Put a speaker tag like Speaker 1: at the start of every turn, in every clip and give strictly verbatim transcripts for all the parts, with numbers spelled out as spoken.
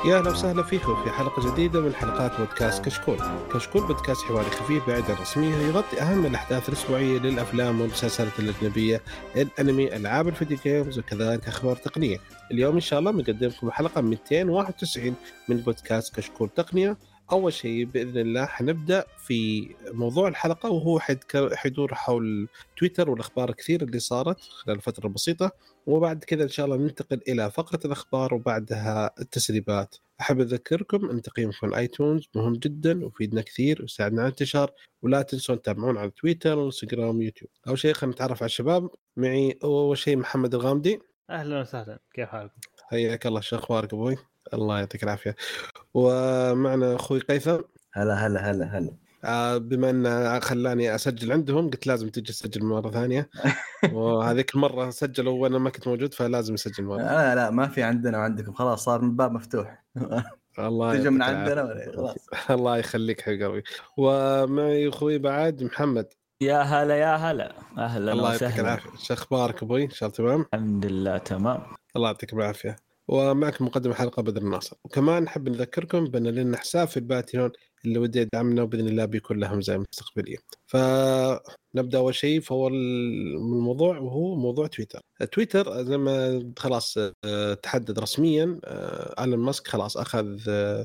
Speaker 1: يا أهلا وسهلا فيكم في حلقة جديدة من حلقات بودكاست كشكول. كشكول بودكاست حواري خفيف بعيد عن الرسمية، يغطي أهم الأحداث الأسبوعية للأفلام والمسلسلات الأجنبية، الأنمي، ألعاب الفيديو جيمز، وكذلك أخبار تقنية. اليوم إن شاء الله بنقدم لكم حلقة مئتين وواحد وتسعين من بودكاست كشكول تقنية. أول شيء بإذن الله حنبدأ في موضوع الحلقة، وهو حيدور حول تويتر والأخبار كثير اللي صارت خلال فترة بسيطة، وبعد كذا إن شاء الله ننتقل إلى فقرة الأخبار وبعدها التسريبات. أحب أذكركم أن تقييمكم على آيتونز مهم جدا وفيدنا كثير ويساعدنا على الانتشار، ولا تنسون تتابعون على تويتر وإنستغرام ويوتيوب. أول شيء خلينا نتعرف على الشباب. معي أول شيء محمد الغامدي.
Speaker 2: أهلا وسهلا، كيف حالكم؟
Speaker 1: حياك الله، شو أخبارك أبوي؟ الله يعطيك العافية. ومعنا أخوي قيثم.
Speaker 3: هلا هلا هلا هلا.
Speaker 1: آه بما أن خلاني أسجل عندهم قلت لازم تجي تسجل مرة ثانية، وهذيك المرة سجلوا وأنا ما كنت موجود فلازم أسجل مرة.
Speaker 3: لا لا ما في عندنا وعندكم، خلاص صار من باب مفتوح.
Speaker 1: الله
Speaker 3: تجي من عندنا ولا خلاص.
Speaker 1: الله يخليك حبيبي قلبي. ومعي أخوي بعد محمد.
Speaker 4: يا هلا يا هلا، أهلا
Speaker 1: الله يعطيك
Speaker 4: وسهلا.
Speaker 1: العافية. شو أخبارك أبوي؟ إن شاء الله تمام؟
Speaker 4: الحمد لله تمام.
Speaker 1: الله يعطيك العافية. ومعك مقدم الحلقة بدر الناصر. وكمان نحب نذكركم بأن لنا حساب في الباتريون اللي ودي يدعمنا وبإذن الله بيكون لهم زي مستقبلية. فنبدأ أول شيء فهو الموضوع، وهو موضوع تويتر. تويتر زي ما خلاص تحدد رسميا، آيلون ماسك خلاص أخذ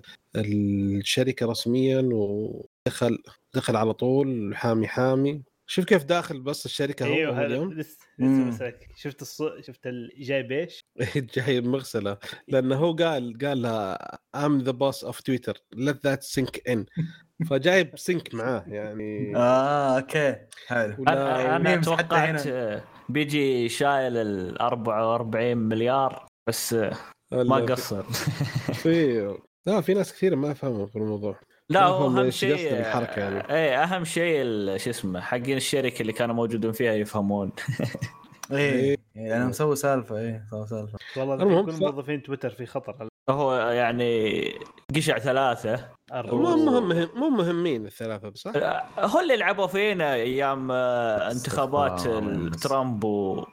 Speaker 1: الشركة رسميا ودخل دخل على طول حامي حامي. شوف كيف داخل بس الشركة.
Speaker 2: أيوه
Speaker 1: هو اليوم
Speaker 2: لسه لسه شفت الص... شفت الجاي بيش
Speaker 1: جاي مغسلة، لأنه هو قال قال لها I'm the boss of Twitter let that sink in. فجايب سينك معاه يعني.
Speaker 3: آه أوكي حلو.
Speaker 4: أنا, أنا توقعت بيجي شايل الأربعة وأربعين مليار بس ما قصر.
Speaker 1: في لا في ناس كثير ما فهموا في الموضوع.
Speaker 4: لا هو أهم شيء
Speaker 1: الحركة يعني.
Speaker 4: إيه أهم شيء شو اسمه حقين الشركة اللي كانوا موجودين فيها يفهمون.
Speaker 3: إيه أنا مسوي سالفة. إيه مسوي سالفة
Speaker 2: والله. كل موظفين تويتر في خطر.
Speaker 4: هو يعني قشع ثلاثة
Speaker 1: مو مهم مو مهمين الثلاثة بس.
Speaker 4: هو اللي لعبوا فينا أيام انتخابات ترامب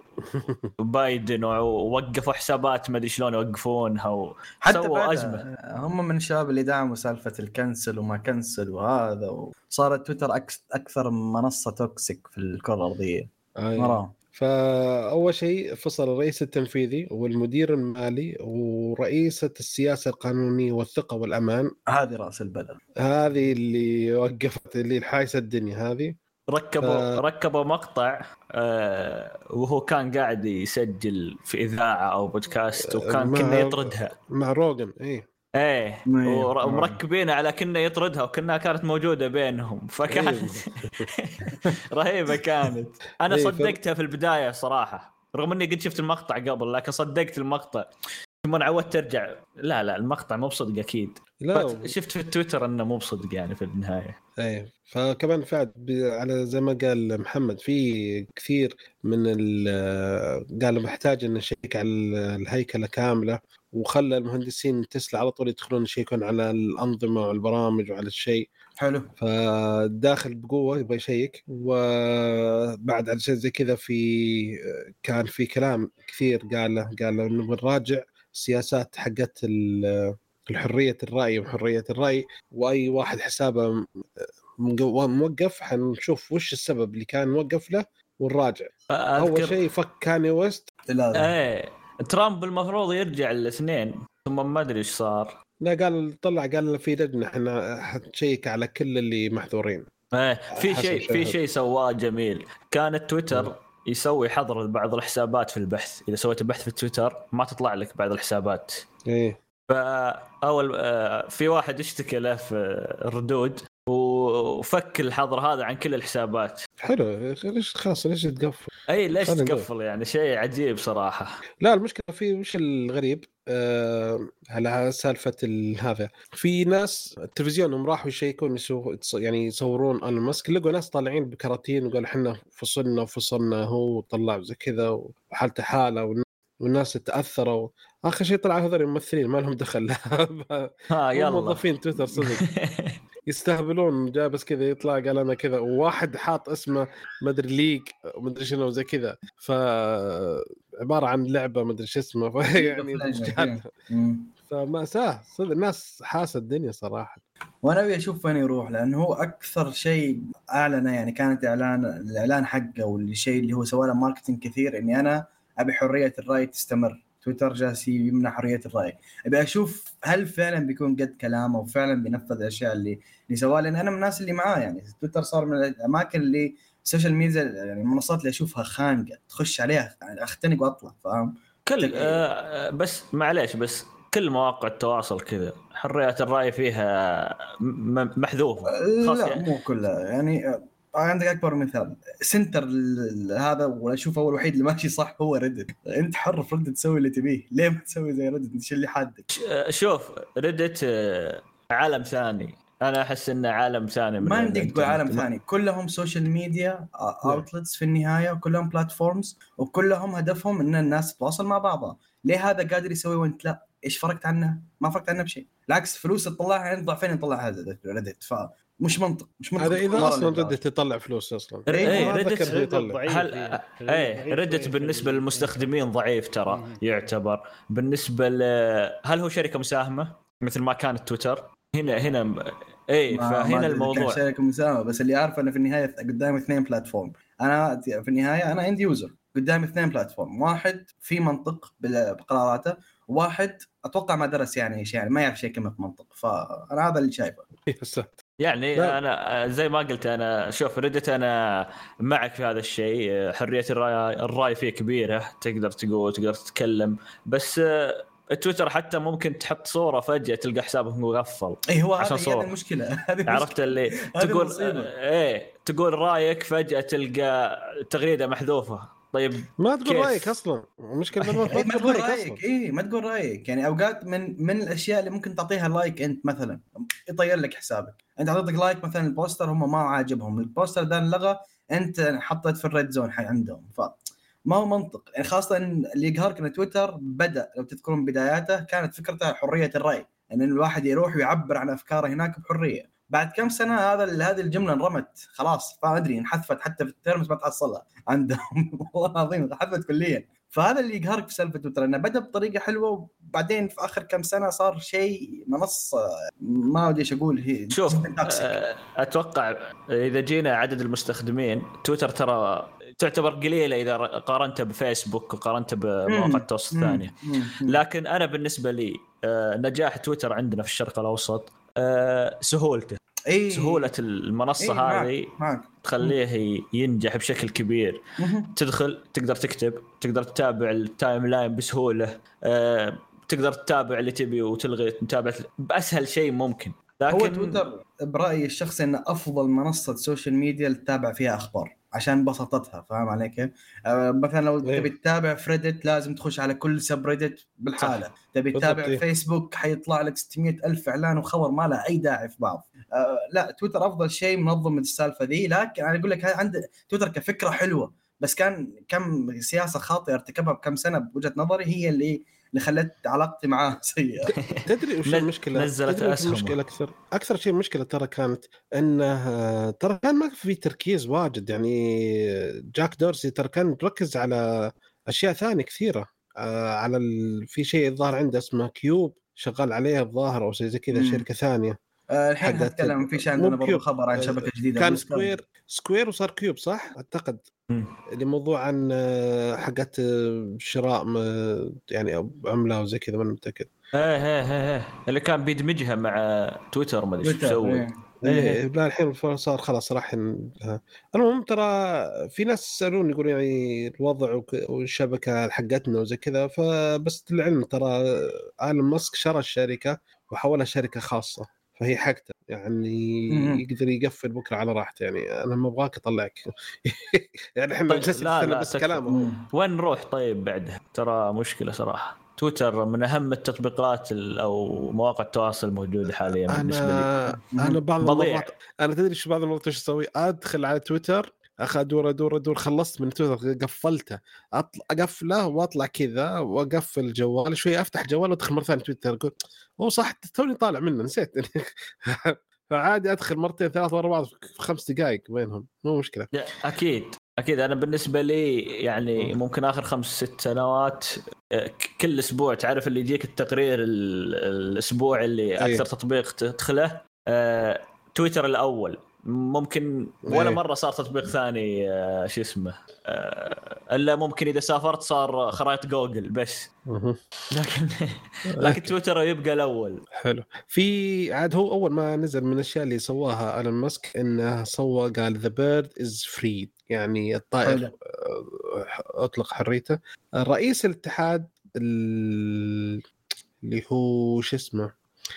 Speaker 4: وبايدن ووقفوا حسابات ما أدري شلون يوقفونها وسووا أزمة.
Speaker 3: هم من الشباب اللي دعموا سالفة الكنسل وما كنسل وهذا، وصارت تويتر أكثر منصة توكسيك في الكرة الأرضية. مرام.
Speaker 1: فأول شيء فصل الرئيس التنفيذي والمدير المالي ورئيسة السياسة القانونية والثقة والأمان.
Speaker 3: هذه رأس البلد،
Speaker 1: هذه اللي وقفت اللي الحايسة الدنيا هذه.
Speaker 4: ركبوا ف... ركبوا مقطع آه وهو كان قاعد يسجل في إذاعة أو بودكاست وكان مع... كنا يطردها
Speaker 1: مع روغن. إيه
Speaker 4: ايه ومركبين على كنا يطردها وكنا كانت موجودة بينهم فكانت رهيبة كانت. انا إيه صدقتها في البداية صراحة، رغم اني قد شفت المقطع قبل لكن صدقت المقطع. ثم عودت ترجع لا لا المقطع مو بصدق اكيد. لا شفت في التويتر انه مو بصدق يعني في النهاية.
Speaker 1: ايه فكمان فعلا على زي ما قال محمد في كثير من قالوا محتاج ان نشيك على الهيكلة كاملة، وخلى المهندسين تسلا على طول يدخلون يشيكون على الأنظمة والبرامج وعلى الشيء.
Speaker 3: حلو.
Speaker 1: فداخل بقوة يبغى يشيك. وبعد على شيء زي كذا في كان في كلام كثير قاله قاله إنه بنراجع السياسات حقت الحرية الرأي وحرية الرأي، وأي واحد حسابه موقف حنشوف وش السبب اللي كان موقف له ونراجع. أول شيء فك كاني ويست.
Speaker 4: ايه ترامب المفروض يرجع الاثنين ثم ما ادري ايش صار.
Speaker 1: لا قال طلع قال في لجنه احنا حنشيك على كل اللي محظورين.
Speaker 4: ايه في شيء في شيء سواه جميل. كان التويتر يسوي حظر بعض الحسابات في البحث. اذا سويت بحث في تويتر ما تطلع لك بعض الحسابات.
Speaker 1: ايه
Speaker 4: فاول في واحد اشتكى له في الردود وفك الحظر هذا عن كل الحسابات.
Speaker 1: حلو. ليش خلاص ليش تقفل؟
Speaker 4: اي ليش تقفل يعني شيء عجيب صراحة.
Speaker 1: لا المشكلة في وش الغريب أه على سالفة هذا. في ناس التلفزيون هم راحوا يشيكون يسو يعني يصورون أيلون ماسك، لقوا ناس طالعين بكراتين وقالوا إحنا فصلنا وفصلنا هو وطلع زي كذا وحالته حالة والناس تأثروا. آخر شيء طلع هذول الممثلين ما لهم دخل.
Speaker 4: ها يلا
Speaker 1: موظفين تويتر صدق يستهبلون. جاء بس كذا يطلع قال أنا كذا، وواحد حاط اسمه مدري ليج مدري شنو زي كذا، فعبارة عن لعبة مدري شو اسمه يعني فمأساة صدق، الناس حاسة الدنيا صراحة.
Speaker 3: وانا ابي اشوف وين يروح، لانه هو اكثر شيء اعلنه يعني كانت اعلان الاعلان حقه والشيء اللي هو سوى له ماركتينج كثير، اني انا ابي حريه الراي تستمر. تويتر جالس يمنع حريه الراي. ابي اشوف هل فعلا بيكون قد كلامه وفعلا بينفذ الاشياء اللي اللي سواها، لان انا من الناس اللي معاه يعني. تويتر صار من الاماكن اللي السوشيال ميديا يعني المنصات اللي اشوفها خانقه، تخش عليها يعني اختنق واطلع، فاهم؟
Speaker 4: كل آه بس معليش، بس كل مواقع التواصل كذا حرية الرأي فيها محذوفة.
Speaker 3: لا مو كلها يعني. عندك أكبر مثال سنتر هذا، ولا أشوف هو الوحيد اللي ماشي صح هو ريدت. أنت حر في ريدت تسوي اللي تبيه، ليه ما تسوي زي ريدت؟ إيش اللي حادك؟
Speaker 4: شوف ريدت عالم ثاني، أنا أحس إنه عالم ثاني.
Speaker 3: ما عندك تقول عالم ثاني، كلهم سوشيال ميديا أوتلتس في النهاية، وكلهم بلاتفورمز، وكلهم هدفهم إن الناس تتواصل مع بعضها. ليه هذا قادر يسوي وأنت لا؟ إيش فرقت عنه؟ ما فرقت عنه بشيء، بالعكس فلوس تطلعها عند ضعفين يطلع هذا ريدت. فمش منطق، مش منطق.
Speaker 1: هذا إذا أصلا ريدت يطلع فلوس أصلا.
Speaker 4: إيه ريدت ضعيف. هل إيه ريدت بالنسبة للمستخدمين ضعيف ترى يعتبر. بالنسبة ل هل هو شركة مساهمة مثل ما كانت تويتر؟ هنا هنا ايه فهنا الموضوع
Speaker 3: شركه مساهمه، بس اللي عارفه انه في النهايه قدامي اثنين بلاتفورم. انا في النهايه انا عندي يوزر قدامي اثنين بلاتفورم، واحد في منطق بقراراته، واحد اتوقع ما درس يعني شيء، يعني ما يعرف شيء كلمه منطق. فانا هذا اللي شايفه
Speaker 4: يعني لا. انا زي ما قلت، انا شوف ريدت انا معك في هذا الشيء. حريه الراي الراي فيه كبيره، تقدر تقول تقدر تتكلم، بس تويتر حتى ممكن تحط صورة فجأة تلقى حسابك مقفل.
Speaker 3: اي هو هذه المشكلة.
Speaker 4: عرفت اللي تقول ايه تقول رايك فجأة تلقى تغريدة محذوفة. طيب
Speaker 1: ما تقول كيف؟ رايك اصلا مشكلة ما,
Speaker 3: ما تقول رايك. ايه ما تقول رايك. يعني اوقات من من الاشياء اللي ممكن تعطيها لايك، انت مثلا يطير لك حسابك، انت عطيتك لايك مثلا البوستر هم ما عاجبهم البوستر ده انلغى، انت حطيت في الريد زون حي عندهم. ف ما هو منطق يعني. خاصة إن اللي يقهرك إن تويتر بدأ لو تذكرون بداياته كانت فكرته حرية الرأي، إن يعني الواحد يروح ويعبر عن أفكاره هناك بحرية. بعد كم سنة هذا هذه الجملة انرمت خلاص، ما أدري انحذفت حتى في الترمز ما تحصلها عندهم. والله العظيم انحذفت كليا. فهذا اللي يقهرك في سالفة تويتر، إنه بدأ بطريقة حلوة وبعدين في آخر كم سنة صار شيء منصة ما أدري إيش أقول. هي
Speaker 4: شوف أتوقع إذا جينا عدد المستخدمين تويتر ترى تعتبر قليلة إذا قارنتها بفيسبوك وقارنتها بمواقع التواصل الثانية. لكن أنا بالنسبة لي نجاح تويتر عندنا في الشرق الأوسط سهولته.
Speaker 3: إيه؟
Speaker 4: سهولة المنصة
Speaker 3: إيه
Speaker 4: هذه تخليه ينجح بشكل كبير. تدخل تقدر تكتب، تقدر تتابع التايم لاين بسهولة، تقدر تتابع اللي تبي وتلغي تتابع بأسهل شيء ممكن.
Speaker 3: لكن هو تويتر برأيي الشخصي إنه أفضل منصة سوشيال ميديا تتابع فيها أخبار عشان بساطتها. فاهم علي كيف؟ آه مثلا لو تبي تتابع في ريدت لازم تخش على كل سب ريدت بالحالة. تبي تتابع فيسبوك حيطلع لك ستمية ألف إعلان وخبر ما له أي داعي في بعض. آه لا تويتر أفضل شيء منظم من السالفة ذي. لكن أنا أقول لك عند تويتر كفكرة حلوة، بس كان كم سياسة خاطئة ارتكبها بكم سنة بوجهة نظري هي اللي اللي خلت علاقتي معاه سيئة.
Speaker 1: تدري وش المشكلة؟
Speaker 4: نزلت أسهم.
Speaker 1: المشكلة أكثر أكثر شيء المشكلة ترى كانت إنه ترى كان ما في تركيز واجد. يعني جاك دورسي ترى كان مركز على أشياء ثانية كثيرة. على ال... في شيء الظاهر عنده اسمه كيوب شغال عليه الظاهر أو شيء زي كذا، شركة ثانية.
Speaker 3: أه الحين هتكلم في شيء عندنا برضو خبر عن شبكة جديدة
Speaker 1: كان سكوير سكوير وصار كيوب صح أعتقد. لموضوع عن حقت شراء يعني عملة وزي كذا، ما متأكد.
Speaker 4: ايه ايه ايه اللي كان بيدمجها مع تويتر ما ادري ايش بيسوي.
Speaker 1: ايه, إيه. لا الحين صار خلاص راح. المهم ترى في ناس يسألون يقولون يعني الوضع والشبكة حقتنا وزي كذا، فبس العلم ترى آلون ماسك شرى الشركة وحولها شركة خاصة، فهي حقته يعني م- يقدر يقفل بكرة على راحته. يعني أنا ما أبغاك أطلعك. يعني إحنا
Speaker 4: طيب لا لا
Speaker 1: بس كلامه.
Speaker 4: وين نروح طيب بعدها؟ ترى مشكلة صراحة. تويتر من أهم التطبيقات أو مواقع التواصل الموجودة حاليا بالنسبة لي.
Speaker 1: أنا بعض المرات أنا تدري شو بعض المرات إيش أسوي؟ أدخل على تويتر أخذ دور دور دور خلصت من تويتر قفلته، أطلع أقفله وأطلع كذا وأقفل الجوال شوي، أفتح جوال وأدخل مرة ثانية تويتر أقول هو صح توني طالع منه نسيت. فعادي أدخل مرتين ثلاث ورا بعض في خمس دقائق بينهم، مو مشكلة.
Speaker 4: أكيد اكيد انا بالنسبه لي يعني ممكن اخر خمس ست سنوات كل اسبوع تعرف اللي يجيك التقرير الاسبوع اللي اكثر أيه. تطبيق تدخله آه، تويتر الاول ممكن ولا أيه. مره صار تطبيق ثاني آه، شو اسمه آه، الا ممكن اذا سافرت صار خرائط جوجل بس لكن لكن تويتر يبقى الاول.
Speaker 1: حلو. في عاد هو اول ما نزل من الاشياء اللي سواها ايلون ماسك انه سوى قال ذا بيرد از فري يعني الطائر حلو. اطلق حريته. رئيس الاتحاد اللي هو شو اسمه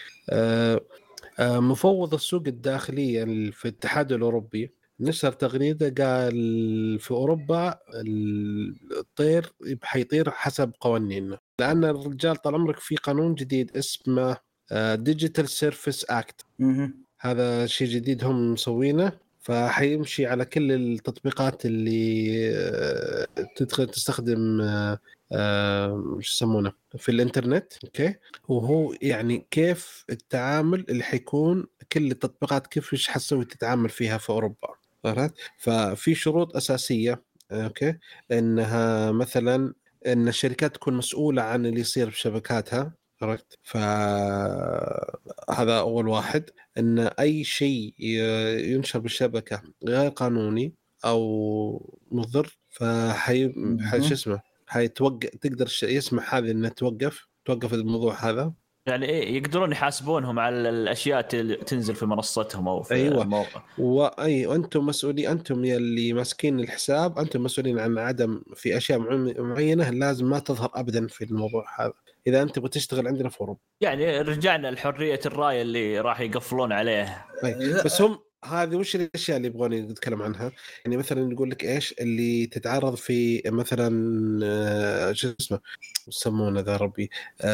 Speaker 1: مفوض السوق الداخلية في الاتحاد الأوروبي نشر تغريدة قال في أوروبا الطير حيطير حسب قوانيننا لأن الرجال طال عمرك في قانون جديد اسمه ديجيتال سيرفيس أكت هذا شيء جديد هم مسوينه فحيمشي على كل التطبيقات اللي تدخل تستخدم ايش يسمونه في الانترنت اوكي وهو يعني كيف التعامل اللي حيكون كل التطبيقات كيف ايش حتسوي تتعامل فيها في اوروبا فهمت ففي شروط اساسيه اوكي انها مثلا ان الشركات تكون مسؤوله عن اللي يصير بشبكاتها عرفت فهذا اول واحد ان اي شيء ينشر بالشبكه غير قانوني او مضر فحي شو اسمه حيتوقف تقدر يسمح هذه انها توقف توقف الموضوع هذا
Speaker 4: يعني ايه يقدرون يحاسبونهم على الاشياء اللي تنزل في منصتهم او في
Speaker 1: أيوة.
Speaker 4: الموقع
Speaker 1: واي وانتم مسؤولين انتم يلي ماسكين الحساب انتم مسؤولين عن عدم في اشياء معينه لازم ما تظهر ابدا في الموضوع هذا اذا انت بتشتغل عندنا في اوروبا
Speaker 4: يعني رجعنا لحريه الراي اللي راح يقفلون عليه
Speaker 1: بس هم هذه وش الاشياء اللي يبغون نتكلم عنها يعني مثلا يقول لك ايش اللي تتعرض في مثلا شو اسمه يسمونه ذا ربي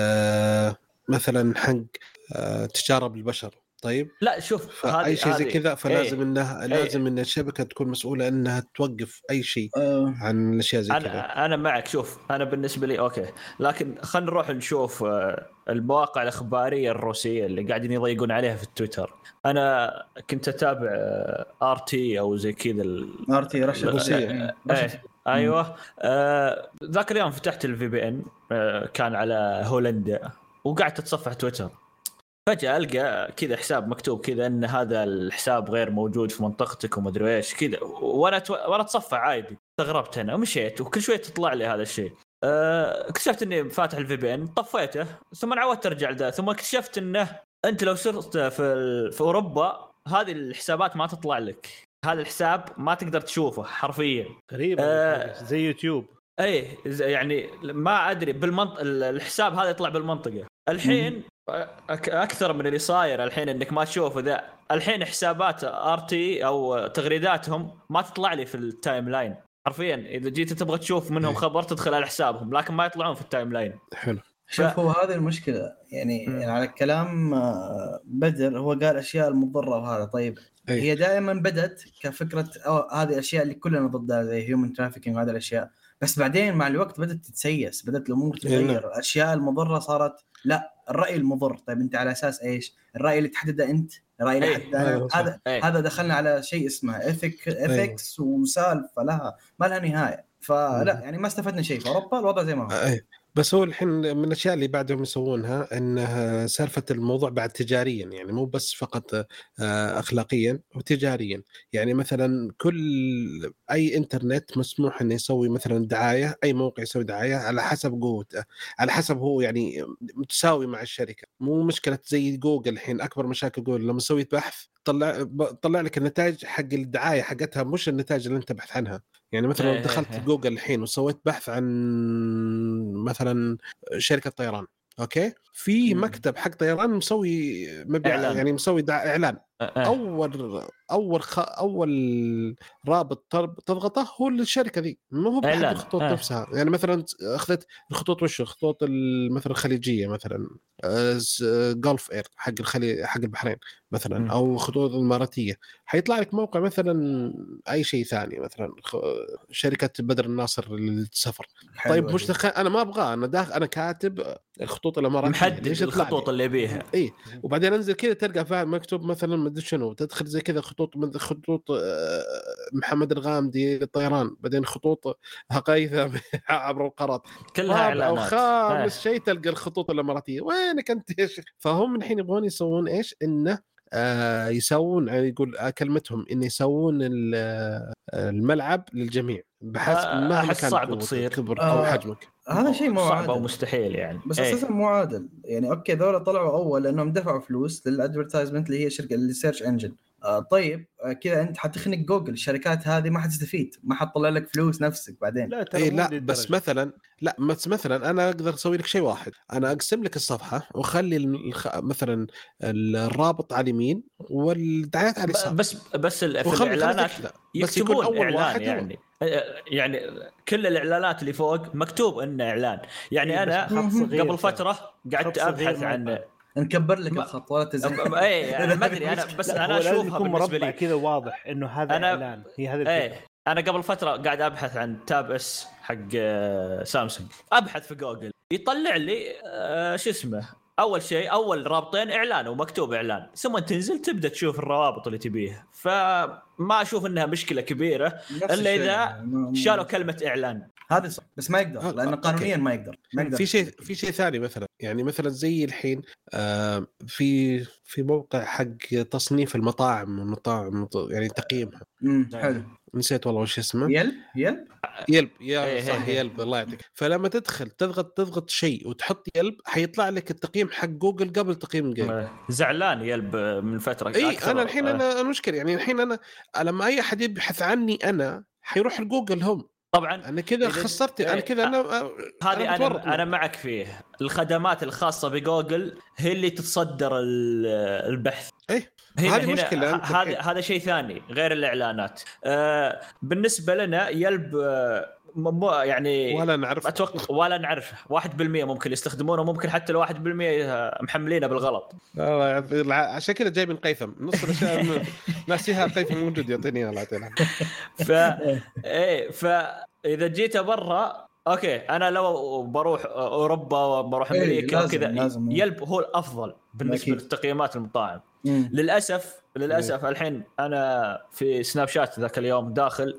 Speaker 1: آه مثلا حق آه تجاره بالبشر طيب
Speaker 4: لا شوف
Speaker 1: هذه اي شيء زي كذا فلازم ايه انها ايه لازم ان الشبكه تكون مسؤوله انها توقف اي شيء أه عن الاشياء زي كذا.
Speaker 4: انا انا معك شوف انا بالنسبه لي اوكي لكن خلينا نروح نشوف المواقع الاخباريه الروسيه اللي قاعدين يضيقون عليها في التويتر. انا كنت اتابع ار تي او زي كذا
Speaker 3: ار تي رشا روسيه
Speaker 4: ايه ايوه آه ذاك اليوم فتحت الفي بي ان آه كان على هولندا وقعدت اتصفح تويتر فجأة ألقى كذا حساب مكتوب كذا أن هذا الحساب غير موجود في منطقتك وما أدري إيش كذا وأنا تو... وأنا أتصفح عادي استغربت أنا ومشيت وكل شوية تطلع لي هذا الشيء أه... اكتشفت إني فاتح الفي بي إن طفيته ثم عودت أرجع لذا ثم اكتشفت إنه أنت لو صرت في ال... في أوروبا هذه الحسابات ما تطلع لك هذا الحساب ما تقدر تشوفه حرفيا
Speaker 2: غريبة أه... زي يوتيوب
Speaker 4: أي يعني ما أدري بالمنطقة الحساب هذا يطلع بالمنطقة الحين اكثر من اللي صاير الحين انك ما تشوفه ذا الحين حسابات ار تي او تغريداتهم ما تطلع لي في التايم لاين حرفيا اذا جيت تبغى تشوف منهم خبر تدخل على حسابهم لكن ما يطلعون في التايم لاين.
Speaker 1: حلو
Speaker 3: شوف ف... هو هذه المشكله يعني, يعني على كلام بدر هو قال اشياء المضره وهذا طيب أي. هي دائما بدت كفكره هذه الاشياء اللي كلنا ضدها زي هيومن ترافيكينج وهذه الاشياء بس بعدين مع الوقت بدت تتسيس بدت الامور تتغير الاشياء المضره صارت لا الرأي المضر طيب انت على اساس ايش الرأي اللي تحدده انت الرأي اللي تحدده هذا هذا دخلنا على شيء اسمه ايثيك ايثكس وسالفه لها ما لها نهايه فلا يعني ما استفدنا شيء في اوروبا الوضع زي ما هو
Speaker 1: أي. بس هو الحين من الاشياء اللي بعدهم يسوونها انها سالفه الموضوع بعد تجاريا يعني مو بس فقط اخلاقيا وتجاريا يعني مثلا كل اي انترنت مسموح انه يسوي مثلا دعايه اي موقع يسوي دعايه على حسب قوته على حسب هو يعني متساوي مع الشركه مو مشكله زي جوجل الحين اكبر مشاكل جوجل لما سويت بحث طلع طلع لك النتائج حق الدعايه حقتها مش النتائج اللي انت بحث عنها يعني مثلا لو دخلت جوجل الحين وسويت بحث عن مثلا شركه طيران اوكي في مكتب حق طيران مسوي مبيع يعني مسوي اعلان اول اول خ... اول رابط تضغطه هو الشركه ذي مو هو بحق الخطوط آه. نفسها يعني مثلا اخذت الخطوط وش الخطوط مثلا الخليجيه مثلا جولف اير حق الخليج حق البحرين مثلا م. او خطوط الاماراتيه حيطلع لك موقع مثلا اي شيء ثاني مثلا شركه بدر الناصر للسفر طيب مش دخل انا ما ابغى انا داخل انا كاتب الخطوط الاماراتيه
Speaker 4: محدد الخطوط اللي بيها
Speaker 1: اي وبعدين انزل كذا تلقى فيها مكتوب مثلا ما ادري شنو تدخل زي كذا خطوط من خطوط محمد الغامدي للطيران، بعدين خطوط هقيثة عبر القارات،
Speaker 4: كلها
Speaker 1: اعلانات، او خامس شيء تلقى الخطوط الاماراتيه. وينك انت يا شيخ؟ فهم الحين يبغون يسوون ايش؟ انه آه يسوون يعني يقول كلمتهم ان يسوون الملعب للجميع بحسب
Speaker 4: آه
Speaker 1: ما
Speaker 4: احس صعب تصير
Speaker 1: كبر او
Speaker 3: آه
Speaker 1: حجمك.
Speaker 3: هذا شيء مو
Speaker 4: صعب
Speaker 3: عادل
Speaker 4: او مستحيل يعني،
Speaker 3: بس
Speaker 4: ايه.
Speaker 3: اساسا مو عادل يعني. اوكي ذولا طلعوا اول لانهم دفعوا فلوس للادفرتايزمنت اللي هي شركه السيرش انجن. آه طيب آه كذا انت حتخنق جوجل، الشركات هذه ما حتستفيد، ما حتطلع لك فلوس نفسك بعدين.
Speaker 2: لا ترى
Speaker 1: إيه
Speaker 2: مو
Speaker 1: لا
Speaker 2: دي
Speaker 1: بس
Speaker 2: الدرجة.
Speaker 1: مثلا لا بس مثلا انا اقدر اسوي لك شيء واحد، انا اقسم لك الصفحه واخلي الخ... مثلا الرابط على اليمين والدعايات على اليسار،
Speaker 4: بس بس ال- في
Speaker 1: وخلي
Speaker 4: الاعلانات
Speaker 1: خلي بس يكون
Speaker 4: يكتبون
Speaker 1: اول
Speaker 4: اعلان
Speaker 1: واحد
Speaker 4: يعني يعني كل الاعلانات اللي فوق مكتوب انه اعلان يعني.
Speaker 2: إيه
Speaker 4: انا
Speaker 2: صغير
Speaker 4: قبل فتره قعدت ابحث عن
Speaker 3: نكبر لك
Speaker 4: ما-
Speaker 3: الخط ولا تزعل.
Speaker 4: اي يعني ما ادري انا، بس
Speaker 2: لا،
Speaker 4: انا
Speaker 2: هو لازم
Speaker 4: اشوفها
Speaker 2: يكون
Speaker 4: بالنسبه
Speaker 2: مربع
Speaker 4: لي
Speaker 2: كذا واضح انه هذا
Speaker 4: أنا-
Speaker 2: اعلان. هي هذه الفكره.
Speaker 4: ايه انا قبل فتره قاعد ابحث عن تاب اس حق آه، سامسونج، ابحث في جوجل يطلع لي آه، شو اسمه، اول شيء اول رابطين اعلان ومكتوب اعلان، ثم تنزل تبدا تشوف الروابط اللي تبيها. فما اشوف انها مشكله كبيره الا اذا شالوا كلمه اعلان.
Speaker 3: هذا صح بس ما يقدر لانه قانونيا ما يقدر ما يقدر.
Speaker 1: في شيء في شيء ثاني مثلا يعني مثلا زي الحين آه في في موقع حق تصنيف المطاعم والمطاعم يعني تقييمها.
Speaker 3: امم حلو.
Speaker 1: نسيت والله وش اسمه.
Speaker 3: يلب يلب
Speaker 1: يلب يا
Speaker 4: إيه
Speaker 1: صح
Speaker 4: إيه
Speaker 1: يلب الله يعطيك. فلما تدخل تضغط تضغط شيء وتحط يلب حيطلع لك التقييم حق جوجل قبل تقييم جوجل.
Speaker 4: زعلان يلب من فتره
Speaker 1: اي
Speaker 4: أكثر.
Speaker 1: انا الحين انا المشكله يعني الحين انا لما اي احد يبحث عني انا حيروح لجوجل هم.
Speaker 4: طبعا
Speaker 1: انا كذا خسرت انا كذا انا
Speaker 4: هذه انا انا, أنا معك فيه. الخدمات الخاصه بجوجل هي اللي تتصدر البحث.
Speaker 1: ايه
Speaker 4: هذه مشكله. هذا هذا شيء ثاني غير الاعلانات. آه بالنسبه لنا يلب آه مو يعني
Speaker 1: ولا نعرف
Speaker 4: اتوقع ولا نعرف واحد بالمية ممكن يستخدمونه، ممكن حتى لو واحد بالمية محملينه بالغلط.
Speaker 1: لا عشان كذا جايب من قيثم نص الاشياء ناسيها قيثم موجود يعطيني الله يعطينا.
Speaker 4: ف ايه فاذا جيت برا اوكي انا لو بروح اوروبا بروح امريكا وكذا يلب هو الافضل بالنسبه للتقييمات المطاعم. مم. للاسف للاسف مم. الحين انا في سناب شات ذاك اليوم داخل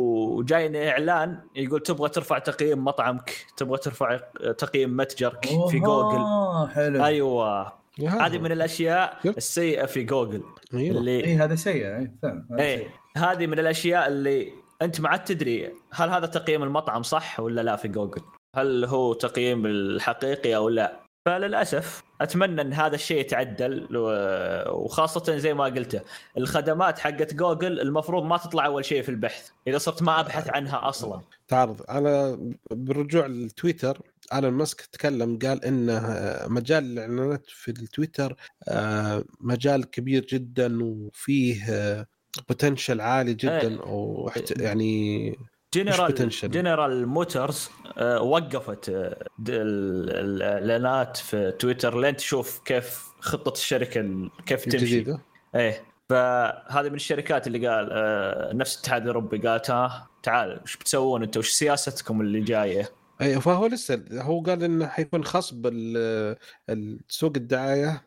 Speaker 4: وجايني اعلان يقول تبغى ترفع تقييم مطعمك، تبغى ترفع تقييم متجرك في جوجل.
Speaker 3: حلو.
Speaker 4: ايوه هذه من الاشياء السيئه في جوجل.
Speaker 3: اللي اي هذا سيء اي فعلا.
Speaker 4: اي هذه من الاشياء اللي انت ما عاد تدري هل هذا تقييم المطعم صح ولا لا في جوجل، هل هو تقييم الحقيقي او لا. فللاسف اتمنى ان هذا الشيء يتعدل، وخاصه زي ما قلته الخدمات حقت جوجل المفروض ما تطلع اول شيء في البحث اذا صرت ما ابحث عنها اصلا.
Speaker 1: تعرض انا بالرجوع للتويتر ألان ماسك تكلم قال إن مجال الإعلانات في التويتر مجال كبير جدا وفيه بوتنشل عالي جدا أو يعني
Speaker 4: جنرال جنرال موتورز وقفت الإعلانات في تويتر لين تشوف كيف خطة الشركة كيف تمشي. إيه فهذه من الشركات اللي قال نفس الاتحاد الأوروبي قالت ها تعال وش بتسوون أنتوا وش سياستكم اللي جاية.
Speaker 1: ايه فهو لسه هو قال انه حيكون خصب السوق الدعايه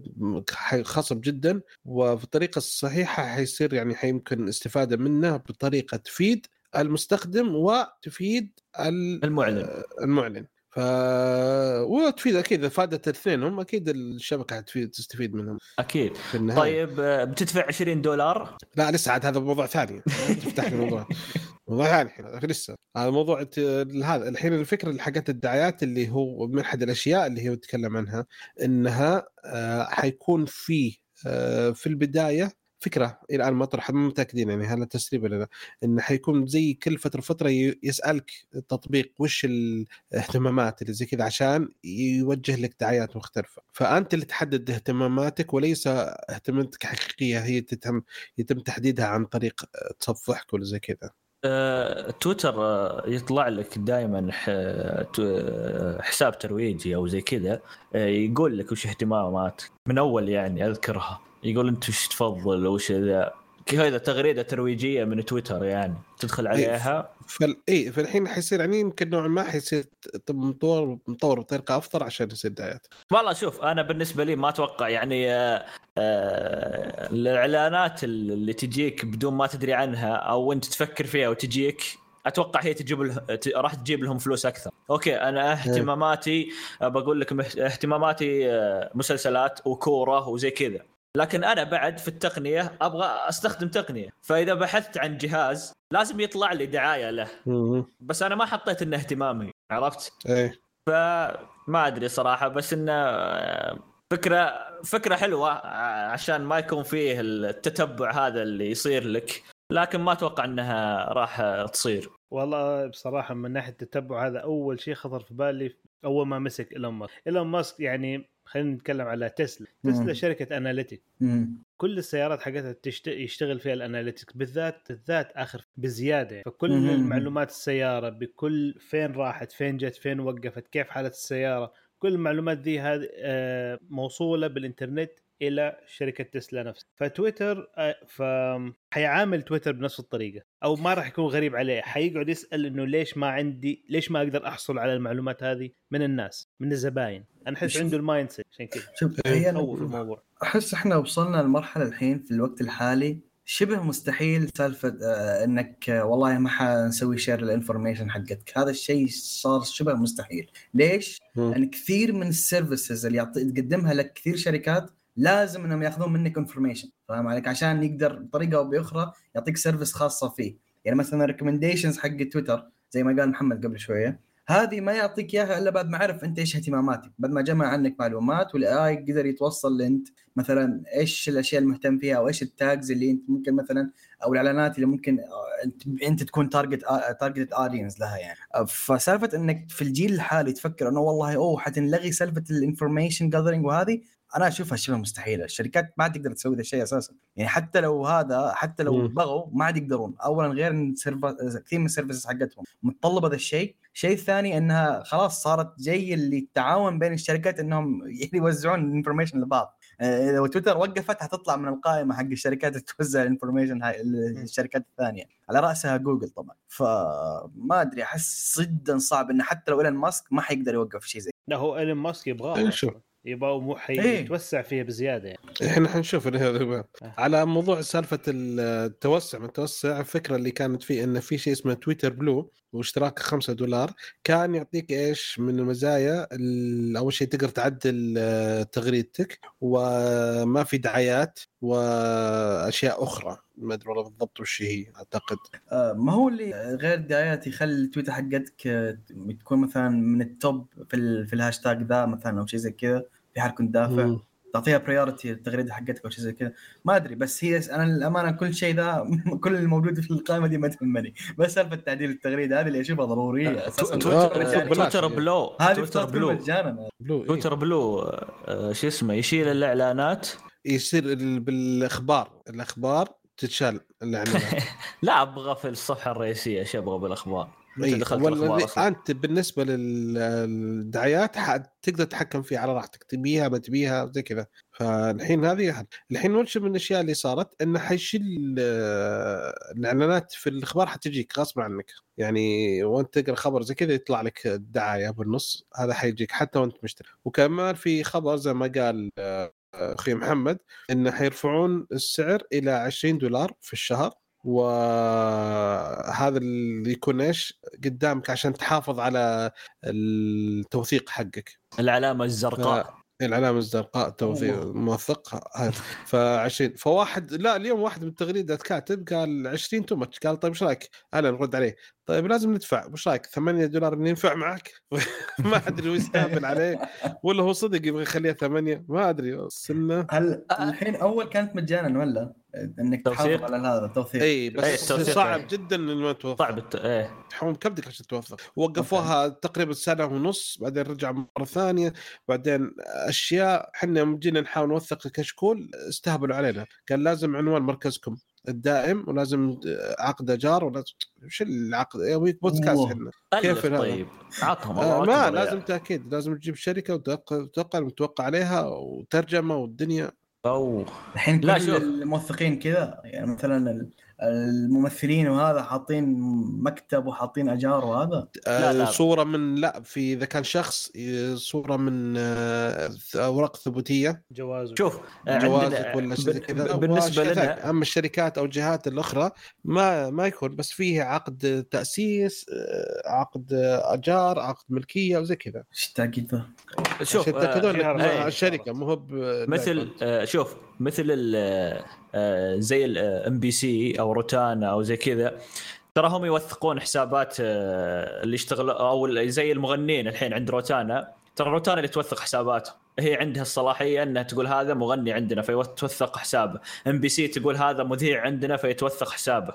Speaker 1: خصب جدا وبالطريقه الصحيحه حيصير يعني حيمكن استفاده منه بطريقه تفيد المستخدم وتفيد
Speaker 4: المعلن
Speaker 1: المعلن ف وتفيد اكيد افادت الاثنين اكيد الشبكه حتفيد تستفيد منهم اكيد.
Speaker 4: طيب بتدفع عشرين دولار؟
Speaker 1: لا لسه عاد هذا موضوع ثاني تفتح لي موضوع موضوع ثاني لسه هذا موضوع هذا الحين الفكره اللي حقت الدعايات اللي هو من احد الاشياء اللي هو يتكلم عنها انها حيكون فيه في البدايه فكره الى الان مطرح مو متاكدين يعني هل تسريب لنا انه حيكون زي كل فتره فتره يسالك التطبيق وش الاهتمامات اللي زي كذا عشان يوجه لك دعايات مختلفه فانت اللي تحدد اهتماماتك وليس اهتماماتك حقيقيه هي تتم يتم تحديدها عن طريق تصفحك ولا زي كذا.
Speaker 4: أه، تويتر يطلع لك دائما حساب ترويجي او زي كذا يقول لك وش اهتماماتك من اول يعني اذكرها يقول انت وش تفضل وش ذا كذا تغريده ترويجيه من تويتر يعني تدخل عليها.
Speaker 1: فال اي فالحين حيصير يعني يمكن نوعا ما حيصير مطور مطور بطريقه افضل عشان يصير دعايات.
Speaker 4: والله شوف انا بالنسبه لي ما اتوقع يعني آه الاعلانات اللي تجيك بدون ما تدري عنها او انت تفكر فيها وتجيك، اتوقع هي تجيب له... راح تجيب لهم فلوس اكثر. اوكي انا اهتماماتي بقول لك اهتماماتي مسلسلات وكوره وزي كذا، لكن انا بعد في التقنيه ابغى استخدم تقنيه، فاذا بحثت عن جهاز لازم يطلع لي دعايه له، بس انا ما حطيت انه اهتمامي، عرفت؟
Speaker 1: ايه
Speaker 4: فما ادري صراحه، بس انه فكره فكره حلوه عشان ما يكون فيه التتبع هذا اللي يصير لك، لكن ما اتوقع انها راح تصير.
Speaker 2: والله بصراحه من ناحيه التتبع هذا اول شيء خطر في بالي اول ما مسك إيلون ماسك. إيلون ماسك يعني خلينا نتكلم على تسلا. تسلا
Speaker 3: مم.
Speaker 2: شركه اناليتيك،
Speaker 3: مم.
Speaker 2: كل السيارات حقتها تشت... يشتغل فيها الاناليتيك بالذات بالذات اخر بزياده، فكل
Speaker 3: مم.
Speaker 2: المعلومات السياره بكل فين راحت فين جت فين وقفت كيف حاله السياره، كل المعلومات دي هذه موصوله بالانترنت الى شركه تسلا نفسها. فتويتر ف حيعامل تويتر بنفس الطريقه، او ما راح يكون غريب عليه، حيقعد يسال انه ليش ما عندي ليش ما اقدر احصل على المعلومات هذه من الناس من الزباين. انا احس عنده المايند سيت عشان كذا.
Speaker 3: شوف هي
Speaker 2: خوف الموضوع.
Speaker 3: احس احنا وصلنا لمرحله الحين في الوقت الحالي شبه مستحيل سالفه آه انك آه والله ما حنسوي شير الانفورميشن حقتك. هذا الشيء صار شبه مستحيل. ليش؟ لان يعني كثير من السيرفيسز اللي يعطي تقدمها لك كثير شركات لازم انهم ياخذون منك انفورميشن، فاهم عليك؟ عشان يقدر بطريقه او باخرى يعطيك سيرفيس خاصه فيه. يعني مثلا ريكومنديشنز حق تويتر زي ما قال محمد قبل شويه، هذه ما يعطيك اياها الا بعد ما عرف انت ايش اهتماماتك، بعد ما جمع عنك معلومات والاي اي قدر يتوصل لانت مثلا ايش الاشياء المهتم فيها او ايش التاجز اللي انت ممكن مثلا او الاعلانات اللي ممكن انت, انت تكون تارجت تارجت اودينس لها. يعني فسالفه انك في الجيل الحالي تفكر انه والله اوه حتنلغي سالفه الانفورميشن جاذرينج وهذه، انا اشوفها شبه مستحيله. الشركات ما تقدر تسوي ذا الشيء اساسا، يعني حتى لو هذا حتى لو بغوا ما عاد يقدرون. اولا غير ان كثير من السيرفيسز حقتهم متطلبه ذا الشيء. شيء ثاني انها خلاص صارت جاي اللي التعاون بين الشركات انهم يوزعون الانفورميشن لبعض. لو تويتر وقفت هتطلع من القائمه حق الشركات توزع الانفورميشن الشركات الثانيه على راسها جوجل طبعا. فما ادري احس جدا صعب انه حتى لو إيلون ماسك ما حيقدر يوقف شيء زي.
Speaker 2: لا هو إيلون ماسك يبغاه يبغى مو حيتوسع فيها بزياده. يعني
Speaker 1: احنا حنشوف هذا على موضوع سالفه التوسع. من توسع الفكره اللي كانت فيه انه في شيء اسمه تويتر بلو واشتراك خمسة دولار كان يعطيك ايش من المزايا. اول شيء تقدر تعدل تغريدتك وما في دعايات واشياء اخرى ما ادري والله بالضبط وش هي. اعتقد
Speaker 3: آه ما هو اللي غير دعايات يخلي تويتر حقتك تكون مثلا من التوب في في الهاشتاج ذا مثلا او شيء زي كذا، في حال كنت دافع م. تعطيها بريورتي التغريده حقتك او شيء زي كذا. ما ادري بس هي انا الامانه كل شيء ذا كل الموجود في القائمه دي ما تهمني، بس سالفه تعديل التغريده هذه اللي اشوفها ضروريه اساسا.
Speaker 4: تويتر بلو تويتر بلو
Speaker 3: مجانا
Speaker 4: تويتر بلو شو اسمه يشيل الاعلانات،
Speaker 1: يصير بالاخبار الاخبار تتشال الاعلانات.
Speaker 4: لا ابغى في الصفحه الرئيسيه ايش ابغى بالاخبار.
Speaker 1: أي. انت بالنسبه للدعايات تقدر تتحكم فيها على راحتك، تبيها ما تبيها زي كذا. فالحين هذه الحين وش من الاشياء اللي صارت انه حيشيل الاعلانات في الاخبار حتجيك غصب عنك. يعني وانت تقرا خبر زي كذا يطلع لك الدعايه بالنص، هذا حيجيك حتى وانت مشتري. وكمان في خبر زي ما قال اخي محمد انه حيرفعون السعر الى عشرين دولار في الشهر، وهذا اللي يكون ايش قدامك عشان تحافظ على التوثيق حقك.
Speaker 4: العلامه الزرقاء
Speaker 1: العلامه الزرقاء توثيق موثق فعشرين. فواحد لا اليوم واحد من التغريدات كاتب قال عشرين تومت، قال طيب ايش رايك؟ انا نرد عليه طيب لازم ندفع، وش رايك ثمانية دولار اني ينفع معك؟ ما ادري هو يستهبل عليه ولا هو صدق يبغى يخليها ثمانية، ما ادري. سنه
Speaker 3: هل الحين اول كانت مجانا ولا انك تحافظ على هذا التوثيق؟
Speaker 1: اي بس
Speaker 4: أي
Speaker 1: صعب ايه. جدا انه توثق
Speaker 4: صعب ايه
Speaker 1: تحوم كبدك عشان توثق. وقفوها تقريبا سنه ونص بعدين رجع مره ثانيه. بعدين اشياء احنا يوم جينا نحاول نوثق كشكول استهبلوا علينا، قال لازم عنوان مركزكم الدائم ولازم عقد جار ولازم وش العقد يا بودكاست احنا
Speaker 4: كيف طيب عطهم
Speaker 1: آه ما لازم يعني. تاكيد لازم تجيب شركه وتوقع متوقع عليها وترجمه والدنيا.
Speaker 4: او
Speaker 3: الحين
Speaker 4: لا،
Speaker 3: كل
Speaker 4: شوف.
Speaker 3: الموثقين كذا، يعني مثلا ال- الممثلين وهذا حاطين مكتب وحاطين اجار وهذا.
Speaker 4: لا،
Speaker 1: آه،
Speaker 4: لا.
Speaker 1: صورة من لا في إذا كان شخص آه، صورة من آه، أوراق ثبوتية
Speaker 2: جواز.
Speaker 4: شوف
Speaker 1: جوازك
Speaker 4: عندنا
Speaker 1: ولا شيء زي
Speaker 4: بن-
Speaker 1: كذا
Speaker 4: بالنسبه
Speaker 1: وأشياء ثانية.
Speaker 4: لنا
Speaker 1: أما الشركات أو الجهات الأخرى ما ما يكون بس فيه عقد تأسيس، آه، عقد أجار، عقد ملكية وزي كذا.
Speaker 3: ايش التاكيد ذا؟
Speaker 4: شوف
Speaker 1: عشان يتأكدون
Speaker 2: فيها
Speaker 1: إنك
Speaker 2: رسائل
Speaker 1: مع
Speaker 4: ايه
Speaker 1: الشركة مو هو
Speaker 4: مثل آه، شوف مثل ال- آه، زي الام بي سي او روتانا او زي كذا، ترى هم يوثقون حسابات آه، اللي يشتغل، او زي المغنيين الحين عند روتانا، ترى روتانا اللي توثق حساباته، هي عندها الصلاحيه انها تقول هذا مغني عندنا فيتوثق حسابه. ام بي سي تقول هذا مذيع عندنا فيتوثق حسابه.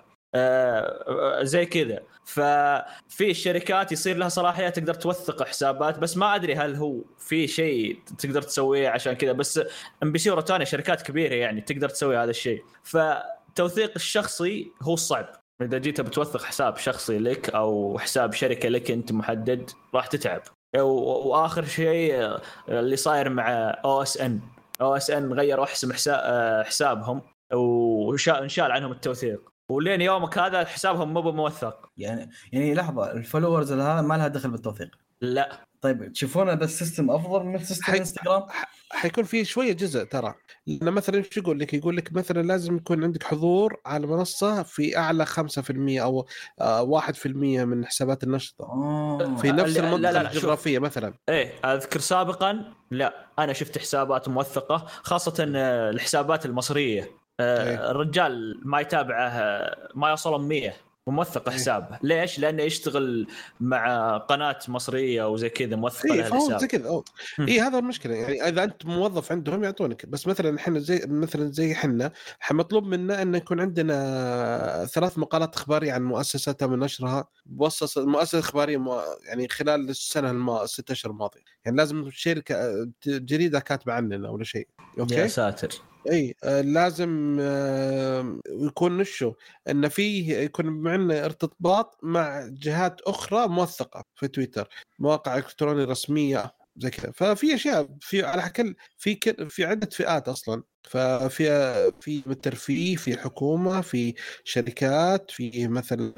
Speaker 4: آه زي كذا. ففي الشركات يصير لها صلاحيه تقدر توثق حسابات، بس ما ادري هل هو في شيء تقدر تسويه عشان كذا. بس ام بي سي وروتانا شركات كبيره يعني تقدر تسوي هذا الشيء. فتوثيق الشخصي هو الصعب. إذا جيت بتوثق حساب شخصي لك أو حساب شركة لك أنت محدد راح تتعب. وآخر شيء اللي صاير مع أو إس إن أو إس إن غيروا اسم حسابهم وانشال عنهم التوثيق، ولين يومك هذا حسابهم مو بموثق.
Speaker 3: يعني يعني لحظه، الفولورز هذا ما لها دخل بالتوثيق؟
Speaker 4: لا.
Speaker 3: طيب تشوفون هذا السيستم افضل من سيستم
Speaker 1: حي...
Speaker 3: انستغرام؟
Speaker 1: حيكون فيه شويه جزء ترى، لأن مثلا شو يقول لك يقول لك مثلا لازم يكون عندك حضور على المنصه في اعلى خمسة بالمئة او واحد بالمئة من حسابات النشطه
Speaker 3: آه.
Speaker 1: في نفس
Speaker 4: لا- لا-
Speaker 1: المنطقه
Speaker 4: لا، لا،
Speaker 1: الجغرافيه مثلا.
Speaker 4: ايه اذكر سابقا، لا انا شفت حسابات موثقه خاصه آه، الحسابات المصريه. آه،
Speaker 1: إيه.
Speaker 4: الرجال ما يتابعه آه، ما يوصل مية وموثق
Speaker 1: إيه.
Speaker 4: حسابه. ليش؟ لانه يشتغل مع قناه مصريه وزي كذا موثقه
Speaker 1: إيه
Speaker 4: له
Speaker 1: فهو زي
Speaker 4: الحساب.
Speaker 1: كذا أو... إيه هذا المشكلة. يعني إذا أنت موظف عندهم يعطونك، بس مثلا إحنا زي مثلا زي إحنا مطلوب منا أن يكون عندنا ثلاث مقالات إخبارية عن مؤسستها من نشرها بوصص المؤسسة الإخبارية مو... يعني خلال السنة الما... الست أشهر الماضية، يعني لازم شركة جريدة كاتبة عننا ولا شيء. أوكي.
Speaker 4: يا ساتر.
Speaker 1: اي آه لازم آه يكون نشو ان فيه يكون معنا ارتباط مع جهات اخرى موثقه في تويتر، مواقع الكترونيه رسميه زي كذا. ففي اشياء في على كل في كل في عده فئات اصلا. ففي في الترفيه، في حكومه، في شركات، في مثلا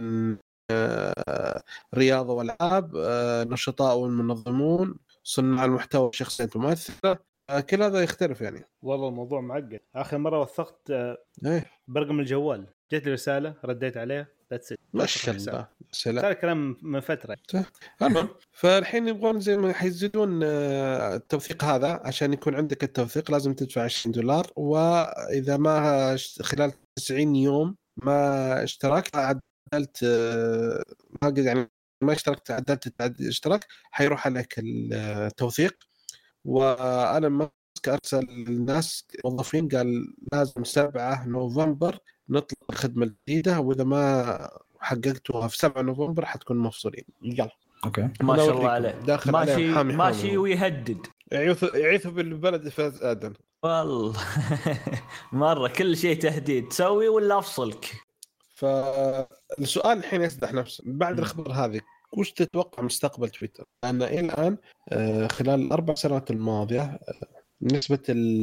Speaker 1: آه رياضه والعاب، آه نشطاء والمنظمون، صناع المحتوى، شخصيه مؤثره. كل هذا يختلف يعني.
Speaker 2: والله الموضوع معقد. اخر مره وثقت
Speaker 1: ايه
Speaker 2: برقم الجوال، جت لي رساله رديت عليها ذاتس
Speaker 1: ما شاء الله. سلام.
Speaker 2: هذا كلام من فتره.
Speaker 1: المهم فالحين يبغون زي ما حيزيدون التوثيق هذا، عشان يكون عندك التوثيق لازم تدفع عشرين دولار، واذا ما خلال تسعين يوم ما اشتركت عدلت ما قد يعني ما اشتركت عدلت اشتراك حيروح عليك التوثيق. وانا ما ارسل الناس موظفين قال لازم سبعة نوفمبر نطلع الخدمه الجديده، واذا ما حققتوها في سبعة نوفمبر حتكون مفصولين. يلا
Speaker 3: اوكي.
Speaker 4: ما شاء الله عليه. ماشي ماشي ويهدد.
Speaker 1: يعيث يعيث بالبلد فاز ادم
Speaker 4: والله مره كل شيء تهديد تسوي ولا افصلك.
Speaker 1: فالسؤال الحين يسدح نفسه بعد الاخبار هذه، وش تتوقع مستقبل تويتر؟ أنا إلى الآن خلال الأربع سنوات الماضية نسبة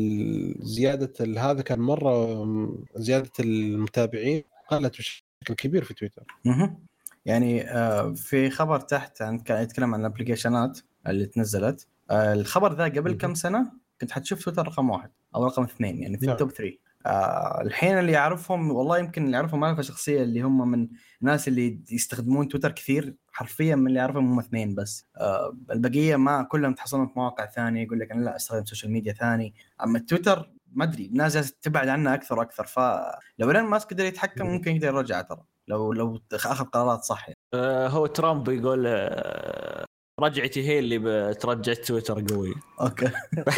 Speaker 1: زيادة هذا كان مرة زيادة المتابعين قلت بشكل كبير في تويتر.
Speaker 3: يعني في خبر تحت كان يتكلم عن الابليكيشنات اللي تنزلت. الخبر ذا قبل كم سنة كنت حتشوف تويتر رقم واحد أو رقم اثنين، يعني في التوب ثري. آه الحين اللي يعرفهم والله يمكن اللي يعرفهم معرفة شخصية اللي هم من الناس اللي يستخدمون تويتر كثير، حرفيا من اللي يعرفهم هم اثنين بس. آه البقية ما كلهم تحصلون في مواقع ثانية يقول لك أنا لا أستخدم سوشيال ميديا ثاني. أما تويتر ما أدري الناس تبعد عنها أكثر وأكثر، فلو لين ماسك قدر يتحكم ممكن يقدر يرجع ترى لو لو أخذ قرارات صح.
Speaker 4: آه هو ترامب يقول آه رجعتي هي اللي بترجع تويتر قوي.
Speaker 3: اوكي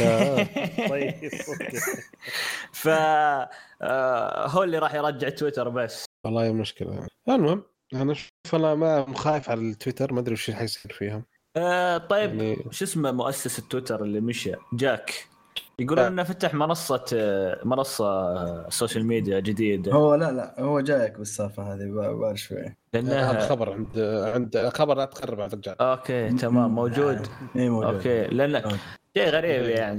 Speaker 2: طيب اوكي.
Speaker 4: ف هو اللي راح يرجع تويتر بس.
Speaker 1: والله هي مشكله. المهم انا شوف انا ما مخايف على التويتر، ما ادري وش حيصير فيها.
Speaker 4: آه طيب يعني... شو اسمه مؤسس التويتر اللي مشى جاك يقولون انه فتح منصه منصه سوشيال ميديا جديده.
Speaker 3: هو لا لا هو جايك بالسالفه هذه بقى شوي،
Speaker 1: لانه هذا خبر عند عند خبر لا تقرب على الرجال.
Speaker 4: اوكي تمام موجود.
Speaker 3: اي موجود.
Speaker 4: اوكي لان شيء غريب يعني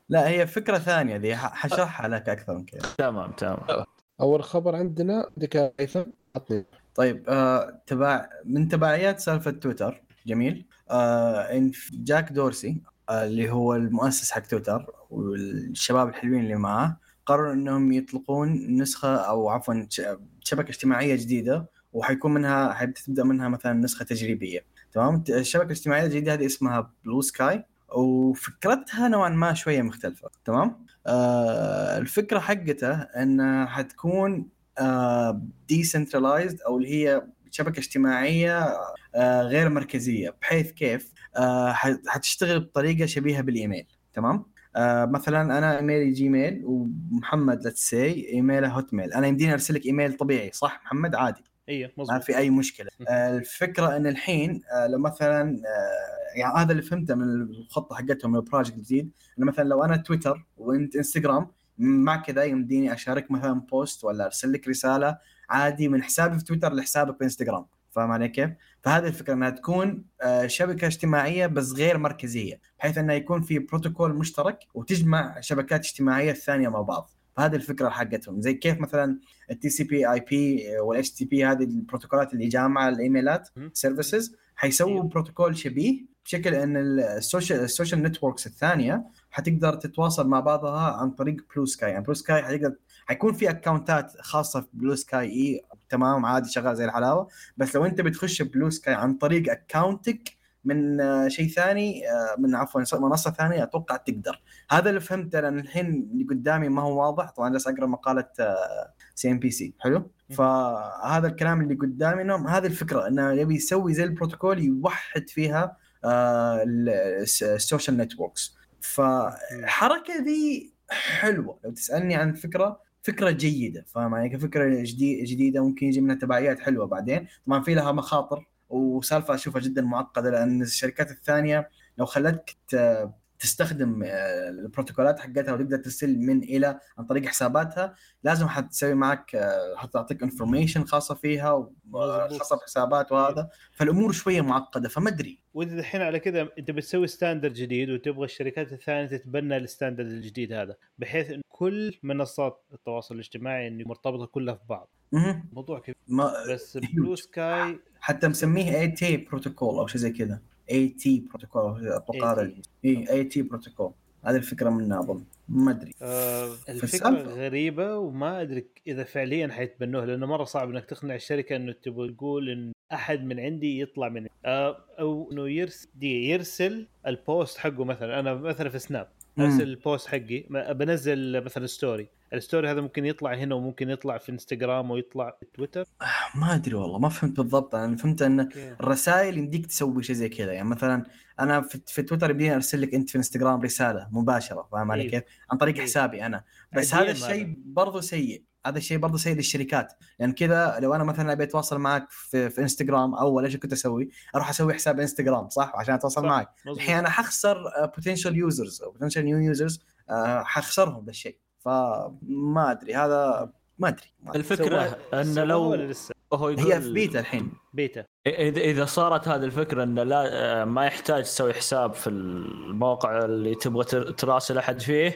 Speaker 3: لا هي فكره ثانيه ذي، حشرحها لك اكثر من كذا.
Speaker 4: تمام تمام.
Speaker 1: اول خبر عندنا عندك هيثم عطني.
Speaker 3: طيب آه، تبع من تبعيات سالفه تويتر جميل، آه ان جاك دورسي آه اللي هو المؤسس حق تويتر والشباب الحلوين اللي معاه قرروا انهم يطلقون نسخه او عفوا شبكه اجتماعيه جديده، وحيكون منها حتبدا منها مثلا نسخه تجريبيه. تمام. الشبكه الاجتماعيه الجديده هذه اسمها بلو سكاي، وفكرتها نوعا ما شويه مختلفه. تمام. آه الفكره حقتها انها حتكون آه ديسنترلايزد، او اللي هي شبكه اجتماعيه آه غير مركزيه، بحيث كيف آه حتشتغل بطريقه شبيهه بالايميل. تمام. آه مثلا انا ايميلي جيميل ومحمد ليتس سي ايميله هوت ميل، انا يمديني ارسل لك ايميل طبيعي صح محمد؟ عادي
Speaker 2: ايوه مظبوط،
Speaker 3: ما في اي مشكله. آه الفكره ان الحين آه لو مثلا آه يعني هذا اللي فهمته من الخطه حقتهم من البروجكت الجديد، انه مثلا لو انا تويتر وانت انستغرام مع كذا يمديني اشارك مثلا بوست ولا ارسل لك رساله عادي من حسابي في تويتر لحسابك في انستغرام. فاهم علي كيف؟ فهذه الفكره انها تكون آه شبكه اجتماعيه بس غير مركزيه، بحيث انه يكون في بروتوكول مشترك وتجمع شبكات اجتماعيه الثانيه مع بعض. فهذه الفكره حقتهم، زي كيف مثلا التي سي بي اي بي والاتش تي بي هذه البروتوكولات اللي جامعه الايميلات سيرفيسز، حيسووا بروتوكول شبيه بشكل ان السوشيال السوشيال نتوركس الثانيه حتقدر تتواصل مع بعضها عن طريق بلو سكاي. يعني بلو سكاي حتقدر حيكون في اكونتات خاصه في بلو سكاي اي تمام عادي شغال زي الحلاوه، بس لو انت بتخش بلو سكاي عن طريق اكونتك من شيء ثاني من عفوا منصه ثانيه اتوقع تقدر. هذا اللي فهمته، لان الحين اللي قدامي ما هو واضح طبعا، جالس اقرا مقاله سي ام بي سي. حلو. فهذا الكلام اللي قدامي انهم هذه الفكره انه يبي يسوي زي البروتوكول يوحد فيها السوشيال نتوركس. فحركه ذي حلوه لو تسالني عن فكره فكره جيده. فاهم يعني فكره جديده جديده ممكن يجي منها تبعيات حلوه بعدين. طبعا في لها مخاطر وسالفه اشوفها جدا معقده، لان الشركات الثانيه لو خلتك تستخدم البروتوكولات حقتها وتقدر ترسل من الى عن طريق حساباتها، لازم حتسوي معك حتعطيك انفورميشن خاصه فيها وخاصه بحسابات وهذا، فالامور شويه معقده. فما ادري
Speaker 2: واذا الحين على كذا انت بتسوي ستاندرد جديد وتبغى الشركات الثانيه تتبنى الستاندرد الجديد هذا، بحيث ان كل منصات التواصل الاجتماعي انه مرتبطه كلها في بعض. موضوع كبير ما... بس بلو سكاي
Speaker 3: حتى مسميه اي تي بروتوكول او شيء زي كذا. اي تي بروتوكول اتوقع اي اي تي بروتوكول. هذه الفكره من اظن ما ادري.
Speaker 2: آه الفكره غريبه وما ادري اذا فعليا حيتبنوها، لانه مره صعب انك تقنع الشركه انه تبغى تقول ان احد من عندي يطلع من آه او انه يرسل دي يرسل البوست حقه. مثلا انا مثلا في سناب ارسل البوست حقي، بنزل مثلا ستوري، الستوري هذا ممكن يطلع هنا وممكن يطلع في انستغرام ويطلع في تويتر.
Speaker 3: ما ادري والله ما فهمت بالضبط. انا فهمت ان الرسائل يمديك تسوي شيء زي كذا. يعني مثلا انا في, في تويتر يبيني ارسل لك انت في انستغرام رساله مباشره. فاهم علي كيف؟ عن طريق حسابي انا. بس هذا الشيء برضو سيء. هذا الشيء برضو سيء للشركات، لان يعني كذا لو انا مثلا ابي اتواصل معك في, في انستغرام اول ايش كنت اسوي؟ اروح اسوي حساب انستغرام صح عشان اتواصل معك. الحين انا حخسر بوتنشال يوزرز او بوتنشال نيو يوزرز، حخسرهم بالشيء. فما ادري هذا ما ادري.
Speaker 4: الفكره ان لو
Speaker 3: هو هي في بيتا الحين
Speaker 2: بيتا
Speaker 4: اذا اذا صارت هذه الفكره ان لا ما يحتاج تسوي حساب في الموقع اللي تبغى تراسل احد فيه،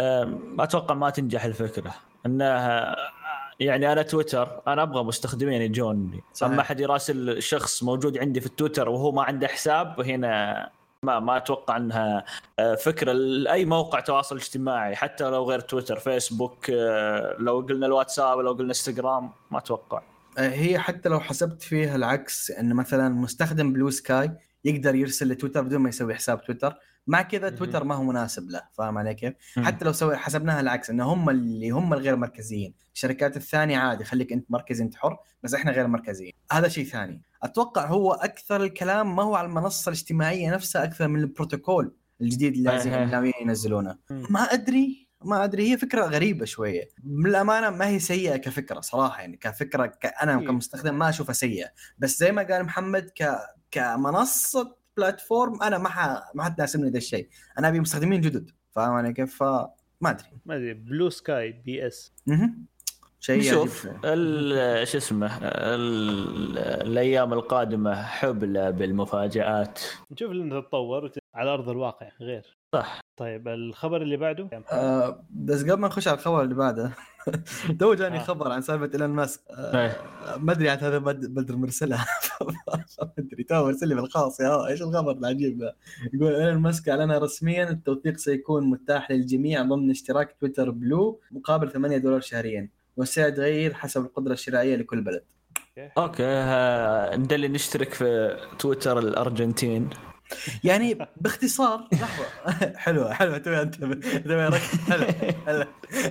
Speaker 4: اتوقع ما تنجح الفكره. انها يعني انا تويتر انا ابغى مستخدمين يجوني، اما احد يراسل شخص موجود عندي في التويتر وهو ما عنده حساب هنا ما ما اتوقع انها فكره لاي موقع تواصل اجتماعي، حتى لو غير تويتر فيسبوك لو قلنا الواتساب لو قلنا انستغرام ما اتوقع.
Speaker 3: هي حتى لو حسبت فيها العكس، ان مثلا مستخدم بلو سكاي يقدر يرسل لتويتر بدون ما يسوي حساب تويتر، مع كذا تويتر ما هو مناسب له. فاهم علي كيف؟ حتى لو سوي حسبناها العكس ان هم اللي هم الغير مركزيين، الشركات الثانيه عادي خليك انت مركزي انت حر، بس احنا غير مركزيين. هذا شيء ثاني. اتوقع هو اكثر الكلام ما هو على المنصه الاجتماعيه نفسها اكثر من البروتوكول الجديد اللي لازم ناويين ينزلونه. ما ادري ما ادري هي فكره غريبه شويه بالامانه. ما هي سيئه كفكره صراحه، يعني كفكره ك... انا كمستخدم ما اشوفها سيئه، بس زي ما قال محمد ك كمنصه بلاتفورم انا ما ح... ما حتناسبني ذا الشيء. انا ابي مستخدمين جدد. فاهم انا كيف؟ ما ادري
Speaker 2: ما ادري بلو سكاي بي اس
Speaker 3: شيء
Speaker 4: شوف شو اسمه الايام القادمه حبلة بالمفاجآت،
Speaker 2: نشوف اللي تتطور على ارض الواقع غير.
Speaker 4: صح.
Speaker 2: طيب الخبر اللي بعده
Speaker 3: آه بس قبل ما نخش على الخبر اللي بعده تو جاني
Speaker 2: آه.
Speaker 3: خبر عن سالفه ايلون ماسك. آه ما ادري عن هذا بدر مرسلها ما ادري تو مرسل لي بالخاص يا ايش الخبر العجيب ده. يقول ايلون ماسك اعلن رسميا التوثيق سيكون متاح للجميع ضمن اشتراك تويتر بلو مقابل ثمانية دولار شهريا، والسعر يتغير حسب القدره الشرائيه لكل بلد.
Speaker 4: اوكي ندلي نشترك في تويتر الارجنتين
Speaker 3: يعني باختصار. لحظه حلوه حلوه توي انت توي رك حلو حلو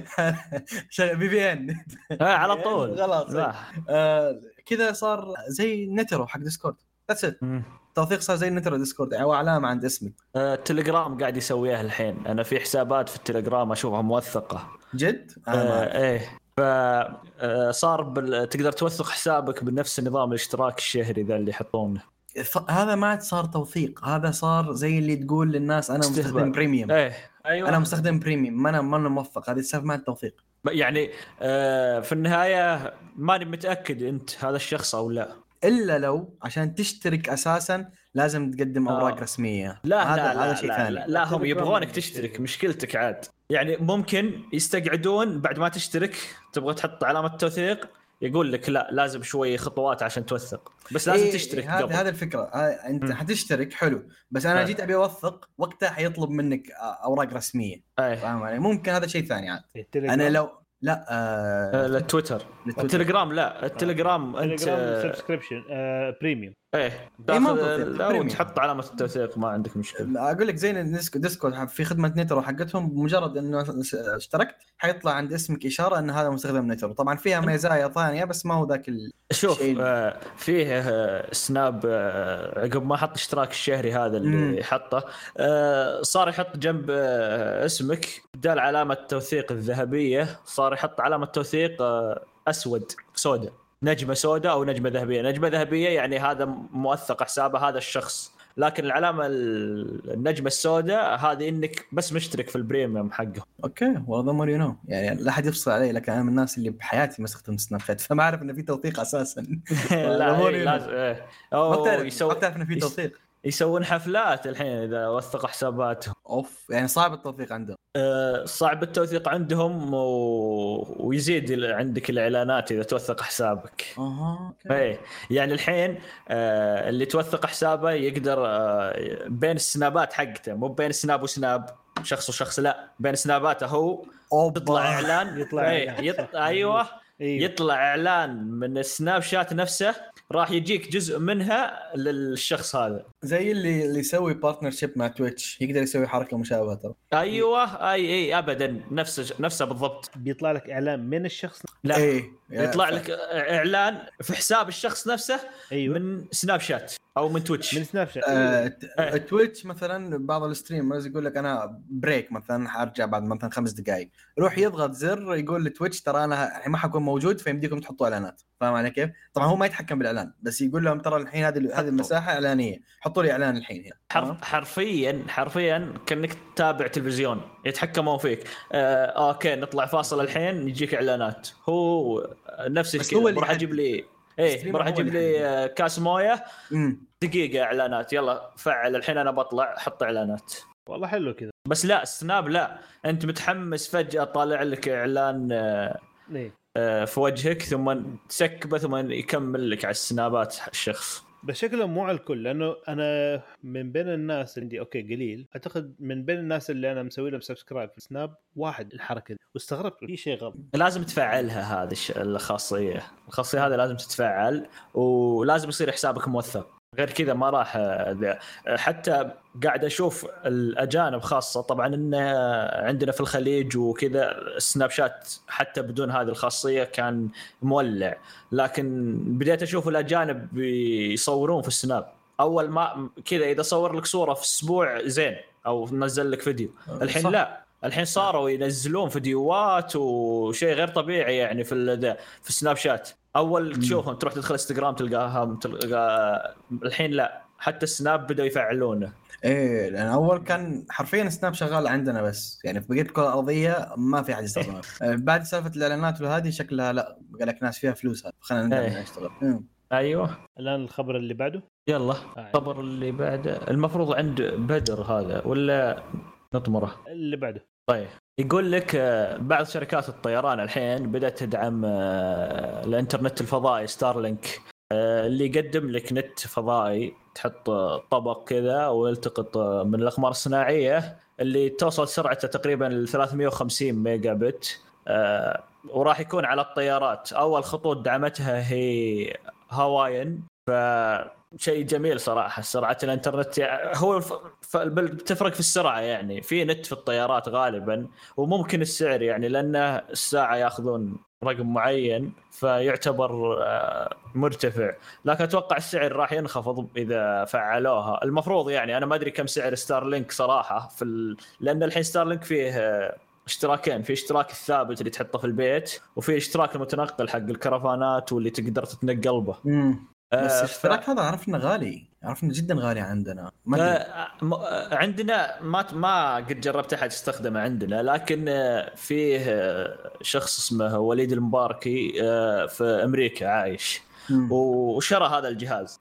Speaker 3: شغل بي بي ان
Speaker 4: على طول
Speaker 3: خلاص. آه كذا صار زي نترو حق ديسكورد. ذاتس ات. التوثيق صار زي نترو ديسكورد او علامه عند اسمك.
Speaker 4: آه التليجرام قاعد يسويها الحين. انا في حسابات في التليجرام اشوفها موثقه
Speaker 3: جد.
Speaker 4: آه آه ايه فصار بال... تقدر توثق حسابك بنفس النظام الاشتراك الشهري ذا اللي يحطونه.
Speaker 3: هذا ما صار توثيق، هذا صار زي اللي تقول للناس انا مستخدم بريميوم.
Speaker 4: ايه ايوه
Speaker 3: انا مستخدم بريميوم، ما انا ما انا موثق. هذه السالفه ما التوثيق
Speaker 4: يعني. آه في النهايه ماني متاكد انت هذا الشخص او لا،
Speaker 3: الا لو عشان تشترك اساسا لازم تقدم اوراق آه. رسميه.
Speaker 4: لا
Speaker 3: هذا
Speaker 4: لا
Speaker 3: هذا شيء ثاني.
Speaker 4: لا, لا هم يبغونك تشترك. مشكلتك عاد يعني ممكن يستقعدون بعد ما تشترك تبغى تحط علامه توثيق يقول لك لا لازم شوي خطوات عشان توثق، بس لازم
Speaker 3: إيه
Speaker 4: تشترك
Speaker 3: هذا
Speaker 4: قبل.
Speaker 3: هذا الفكره. انت م. حتشترك حلو، بس انا جيت ابي اوثق وقتها حيطلب منك اوراق رسميه. فاهم علي؟ ممكن هذا شيء ثاني عاد.
Speaker 2: انا
Speaker 3: لو لا آه...
Speaker 4: التويتر التليجرام لا التليجرام
Speaker 2: آه. انت سبسكريبشن آه... بريميوم
Speaker 4: ايه تاخذ تحط علامه التوثيق ما عندك مشكله.
Speaker 3: اقول لك زي ديسكورد في خدمه نترو حقتهم بمجرد انه اشتركت حيطلع عند اسمك اشاره ان هذا مستخدم نترو. طبعا فيها مزايا ثانيه بس ما هو ذاك الشيء.
Speaker 4: شوف آه فيه آه سناب آه عقب ما حط اشتراك الشهري هذا اللي حطه آه صار يحط جنب آه اسمك بدال علامه التوثيق الذهبيه صار يحط علامه توثيق آه اسود سوداء، نجمة سوداء أو نجمة ذهبية. نجمة ذهبية يعني هذا موثق حسابه هذا الشخص، لكن العلامة النجمة السوداء هذه إنك بس مشترك في البريميوم حقه.
Speaker 3: أوكي والله ما ينو يعني لا حد يفصل علي، لكن أنا من الناس اللي بحياتي ما استخدم سناب شات فما أعرف إن في توثيق أساسا.
Speaker 4: لا لازم
Speaker 3: أو يسوي تعرف إن في توثيق.
Speaker 4: يسوون حفلات الحين إذا وثق حساباتهم.
Speaker 3: أوف يعني صعب التوثيق عندهم.
Speaker 4: أه صعب التوثيق عندهم و... ويزيد عندك الإعلانات إذا توثق حسابك.
Speaker 3: أها.
Speaker 4: إيه يعني الحين أه اللي توثق حسابه يقدر أه بين السنابات حقته مو بين سناب وسناب شخص وشخص لا بين سناباته هو يطلع إعلان يطلع إيه يط... أيوة يطلع إعلان من السناب شات نفسه راح يجيك جزء منها للشخص هذا.
Speaker 3: زي اللي اللي يسوي بارتنرشيب مع تويتش يقدر يسوي حركه مشابهه ترى.
Speaker 4: ايوه اي اي ابدا نفس نفسه بالضبط.
Speaker 2: بيطلع لك اعلان من الشخص
Speaker 4: لا
Speaker 3: أيه.
Speaker 4: يطلع لك اعلان في حساب الشخص نفسه. أيوة. من سناب شات او من تويتش.
Speaker 2: من سناب شات
Speaker 3: آه أيه. تويتش مثلا بعض الستريمرز يقول لك انا بريك مثلا حارجع بعد مثلا خمس دقائق يروح يضغط زر يقول لتويتش ترى انا ما حكون موجود فيمديكم تحطوا اعلانات. فاهم علي كيف؟ طبعا هو ما يتحكم بالاعلان بس يقول لهم ترى الحين هذه هذه المساحه اعلانيه حطوا لي اعلان الحين هنا.
Speaker 4: حرف حرفيا حرفيا كأنك تتابع تلفزيون يتحكمون فيك. آه اوكي نطلع فاصل الحين يجيك اعلانات. هو نفس الشيء راح اجيب لي ايه راح اجيب لي كاس مويه دقيقه اعلانات يلا فعل الحين انا بطلع حط اعلانات.
Speaker 2: والله حلو كذا.
Speaker 4: بس لا سناب لا انت متحمس فجاه طالع لك اعلان آه آه في وجهك ثم تسكبه ثم يكمل لك على السنابات الشخص.
Speaker 2: بشكل مو على الكل لانه انا من بين الناس عندي اوكي قليل اعتقد من بين الناس اللي انا مسوي لهم سبسكرايب في سناب واحد الحركه دي واستغربت في شيء غلط.
Speaker 4: لازم تفعلها هذه الخاصيه الخاصيه هذه لازم تتفعل ولازم يصير حسابك موثق غير كذا ما راح. حتى قاعد اشوف الاجانب خاصه طبعا ان عندنا في الخليج وكذا سناب شات حتى بدون هذه الخاصيه كان مولع، لكن بديت اشوف الاجانب يصورون في السناب اول ما كذا اذا صور لك صوره في اسبوع زين او نزل لك فيديو. الحين صح. لا الحين صاروا ينزلون فيديوهات وشيء غير طبيعي يعني في في سناب شات. اول تشوفهم تروح تدخل انستغرام تلقاهم تلقى الحين لا حتى السناب بدأوا يفعلونه.
Speaker 3: ايه لان اول كان حرفيا سناب شغال عندنا بس، يعني في بقيه الكره الارضيه ما في احد يستخدمه. بعد سالفه الاعلانات وهذه شكلها لا قال لك ناس فيها فلوس، خلينا نبدا نشتغل.
Speaker 4: ايوه
Speaker 2: الان الخبر اللي بعده
Speaker 4: يلا الخبر آه. اللي بعده المفروض عند بدر هذا ولا نطمره
Speaker 2: اللي بعده؟
Speaker 4: طيب يقول لك بعض شركات الطيران الحين بدأت تدعم الانترنت الفضائي ستارلينك، اللي يقدم لك نت فضائي تحط طبق كذا ويلتقط من الأقمار الصناعية اللي توصل سرعته تقريبا ثلاثمية وخمسين ميجا بت، وراح يكون على الطيارات. أول خطوط دعمتها هي هاوايين، فشيء جميل صراحة. سرعة الانترنت هو تفرق في السرعة، يعني في نت في الطيارات غالبا، وممكن السعر يعني لأن الساعة يأخذون رقم معين فيعتبر مرتفع، لكن أتوقع السعر راح ينخفض إذا فعلوها المفروض. يعني أنا ما أدري كم سعر ستارلينك صراحة في ال... لأن الحين ستارلينك فيه اشتراكين، في اشتراك الثابت اللي تحطه في البيت، وفي اشتراك المتنقل حق الكرفانات واللي تقدر تتنقل به.
Speaker 3: بس الاشتراك ف... هذا عرفنا غالي، عرفنا جدا غالي عندنا.
Speaker 4: ما م... عندنا ما ما قد جربت احد يستخدمه عندنا، لكن فيه شخص اسمه وليد المباركي في امريكا عايش مم. وشرى هذا الجهاز،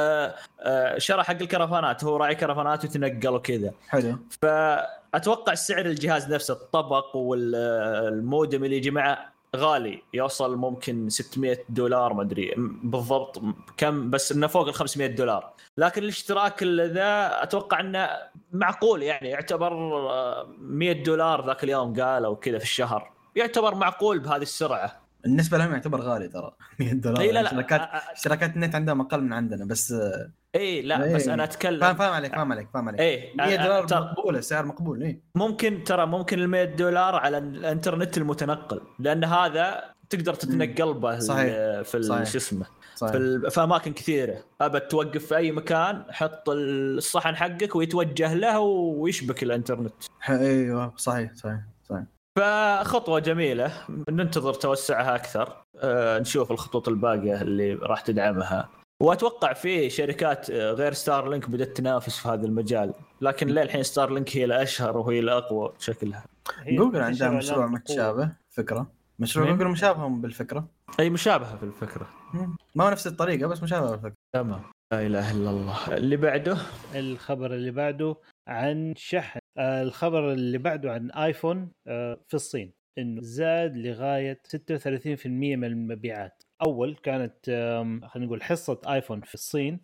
Speaker 4: شرى حق الكرفانات، هو راعي كرفانات وتنقل وكذا.
Speaker 3: حلو.
Speaker 4: فاتوقع السعر الجهاز نفسه الطبق والمودم اللي يجي معه غالي، يوصل ممكن ستمية دولار ما ادري بالضبط كم، بس انه فوق ال خمسمية دولار. لكن الاشتراك ذا اتوقع انه معقول، يعني يعتبر مية دولار ذاك اليوم قالوا كذا في الشهر، يعتبر معقول بهذه السرعه.
Speaker 3: بالنسبه لهم يعتبر غالي ترى مية دولار.
Speaker 4: لا لا
Speaker 3: اشتراكات اشتراكات النت عندهم اقل من عندنا بس.
Speaker 4: اي لا
Speaker 3: إيه.
Speaker 4: بس انا اتكلم
Speaker 3: فاهم فاهم عليك فاهم عليك فاهم عليك
Speaker 4: اي
Speaker 3: مية دولار مقبوله، سعر مقبول. ايه
Speaker 4: ممكن ترى ممكن ال مية دولار على الانترنت المتنقل، لان هذا تقدر تتنقل به في شو اسمه في, في اماكن كثيره. ابد توقف في اي مكان، حط الصحن حقك ويتوجه له ويشبك الانترنت.
Speaker 3: ايوه صحيح صحيح صحيح.
Speaker 4: فخطوه جميله، ننتظر توسعها اكثر، أه نشوف الخطوط الباقيه اللي راح تدعمها. واتوقع في شركات غير ستارلينك بدأت تنافس في هذا المجال، لكن للحين ستارلينك هي الاشهر وهي الاقوى شكلها.
Speaker 3: جوجل عندها مشروع متشابه فكره، مشروع جوجل مشابه بالفكره.
Speaker 4: اي مشابهه في الفكره،
Speaker 3: ما هو نفس الطريقه بس مشابهه بالفكره.
Speaker 4: تمام. لا اله الا الله. اللي بعده
Speaker 2: الخبر اللي بعده عن شحن. آه الخبر اللي بعده عن ايفون آه في الصين، انه زاد لغايه ستة وثلاثين بالمية من المبيعات. اول كانت خلينا نقول حصه ايفون في الصين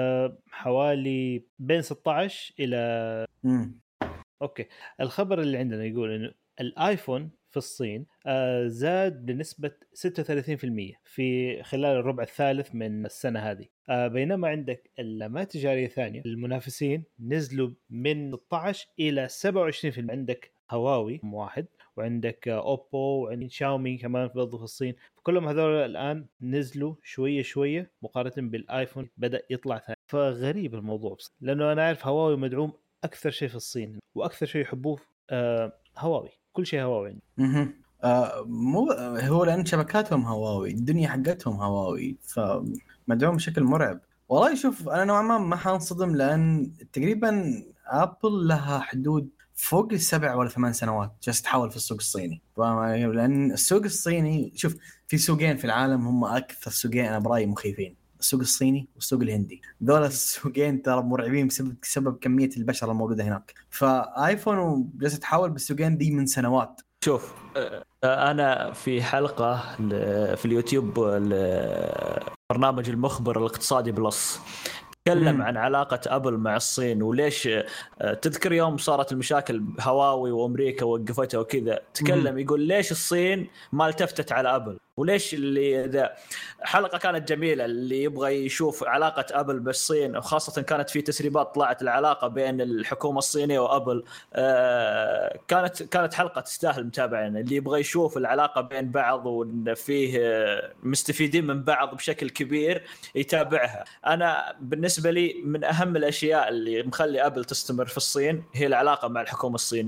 Speaker 2: حوالي بين ستة عشر الى
Speaker 3: مم.
Speaker 2: اوكي. الخبر اللي عندنا يقول انه الايفون في الصين زاد بنسبه ستة وثلاثين بالمية في خلال الربع الثالث من السنه هذه، بينما عندك علامات تجاريه ثانيه المنافسين نزلوا من ستة عشر الى سبعة وعشرين بالمية. عندك هواوي واحد، وعندك اوبو، وعندك شاومي كمان برضو في الصين. كلهم هذول الان نزلوا شويه شويه مقارنه بالايفون بدا يطلع ثاني. فغريب الموضوع بس، لانه انا عارف هواوي مدعوم اكثر شيء في الصين، واكثر شيء يحبوه آه هواوي، كل شيء هواوي.
Speaker 3: اها آه مو هو لان شبكاتهم هواوي، الدنيا حقتهم هواوي، فمدعوم بشكل مرعب. والله شوف انا نوعا ما ما حنصدم، لان تقريبا ابل لها حدود فوق السبع ولا ثمان سنوات جالس تحاول في السوق الصيني. لأن السوق الصيني شوف في سوقين في العالم هم أكثر سوقين أنا برأيي مخيفين، السوق الصيني والسوق الهندي. دول السوقين ترى مرعبين بسبب سبب كمية البشر الموجودة هناك. فآيفون جالس تحاول بالسوقين دي من سنوات.
Speaker 4: شوف أنا في حلقة في اليوتيوب برنامج المخبر الاقتصادي بلس تكلم عن علاقة أبل مع الصين، وليش تذكر يوم صارت المشاكل هواوي وأمريكا وقفتها وكذا، تكلم يقول ليش الصين ما التفتت على أبل، وليش اللي ذا. حلقة كانت جميلة، اللي يبغى يشوف علاقة أبل بالصين، وخاصة كانت في تسريبات طلعت العلاقة بين الحكومة الصينية وأبل. آه كانت كانت حلقة تستاهل متابعين، اللي يبغى يشوف العلاقة بين بعض وإن فيه مستفيدين من بعض بشكل كبير يتابعها. أنا بالنسبة لي من أهم الأشياء اللي مخلي أبل تستمر في الصين هي العلاقة مع الحكومة الصينية،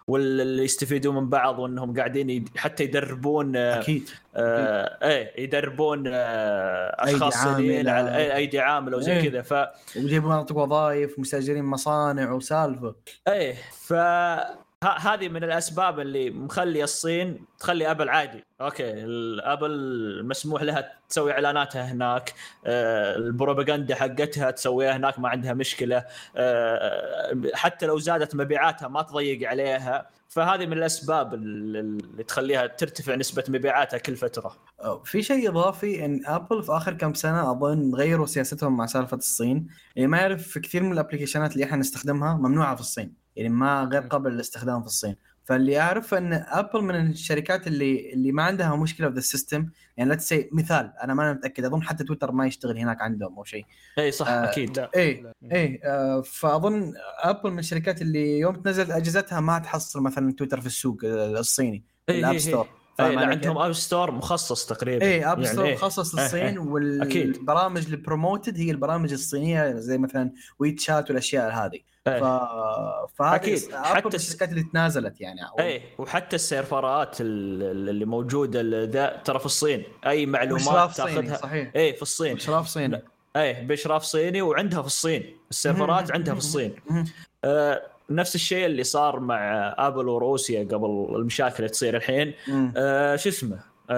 Speaker 4: واللي يستفيدوا من بعض وانهم قاعدين يد... حتى يدربون
Speaker 3: اكيد
Speaker 4: آه ايه يدربون آه اشخاص صينيين على ايدي عامله وزي
Speaker 3: ايه.
Speaker 4: كذا ف
Speaker 3: ويجيبوا مناطق وظائف مستاجرين مصانع وسالفه.
Speaker 4: ايه ف هذه من الاسباب اللي مخلي الصين تخلي ابل عادي. اوكي الابل مسموح لها تسوي اعلاناتها هناك، آه البروباغندا حقتها تسويها هناك ما عندها مشكله، آه حتى لو زادت مبيعاتها ما تضيق عليها. فهذه من الاسباب اللي تخليها ترتفع نسبه مبيعاتها كل فتره.
Speaker 3: في شيء اضافي ان ابل في اخر كم سنه اظن غيروا سياستهم مع سالفه الصين. يعني ما يعرف في كثير من الابلكيشنات اللي احنا نستخدمها ممنوعه في الصين، يعني ما غير قابل للاستخدام في الصين. فاللي اعرف ان ابل من الشركات اللي اللي ما عندها مشكله في السيستم. يعني لا تسي مثال انا ما متاكد اظن حتى تويتر ما يشتغل هناك عندهم او شيء.
Speaker 4: اي صح
Speaker 3: آه
Speaker 4: اكيد
Speaker 3: اي اي آه فاظن ابل من الشركات اللي يوم تنزل اجهزتها ما تحصل مثلا تويتر في السوق الصيني الاب ستور.
Speaker 4: اي عندهم اب ستور مخصص تقريبا.
Speaker 3: اي اب ستور
Speaker 4: يعني
Speaker 3: مخصص للصين.
Speaker 4: ايه
Speaker 3: والبرامج اللي بروموتد هي البرامج الصينيه زي مثلا ويت شات والاشياء هذه.
Speaker 4: ايه.
Speaker 3: ف فهذه
Speaker 4: اكيد
Speaker 3: حتى الشركات اللي تنازلت يعني أو...
Speaker 4: اي وحتى السيرفرات اللي موجوده ذا ترى في الصين اي معلومات تاخذها
Speaker 3: صحيح.
Speaker 4: اي في الصين
Speaker 3: باشراف صيني.
Speaker 4: اي باشراف صيني وعندها في الصين السيرفرات عندها في الصين. آه نفس الشيء اللي صار مع ابل وروسيا قبل المشاكل اللي تصير الحين. آه شو اسمه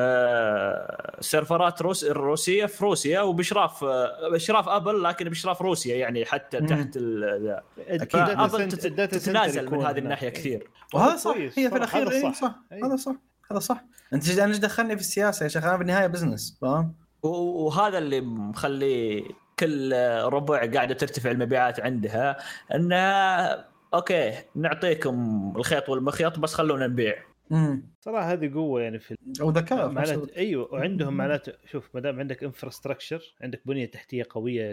Speaker 4: آه سيرفرات روس الروسيه في روسيا وباشراف آه باشراف ابل لكن باشراف روسيا يعني حتى مم. تحت ال ابل تتنازل من هذه الناحيه كثير.
Speaker 3: وهذا صح. هي في الاخير هذا صح. صح. هذا صح هذا صح. انت ايش دخلني في السياسه يا شيخ؟ انا في النهايه بزنس فاهم.
Speaker 4: وهذا اللي مخلي كل ربع قاعده ترتفع المبيعات عندها انها اوكي نعطيكم الخيط والمخيط بس خلونا نبيع.
Speaker 2: امم صراحه هذه قوه يعني في
Speaker 3: او ذكاء
Speaker 2: معناته. ايوه وعندهم معناته شوف ما دام عندك انفراستراكشر عندك بنيه تحتيه قويه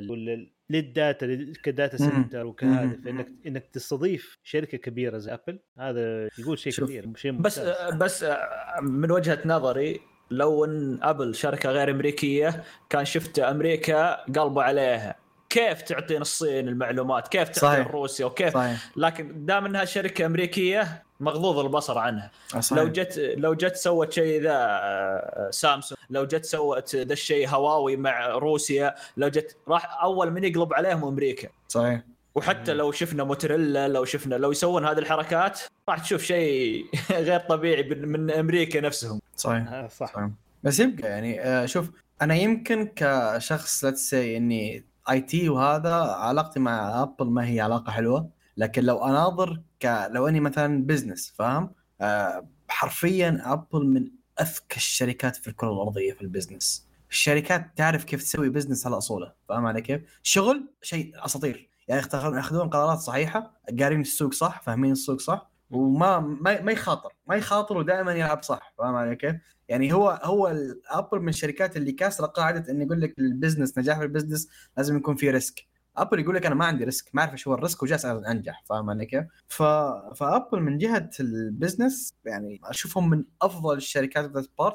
Speaker 2: للداتا كداتا سنتر وكهذا فانك انك تستضيف شركه كبيره زي ابل هذا يقول شيء كبير شيء
Speaker 4: بس بس من وجهه نظري لو ان ابل شركه غير امريكيه كان شفت امريكا قلبوا عليها كيف تعطي الصين المعلومات كيف تعطي روسيا وكيف صحيح. لكن دام انها شركه امريكيه مغضوض البصر عنها. صحيح. لو جت لو جت سوت شيء ذا سامسونج لو جت سوت ذا الشيء هواوي مع روسيا لو جت راح اول من يقلب عليهم امريكا.
Speaker 3: صحيح.
Speaker 4: وحتى لو شفنا موتوريلا لو شفنا لو يسوون هذه الحركات راح تشوف شيء غير طبيعي من امريكا نفسهم.
Speaker 3: صحيح. صح. صحيح. بس يبقى يعني شوف انا يمكن كشخص لا تسي اني اي تي وهذا علاقتي مع ابل ما هي علاقه حلوه. لكن لو اناظر ك لو اني مثلا بزنس فاهم أه حرفيا ابل من اذكى الشركات في الكره الارضيه في البزنس. الشركات تعرف كيف تسوي بزنس على اصوله فاهم علي كيف شغل شيء اساطير يعني ياخذون قرارات صحيحه قارين السوق صح فاهمين السوق صح وما ما, ما يخاطر ما يخاطر ودائما يلعب صح فاهم علي كيف. يعني هو هو الابل من الشركات اللي كاسره قاعده ان يقول لك البزنس نجاح في البزنس لازم يكون في ريسك. ابل يقول لك انا ما عندي ريسك ما اعرف ايش هو الريسك وجالس انجح فاهم علي كيف. ف... فابل من جهه البزنس يعني اشوفهم من افضل الشركات في البارت.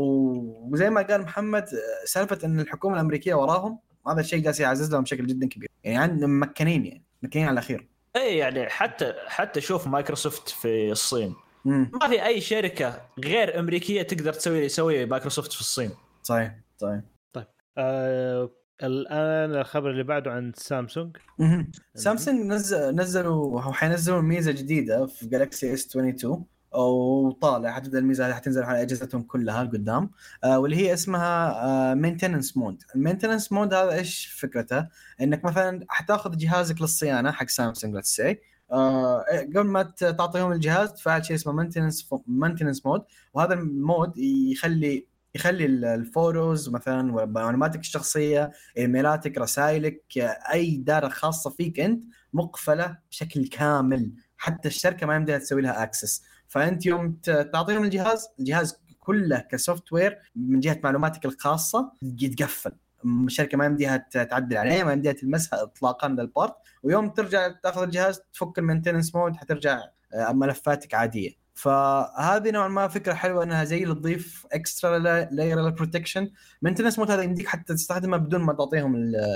Speaker 3: وزي ما قال محمد سالفه ان الحكومه الامريكيه وراهم هذا الشيء جالس يعزز لهم بشكل جدا كبير يعني عندهم مكنين يعني مكنين على الاخير.
Speaker 4: اي يعني حتى حتى شوف مايكروسوفت في الصين مم. ما في اي شركه غير امريكيه تقدر تسوي اللي يسويه مايكروسوفت في الصين.
Speaker 3: صحيح صحيح.
Speaker 2: طيب آه الان الخبر اللي بعده عن سامسونج.
Speaker 3: سامسونج نزل نزلوا او حينزلوا ميزه جديده في جالكسي اس اثنين وعشرين او طالع حتبدا الميزه هذه حتنزل على اجهزتهم كلها قدام آه واللي هي اسمها مينتيننس مود. المينتيننس مود هذا ايش فكرته؟ انك مثلا حتاخذ جهازك للصيانه حق سامسونج لا تسي آه قبل ما تعطيهم الجهاز تفعل شيء اسمه مينتيننس مينتيننس مود. وهذا المود يخلي يخلي الفوتوز مثلا ومعلوماتك الشخصيه ايميلاتك رسائلك اي داتا خاصه فيك انت مقفله بشكل كامل حتى الشركه ما يمديها تسوي لها اكسس. فانت يوم تعطيهم الجهاز الجهاز كله كسوفت وير من جهه معلوماتك الخاصه يتقفل. الشركه ما يمديها تعدل عليها ما يمديها تلمسها اطلاقا للبارت. ويوم ترجع تاخذ الجهاز تفك المينتيننس مود حترجع ملفاتك عاديه. فهذه نوعا ما فكره حلوه انها زي اللي تضيف اكسترا لاير للبروتكشن. مينتيننس مود هذا يمديك حتى تستخدمه بدون ما تعطيهم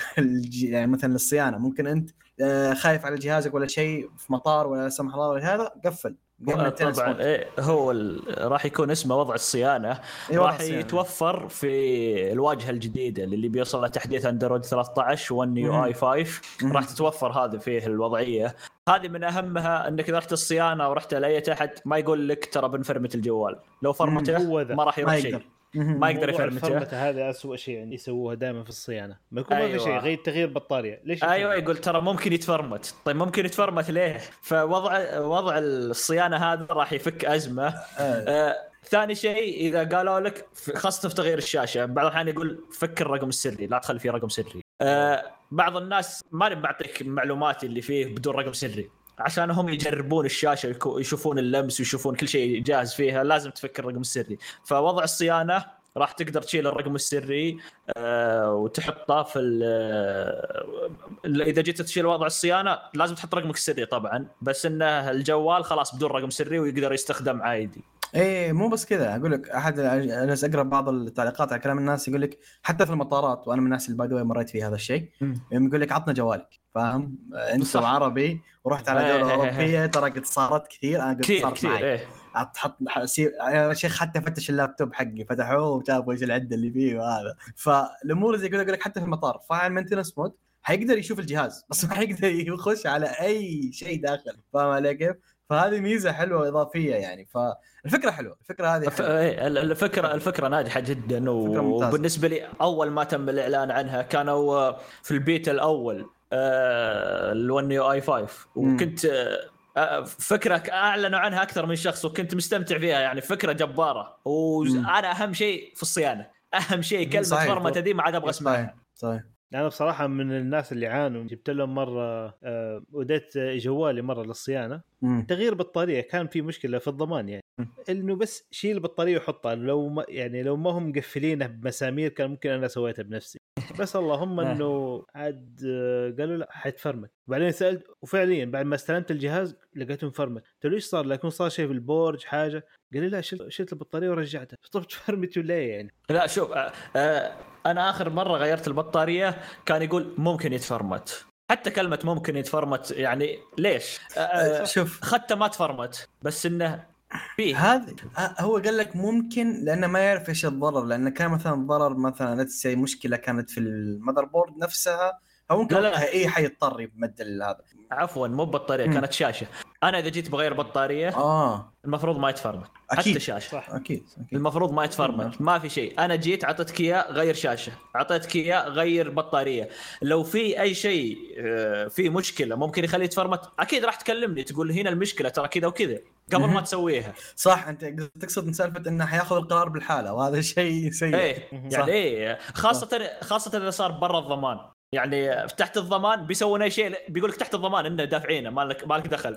Speaker 3: يعني مثلا للصيانه، ممكن انت خايف على جهازك ولا شيء في مطار ولا سمح الله ولا هذا، قفل
Speaker 4: طبعا. إيه هو راح يكون اسمه وضع الصيانه.
Speaker 3: إيه
Speaker 4: راح يتوفر في الواجهه الجديده اللي بيوصل لتحديث اندرويد ثلاثة عشر ون يو اي خمسة. راح تتوفر هذه فيه الوضعيه هذه. من اهمها انك اذا رحت الصيانه او رحت لاي احد ما يقول لك ترى بنفرمت الجوال، لو فرمته ما راح يروح شيء، ما يقدر يفرمته.
Speaker 2: الفرمته هذا أسوأ شيء يعني يسووها دائما في الصيانه، ما يكون أيوة. ما في شيء غير تغيير بطاريه. ليش
Speaker 4: ايوه يقول ترى ممكن يتفرمت. طيب ممكن يتفرمت ليه؟ فوضع وضع الصيانه هذا راح يفك ازمه. آه. ثاني شيء اذا قالوا لك خاصه في تغيير الشاشه، بعض الاحيان يقول فك الرقم السري، لا تخلي فيه رقم سري. آه. بعض الناس ما بعطيك معلومات اللي فيه بدون رقم سري عشان هم يجربون الشاشه، يشوفون اللمس ويشوفون كل شيء جاهز فيها، لازم تفك الرقم السري. فوضع الصيانه راح تقدر تشيل الرقم السري آه وتحطه في اذا جيت تشيل وضع الصيانه لازم تحط رقمك السري طبعا، بس انه الجوال خلاص بدون رقم سري ويقدر يستخدم عادي.
Speaker 3: ايه مو بس كذا، اقول لك احد انا اقرا بعض التعليقات على كلام الناس يقول لك حتى في المطارات، وانا من الناس اللي باي مريت في هذا الشيء، يقول لك عطنا جوالك، فاهم انت عربي ورحت على دوله اوروبيه ترى قد صارت كثير. انا قد صارت معي ايه. تحط يا شيخ حتى فتش اللابتوب حقي فتحوه وشافوا ايش العده اللي فيه وهذا. فالامور زي يقول لك حتى في المطار فاعل مينتنس مود حيقدر يشوف الجهاز بس ما حيقدر يخش على اي شيء داخل، فاهم علي كيف؟ فهذه ميزه حلوه اضافيه يعني. فالفكره حلوه، الفكره هذه
Speaker 4: ف... الفكره الفكره ناجحه جدا. وبالنسبه لي اول ما تم الاعلان عنها كانوا في البيتا الاول ال1 يو اي خمسة، وكنت فكرة أعلنوا عنها أكثر من شخص وكنت مستمتع فيها يعني. فكرة جبارة. وأنا أهم شيء في الصيانة، أهم شيء كلمة فرمة دي ما عاد أبغى أسمعها.
Speaker 3: صحيح.
Speaker 2: أنا بصراحة من الناس اللي عانوا، جبت لهم مرة أه وديت جوالي مرة للصيانة، مم. تغيير بطارية كان في مشكلة في الضمان يعني، مم. إنه بس شيل البطارية وحطها، لو ما يعني لو ما هم مقفلينه بمسامير كان ممكن أنا سويتها بنفسي. بس اللهم إنه عاد قالوا لا حتفرمت. بعدين سألت وفعليا بعد ما استلمت الجهاز لقيتهم فرمت. قلت له إيش صار؟ لكن صار شيء في البورج حاجة. قال لي لا شلت شلت البطارية ورجعتها. طب فرمت ولا يعني؟
Speaker 4: لا شوف أه أه أنا آخر مرة غيرت البطارية كان يقول ممكن يتفرمت. حتى كلمة ممكن يتفرمت يعني ليش؟ أه شوف خدته ما تفرمت، بس إنه فيه
Speaker 3: هذا هو قال لك ممكن لأنه ما يعرف إيش الضرر، لأنه كان مثلا ضرر مثلا نتسي مشكلة كانت في المذر بورد نفسها، أو ممكن لا لا. أي حي يضطر يبدل هذا.
Speaker 4: عفوا مو بطارية م. كانت شاشة. أنا إذا جيت بغير بطارية آه. المفروض ما يتفرمت. حتى شاشة
Speaker 3: أكيد. أكيد
Speaker 4: المفروض ما يتفرمت، ما في شيء. أنا جيت عطيتك إياه غير شاشة، عطيتك إياه غير بطارية. لو في أي شيء في مشكلة ممكن يخليه يتفرمت أكيد راح تكلمني تقول هنا المشكلة ترى كذا وكذا قبل ما تسويها.
Speaker 3: صح. أنت تقصد من سالفة إنه حياخذ القرار بالحالة، وهذا شيء سيء.
Speaker 4: إيه يعني إيه خاصة خاصة إذا صار برا الضمان. يعني تحت الضمان بيسوون أي شيء بيقولك تحت الضمان إنه دافعينه مالك مالك دخل.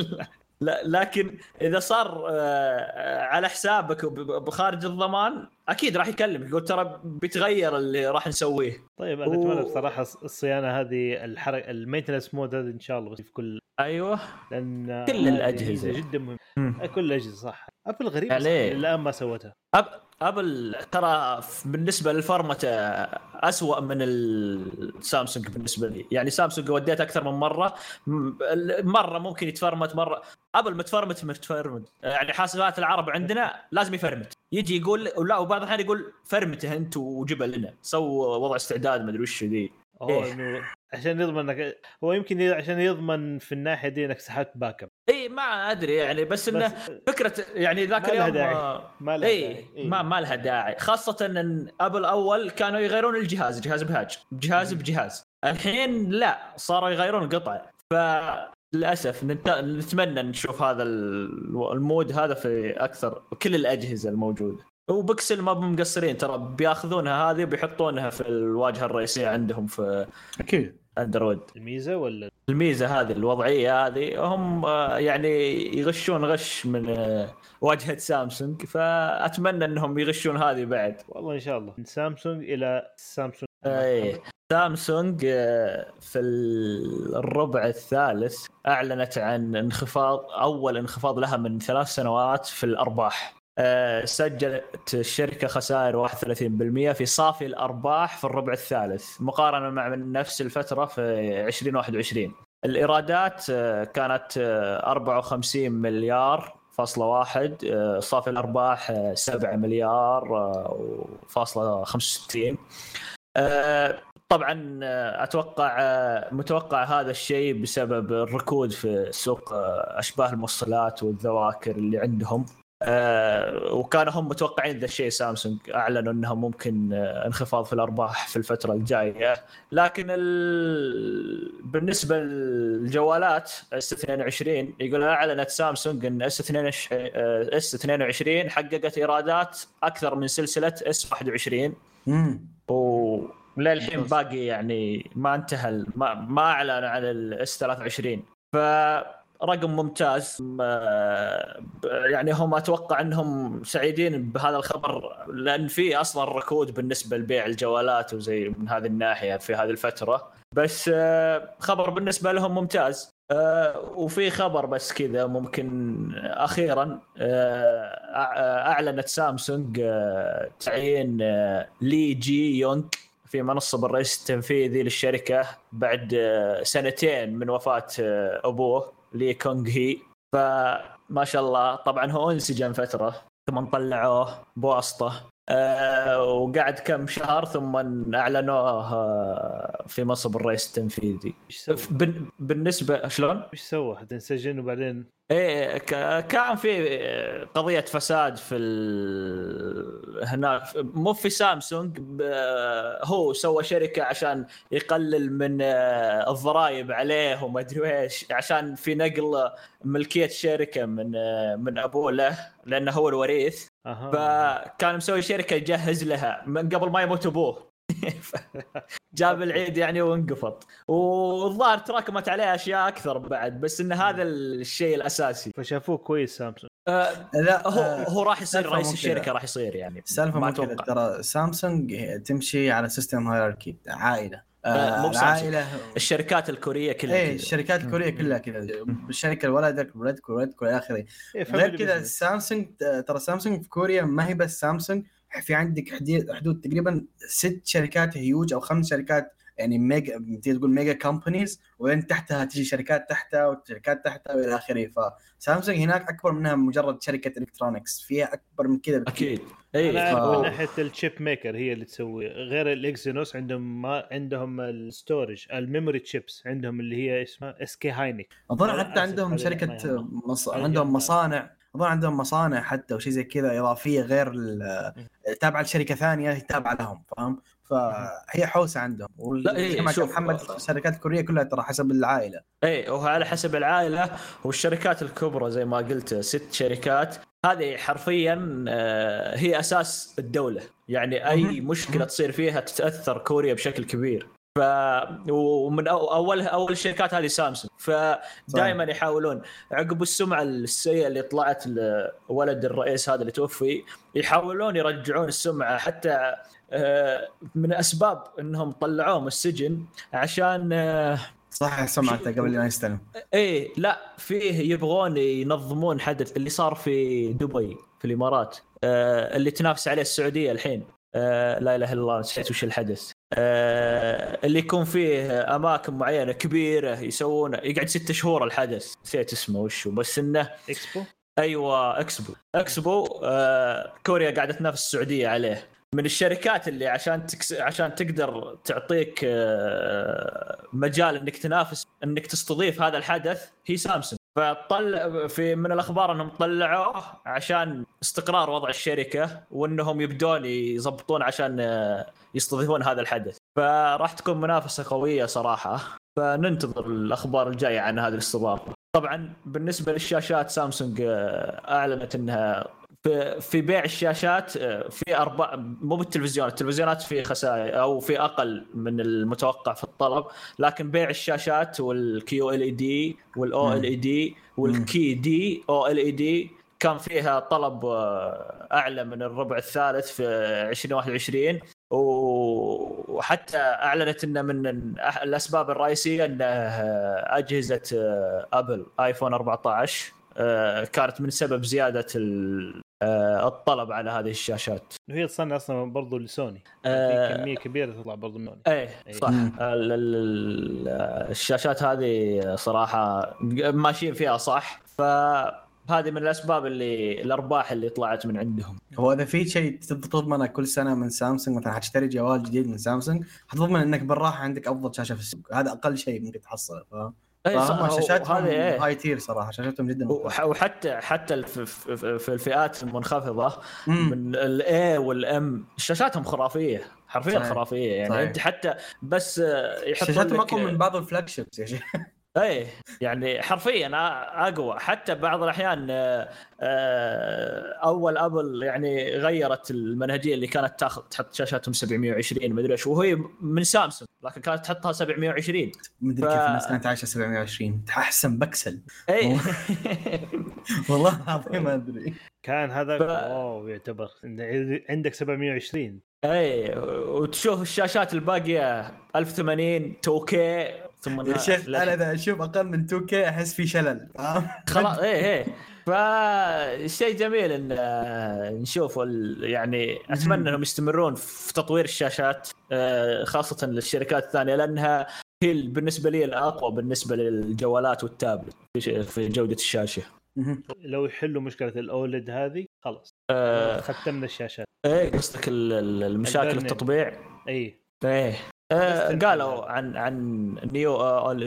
Speaker 4: لا لكن إذا صار على حسابك بخارج الضمان أكيد راح يكلمك يقول ترى بيتغير اللي راح نسويه.
Speaker 2: طيب أنا أتمنى بصراحة الصيانة هذه الحركة المينتنس مود هذا إن شاء الله في كل
Speaker 4: أيوة
Speaker 2: لأن
Speaker 4: كل الأجهزة
Speaker 2: جدا مهم. كل الأجهزة صح. أبل غريب الآن ما سوتها.
Speaker 4: أب أبل ترى بالنسبة للفرمة أسوأ من السامسونج بالنسبة لي. يعني سامسونج وديت أكثر من مرة، مرة ممكن يتفرمت، مرة أبل متفرمت متفرمت. يعني حاسبات العرب عندنا لازم يفرمت، يجي يقول لا وبعض الأحيان يقول فرمته أنت وجبل لنا سووا وضع استعداد ما أدري وش ذي.
Speaker 2: إيه؟ إنه عشان يضمن انك هو يمكن عشان يضمن في الناحيه دي انك سحبت باك اب.
Speaker 4: اي ما ادري يعني، بس انه فكره يعني ذاك اليوم
Speaker 2: ما لها
Speaker 4: اي ما ما لها داعي. خاصه ان ابل اول كانوا يغيرون الجهاز جهاز بهاج جهاز بجهاز، الحين لا صاروا يغيرون قطع. فللاسف نتمنى نشوف هذا المود هذا في اكثر كل الاجهزه الموجوده. وبكسل ما بمقصرين ترى، بياخذونها هذه بيحطونها في الواجهه الرئيسيه عندهم في
Speaker 3: اكيد
Speaker 4: اندرويد.
Speaker 2: الميزه ولا
Speaker 4: الميزه هذه الوضعيه هذه هم يعني يغشون غش من واجهه سامسونج، فاتمنى انهم يغشون هذه بعد.
Speaker 2: والله ان شاء الله من سامسونج الى سامسونج.
Speaker 4: اي سامسونج في الربع الثالث اعلنت عن انخفاض اول انخفاض لها من ثلاث سنوات في الارباح. سجلت الشركة خسائر واحد وثلاثين بالمئة في صافي الأرباح في الربع الثالث مقارنة مع نفس الفترة في عشرين واحد وعشرين. الإيرادات كانت أربعة وخمسين مليار فاصلة واحد، صافي الأرباح سبعة مليار فاصلة خمسة وستين. طبعا أتوقع متوقع هذا الشيء بسبب الركود في سوق أشباه الموصلات والذواكر اللي عندهم. آه وكانوا هم متوقعين ذا الشيء. سامسونج أعلنوا أنهم ممكن آه انخفاض في الأرباح في الفترة الجاية، لكن ال... بالنسبة للجوالات اس اثنين وعشرين يقول أعلنت سامسونج أن اس اثنين وعشرين حققت إيرادات أكثر من سلسلة اس واحد وعشرين. وللحين باقي يعني ما انتهى، ما, ما أعلن عن الاس ثلاثة وعشرين. ف رقم ممتاز. يعني هم أتوقع أنهم سعيدين بهذا الخبر، لأن في أصلا ركود بالنسبة لبيع الجوالات وزي من هذه الناحية في هذه الفترة، بس خبر بالنسبة لهم ممتاز. وفي خبر بس كذا ممكن أخيرا، أعلنت سامسونج تعيين لي جي يونغ في منصب الرئيس التنفيذي للشركة بعد سنتين من وفاة أبوه لي كونغ هي. فما شاء الله طبعا هو انسجن فترة ثم طلعوه بواسطة أه وقعد كم شهر ثم أعلنوه في منصب الرئيس التنفيذي. بالنسبة شلون
Speaker 2: ايش سوى انسجن وبعدين
Speaker 4: ايه كان في قضية فساد في هنا مو في سامسونج، هو سوى شركة عشان يقلل من الضرائب عليه وما ادري ايش، عشان في نقل ملكية الشركة من من ابوه له لانه هو الوريث. أه. فكان مسوي شركة يجهز لها من قبل ما يموت ابوه. جاب العيد يعني وانقفط، والظاهر تراكمت عليه اشياء اكثر بعد، بس ان هذا الشيء الاساسي.
Speaker 2: فشافوه كويس سامسونج.
Speaker 4: آه لا هو آه هو راح يصير رئيس الشركه، راح يصير يعني
Speaker 3: سالفه ما اتوقع. ترى سامسونج تمشي على سيستم هيراركي عائله. آه
Speaker 4: العائله الشركات الكوريه كلها
Speaker 3: ايه الشركات الكوريه كلها كذا، الشركه الولدك ولدك ولدك الى اخره. غير كذا سامسونج، ترى سامسونج في كوريا ما هي بس سامسونج، في عندك حدود تقريبا ست شركات هيوج او خمس شركات يعني ميجا، تقول ميجا كومبانيز، وين تحتها تجي شركات تحتها وشركات تحتها والى اخره. فسامسونج هناك اكبر منها مجرد شركه الكترونكس، فيها اكبر من كذا
Speaker 4: اكيد.
Speaker 2: اي ف... من ناحيه الشيب ميكر هي اللي تسوي، غير الاكسينوس عندهم ما عندهم الستورج الميموري تشيبس عندهم اللي هي اسمها اس كي هاينيك.
Speaker 3: اظن حتى عندهم شركه مص... عندهم مصانع، اظن عندهم مصانع حتى وشيء زي كذا اضافيه غير تابعه لشركه ثانيه تابعه لهم، فاهم؟ فهي حوسه عندهم.
Speaker 4: إيه
Speaker 3: محمد الشركات الكوريه كلها ترى حسب العائله.
Speaker 4: اي وهو على حسب العائله. والشركات الكبرى زي ما قلت ست شركات، هذه حرفيا هي اساس الدوله، يعني اي مشكله تصير فيها تتاثر كوريا بشكل كبير. ف ومن اول اول الشركات هذه سامسونج، فدائما يحاولون عقب السمعه السيئه اللي طلعت لولد الرئيس هذا اللي توفي، يحاولون يرجعون السمعه. حتى من اسباب انهم طلعوه من السجن عشان
Speaker 3: صح سمعته قبل ما يستلم.
Speaker 4: ايه لا فيه يبغون ينظمون حدث اللي صار في دبي في الامارات، آه اللي تنافس عليه السعوديه الحين. آه لا اله الا الله نسيت وش الحدث. آه اللي يكون فيه اماكن معينه كبيره يسوون، يقعد ستة شهور الحدث، نسيت اسمه وشو، بس انه
Speaker 2: اكسبو.
Speaker 4: ايوه اكسبو. اكسبو آه كوريا قاعده تنافس السعوديه عليه. من الشركات اللي عشان تكس... عشان تقدر تعطيك مجال انك تنافس انك تستضيف هذا الحدث هي سامسونج. فطلع في من الاخبار انهم طلعوه عشان استقرار وضع الشركه، وانهم يبدون يضبطون عشان يستضيفون هذا الحدث. فراح تكون منافسه قويه صراحه، فننتظر الاخبار الجايه عن هذه الاستضافه. طبعا بالنسبه للشاشات سامسونج اعلنت انها في بيع الشاشات في أربع، مو بالتلفزيون، التلفزيونات في خسائر أو في أقل من المتوقع في الطلب، لكن بيع الشاشات والكيو ال اي دي والاو ال اي دي والكي دي او ال اي دي كان فيها طلب أعلى من الربع الثالث في عشرين واحد وعشرين. وحتى أعلنت أن من الأسباب الرئيسية أن أجهزة أبل آيفون أربعة عشر كانت من سبب زيادة الطلب على هذه الشاشات.
Speaker 2: وهي تصنع اصلا برضو لسوني
Speaker 4: آه
Speaker 2: في كميه كبيره تطلع برضو من سوني.
Speaker 4: ايه صح. ال- ال- الشاشات هذه صراحه ماشيين فيها صح، فهذه من الاسباب اللي الارباح اللي طلعت من عندهم.
Speaker 3: هو اذا في شيء تضمنه كل سنه من سامسونج، مثلا حتشتري جوال جديد من سامسونج حتضمن انك بالراحه عندك افضل شاشه في السوق، هذا اقل شيء ممكن تحصله. ف فهم شاشاتهم
Speaker 4: إيه.
Speaker 3: هاي تير صراحه، شاشاتهم جدا
Speaker 4: وح- وحتى حتى في, في, في الفئات المنخفضه من الاي والام شاشاتهم خرافيه حرفيا صحيح. خرافيه يعني صحيح. انت حتى بس يحطوا
Speaker 3: شاشاتهم اقوى من بعض الفلاج شيبس يا شيخ.
Speaker 4: ايه يعني حرفيا اقوى. حتى بعض الاحيان اول ابل يعني غيرت المنهجيه اللي كانت تاخذ تحط شاشاتهم سبعمية وعشرين ما ادري ايش، وهي من سامسونج لكن كانت تحطها سبعمية وعشرين.
Speaker 3: ما ادري ف... كيف الناس كانت عايشه سبعمية وعشرين احسن بكسل.
Speaker 4: اي
Speaker 3: والله العظيم ما ادري
Speaker 2: كان هذا ف... واو يعتبر عندك سبعمية وعشرين.
Speaker 4: اي وتشوف الشاشات الباقيه ألف وثمانين تو كي ثم
Speaker 3: يا شيخ انا اذا اشوف اقل من تو كي احس في شلل
Speaker 4: خلاص. ايه ايه فالشيء جميل ان نشوف يعني اتمنى انهم يستمرون في تطوير الشاشات خاصه للشركات الثانيه لانها هي بالنسبه لي الاقوى بالنسبه للجوالات والتابلت في جوده الشاشه.
Speaker 2: لو يحلوا مشكله الاولد هذه خلاص
Speaker 4: أه
Speaker 2: ختمنا الشاشات.
Speaker 4: ايه قصدك المشاكل التطبيع.
Speaker 2: اي
Speaker 4: ايه أه قالوا عن عن نيو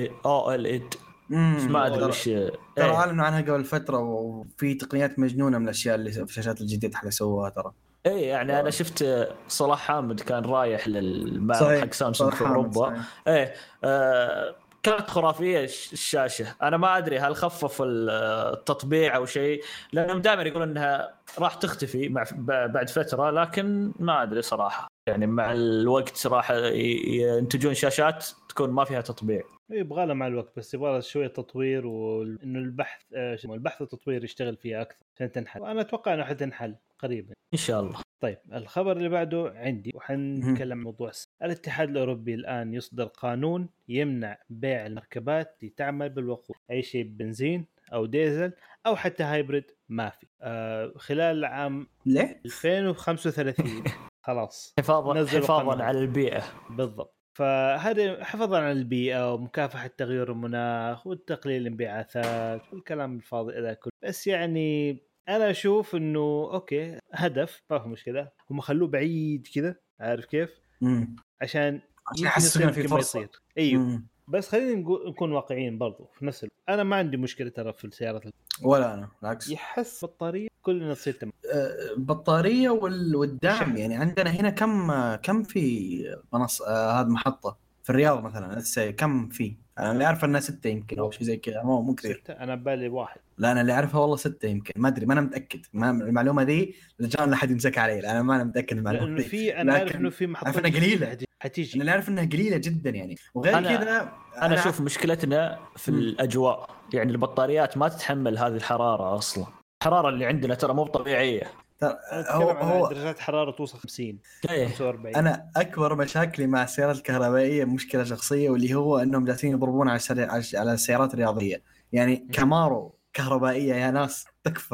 Speaker 4: او ال ايد ما ادري وش
Speaker 3: ترى اعلنوا عنها قبل فتره، وفي تقنيات مجنونه من الاشياء اللي في الشاشات الجديده حق سووها ترى.
Speaker 4: اي يعني انا شفت صلاح حامد كان رايح للمعرض حق سامسونج في اوروبا. ايه آه كانت خرافيه الشاشه. انا ما ادري هل خفف التطبيع او شيء لانهم دائما يقولون انها راح تختفي مع بعد فتره، لكن ما ادري صراحه يعني مع الوقت راح ينتجون شاشات تكون ما فيها تطبيع.
Speaker 2: يبغى لها مع الوقت بس يبغى لها شويه تطوير وانه البحث آه البحث والتطوير يشتغل فيها اكثر عشان تنحل، وانا اتوقع انه حتنحل قريبا
Speaker 4: ان شاء الله.
Speaker 2: طيب الخبر اللي بعده عندي وحنتكلم عن موضوع الس... الاتحاد الاوروبي الان يصدر قانون يمنع بيع المركبات اللي تعمل بالوقود، اي شيء بنزين او ديزل او حتى هايبريد ما في آه خلال العام
Speaker 3: ليه
Speaker 2: ألفين وخمسة وثلاثين خلاص
Speaker 4: حفاظا حفاظا على البيئه.
Speaker 2: بالضبط، فهذا حفاظا على البيئه ومكافحه تغير المناخ وتقليل الانبعاثات والكلام الفاضي هذا كله. بس يعني انا اشوف انه اوكي هدف ما في مشكله، هم خلوه بعيد كذا عارف كيف
Speaker 3: مم.
Speaker 2: عشان
Speaker 3: يحسن في فرصه.
Speaker 2: ايوه
Speaker 3: مم.
Speaker 2: بس خلينا نكون واقعيين برضو في نفس الوقت. انا ما عندي مشكله ترى في السيارات
Speaker 3: ولا انا بالعكس،
Speaker 2: يحس بطاريه كلنا تصير تمام.
Speaker 3: أه بطاريه والدعم يعني عندنا هنا كم كم في منصه آه هذه محطه في الرياض مثلا كم في؟ انا اللي اعرف انها ستة يمكن او شيء زي كذا، مو مو كثير.
Speaker 2: انا بالي واحد.
Speaker 3: لا انا اللي اعرفها والله ستة يمكن، ما ادري ما انا متاكد. ما المعلومه دي لجان لحد يمسك علي، انا ما انا متاكد المعلومه
Speaker 2: دي. في انا عارف انه في محطات
Speaker 3: قليله
Speaker 2: حتيجي،
Speaker 3: انا عارف انها قليله جدا يعني. وغير
Speaker 4: أنا
Speaker 3: كذا
Speaker 4: انا, أنا اشوف مشكلتنا في م. الاجواء، يعني البطاريات ما تتحمل هذه الحراره اصلا. الحراره اللي عندنا ترى مو طبيعيه.
Speaker 2: هو هو درجات حراره توصل خمسين خمسة وأربعين.
Speaker 3: انا اكبر مشاكلي مع السيارات الكهربائيه مشكله شخصيه، واللي هو انهم جالسين يضربون على على السيارات الرياضيه. يعني كامارو كهربائيه يا ناس تكفى.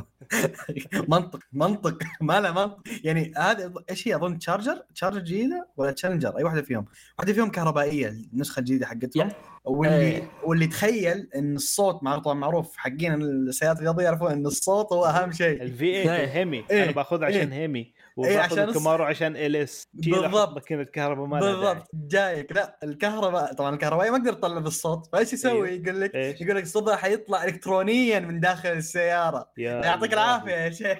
Speaker 3: منطق منطق ما له منطق يعني. هذا ايش هي؟ اظن تشارجر تشارجر جديده ولا تشالنجر، اي واحده فيهم واحده فيهم كهربائيه النسخه الجديده حقتهم. واللي أيه. واللي تخيل ان الصوت طبعا معروف حقين السيارات الرياضيه يعرفون ان الصوت هو اهم شيء.
Speaker 2: الفي اي هيمي انا باخذ عشان هيمي وباخذ الكامارو عشان ال اس.
Speaker 3: بالضبط
Speaker 2: ماكينه الكهرباء ما
Speaker 3: بالضبط جايك. لا الكهرباء طبعا الكهربائي ما يقدر يطلع بالصوت، فايش يسوي؟ أيه. يقول لك إيه؟ يقول لك صدى حيطلع الكترونيا من داخل السياره. يعطيك العافيه يا شيخ.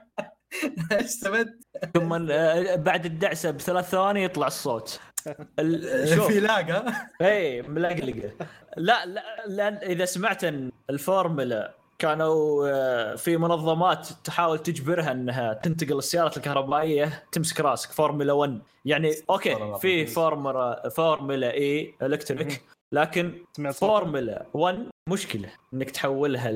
Speaker 3: ايش سويت؟
Speaker 4: ثم بعد الدعسه بثلاث ثواني يطلع الصوت.
Speaker 3: في لاقه
Speaker 4: اي ملقلقه. لا لا لان اذا سمعت ان الفورمولا كانوا في منظمات تحاول تجبرها انها تنتقل السيارات الكهربائيه تمسك راسك. فورمولا واحد يعني اوكي في فورمولا فورمولا اي الكتريك، لكن فورمولا واحد مشكله انك تحولها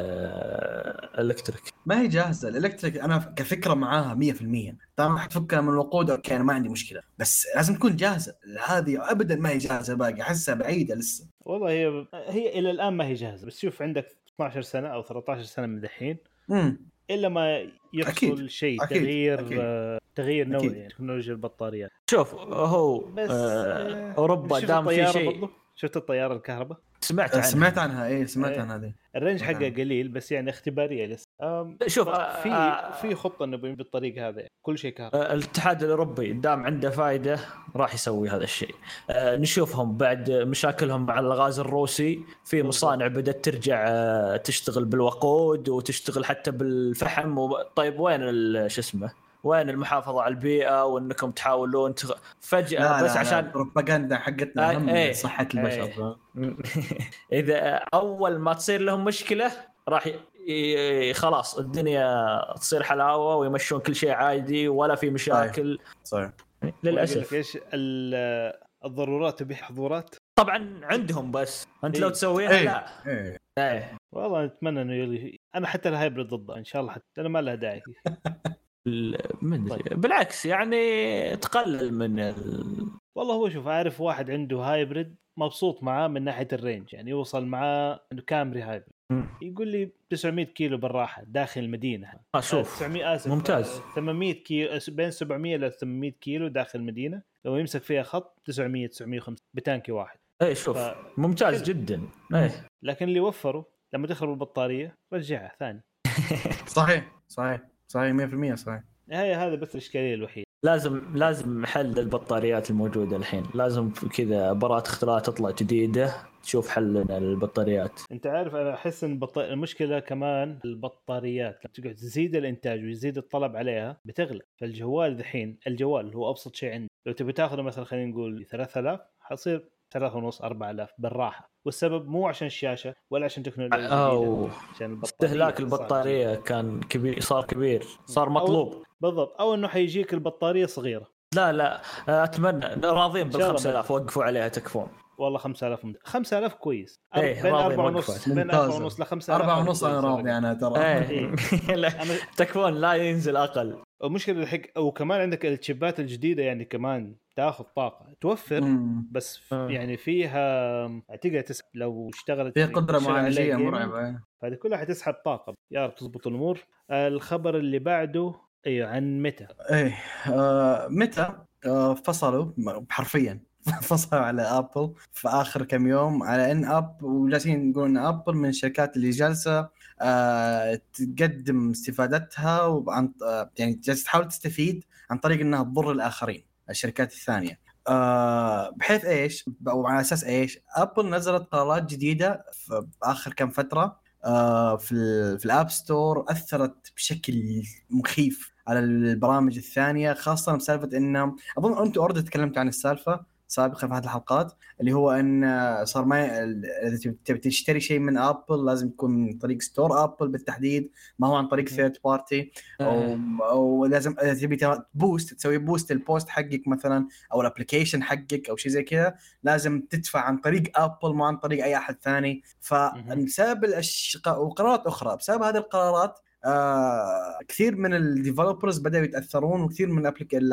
Speaker 4: الالكتريك.
Speaker 3: ما هي جاهزه الالكتريك. انا كفكره معاها مية بالمية طبعا حتفكها من الوقود اوكي انا ما عندي مشكله، بس لازم تكون جاهزه. هذه ابدا ما هي جاهزه، باقي احسها بعيده لسه.
Speaker 2: والله هي هي الى الان ما هي جاهزه. بس شوف عندك اثنا عشر سنه او ثلاثة عشر سنه من دحين الا ما يحصل
Speaker 3: أكيد.
Speaker 2: شيء
Speaker 3: أكيد.
Speaker 2: تغيير
Speaker 3: أكيد.
Speaker 2: آه، تغيير نوعي
Speaker 3: أكيد.
Speaker 2: يعني تكنولوجيا البطاريات.
Speaker 4: شوف هو
Speaker 2: بس
Speaker 4: آه اوروبا
Speaker 2: شفت
Speaker 4: دام في
Speaker 2: الطيارة
Speaker 4: شيء
Speaker 2: برضو؟ شفت الطياره الكهرباء؟
Speaker 4: سمعت عنها.
Speaker 3: سمعت عنها ايه سمعت
Speaker 2: إيه.
Speaker 3: عن هذه.
Speaker 2: الرينج حقه
Speaker 3: آه.
Speaker 2: قليل بس يعني اختباريه لسه. أم،
Speaker 4: شوف
Speaker 2: ف-
Speaker 4: آه،
Speaker 2: في
Speaker 4: آه،
Speaker 2: في خطه انه بي- بالطريقه هذا يعني. كل شيء كهرباء.
Speaker 4: آه، الاتحاد الاوروبي دام عنده فائده راح يسوي هذا الشيء. آه، نشوفهم بعد مشاكلهم مع الغاز الروسي في
Speaker 2: بالضبط.
Speaker 4: مصانع بدات ترجع آه، تشتغل بالوقود وتشتغل حتى بالفحم و... طيب وين ال- شو اسمه وين المحافظه على البيئه وانكم تحاولون تغ... فجاه
Speaker 3: لا
Speaker 4: بس
Speaker 3: لا
Speaker 4: عشان
Speaker 3: البروباغندا حقتنا
Speaker 4: آه،
Speaker 3: اهم
Speaker 4: إيه.
Speaker 3: من صحه البشر.
Speaker 4: إيه. اذا اول ما تصير لهم مشكله راح ي... ي... خلاص الدنيا تصير حلاوه ويمشون كل شيء عادي ولا في مشاكل.
Speaker 3: صحيح.
Speaker 4: للاسف
Speaker 2: ايش ال- الضرورات تبيح حضورات.
Speaker 4: طبعا عندهم بس انت لو
Speaker 2: إيه.
Speaker 4: تسويها
Speaker 3: ايه
Speaker 4: لا
Speaker 3: ايه
Speaker 4: ايه
Speaker 2: والله اتمنى انه يلي... انا حتى الهايبرد ضده ان شاء الله، حتى انا ما لها داعي.
Speaker 4: ال- من
Speaker 2: طيب.
Speaker 4: بالعكس يعني تقلل من ال...
Speaker 2: والله هو شوف، عارف واحد عنده هايبرد مبسوط معاه من ناحيه الرينج، يعني يوصل معاه انه كامري هايبرد
Speaker 4: م.
Speaker 2: يقول لي تسعمية كيلو بالراحه داخل المدينه.
Speaker 4: آه شوف
Speaker 2: تسعمية اسف
Speaker 4: ممتاز.
Speaker 2: آه، ثمانمية كيلو، بين سبعمية ل ثمانمية كيلو داخل المدينه، لو يمسك فيها خط تسعمية تسعمية وخمسين بتانكي واحد.
Speaker 4: ايه شوف
Speaker 2: ف...
Speaker 4: ممتاز
Speaker 2: حلو.
Speaker 4: جدا. ايه
Speaker 2: لكن اللي وفروا لما تخرب البطاريه رجعها ثاني.
Speaker 3: صحيح صحيح صحيح مية بالمية صحيح.
Speaker 2: هي هذا بس الاشكاليه الوحيده.
Speaker 4: لازم لازم حل البطاريات الموجوده الحين، لازم كذا براءة اختراع تطلع جديده تشوف حل للبطاريات.
Speaker 2: انت عارف انا احس ان البط... المشكله كمان البطاريات لما تقعد تزيد الانتاج ويزيد الطلب عليها بتغلى. فالجوال ذحين، الجوال هو ابسط شيء عندي، لو تبي تاخذه مثلا خلينا نقول ثلاثة آلاف حصير ثلاثة ونص أربعة آلاف بالراحه. والسبب مو عشان الشاشه ولا عشان تكنولوجيا
Speaker 4: أو
Speaker 2: جديده، عشان البطاريه.
Speaker 4: استهلاك البطاريه كان كبير، صار كبير، صار مطلوب.
Speaker 2: أو... بالضبط، او انه حيجيك البطاريه صغيره.
Speaker 4: لا لا اتمنى راضين
Speaker 2: إن شاء الله
Speaker 4: بالخمسة آلاف وقفوا عليها تكفون.
Speaker 2: والله خمسة آلاف ممتاز. خمسة آلاف كويس.
Speaker 4: إيه،
Speaker 2: بين
Speaker 4: راضي
Speaker 2: أربعة
Speaker 4: نوقفه.
Speaker 2: ونص بين أربعة ونص لخمسة آلاف
Speaker 3: أربعة ونص أنا راضي أنا ترى.
Speaker 4: ايه لا، تكفون لا ينزل اقل.
Speaker 2: المشكله الحق، وكمان عندك الشيبات الجديده يعني كمان تاخذ طاقه توفر.
Speaker 3: مم.
Speaker 2: بس
Speaker 4: آه.
Speaker 2: يعني فيها اعتقد تسحب لو اشتغلت
Speaker 3: فيها قدرة
Speaker 2: تشتغل عليها
Speaker 3: معالجية
Speaker 2: gaming،
Speaker 3: مرعبة.
Speaker 2: فهذه كلها حتسحب طاقه. يا رب تزبط الامور. الخبر اللي بعده ايوه عن متى.
Speaker 3: ايه آه متى آه فصلوا حرفيا فصلوا على ابل في اخر كم يوم على ان اب، وجالسين يقولون ان ابل من الشركات اللي جالسه آه تقدم استفادتها وعن آه يعني جالسه تحاول تستفيد عن طريق انها تضر الاخرين الشركات الثانيه. آه بحيث ايش وعلى اساس ايش ابل نزلت قرارات جديده في اخر كم فتره آه في في الاب ستور اثرت بشكل مخيف على البرامج الثانيه، خاصه بسالفه انه اظن انتم اوريدي تكلمتوا عن السالفه سابقا في هذه الحلقات، اللي هو ان صار ما اذا تبي تشتري شيء من ابل لازم يكون من طريق ستور ابل بالتحديد، ما هو عن طريق ثيرد بارتي، او او لازم اذا تبي بوست تسوي بوست البوست حقك مثلا او الابلكيشن حقك او شيء زي كذا لازم تدفع عن طريق ابل مو عن طريق اي احد ثاني. فبسبب الاشقاء وقرارات اخرى بسبب هذه القرارات آه كثير من الديفلوبرز بدأوا يتأثرون، وكثير من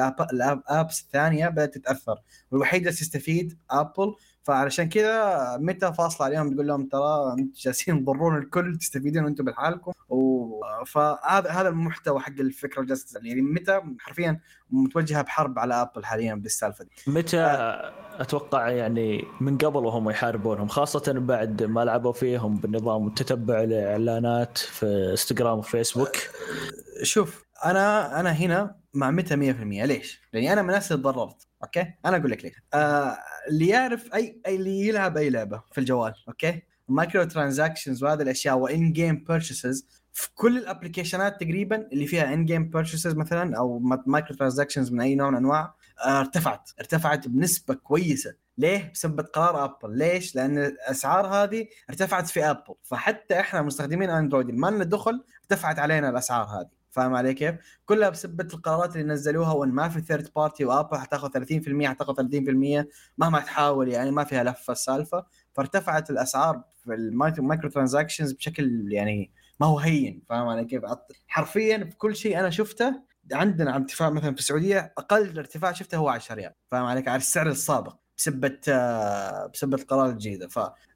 Speaker 3: الابس الثانية بدأت تتأثر، والوحيدة تستفيد ابل. فعلشان كذا متى فاصله عليهم تقول لهم ترى انتم جالسين تضرون الكل تستفيدون انتم بحالكم. فهذا هذا المحتوى حق الفكره جالسه يعني متى حرفيا متوجهه بحرب على ابل حاليا بالسالفه دي.
Speaker 4: متى اتوقع يعني من قبل وهم يحاربونهم، خاصه بعد ما لعبوا فيهم بالنظام تتبع الاعلانات في انستغرام وفيسبوك.
Speaker 3: شوف انا انا هنا مع متى مية بالمية. ليش؟ لاني انا من الناس اللي تضررت. اوكي انا اقول لك ليش. آه اللي يعرف اي اي اللي يلعب اي لعبه في الجوال اوكي مايكرو ترانزاكشنز وهذه الاشياء وان جيم بيرشيسز في كل الابلكيشنات تقريبا اللي فيها ان جيم بيرشيسز مثلا او مايكرو ترانزاكشنز من اي نوع من انواع آه ارتفعت ارتفعت بنسبه كويسه. ليه؟ بسبب قرار ابل. ليش؟ لان الاسعار هذه ارتفعت في ابل، فحتى احنا مستخدمين اندرويد ما لنا دخل ارتفعت علينا الاسعار هذه. فاهم علي كيف؟ كلها بسبب القرارات اللي نزلوها، وان ما في ثيرد بارتي وابل حتاخذ ثلاثين بالمية حتاخذ ثلاثين بالمية مهما تحاول، يعني ما فيها لفه السالفه. فارتفعت الاسعار في المايكرو ترانزاكشنز بشكل يعني ما هو هين. فاهم علي كيف؟ حرفيا في كل شيء انا شفته عندنا عم ارتفاع مثلا في السعوديه اقل ارتفاع شفته هو عشرة ريال. فاهم عليك؟ على السعر السابق بسبب بسبب القرار الجديد. ف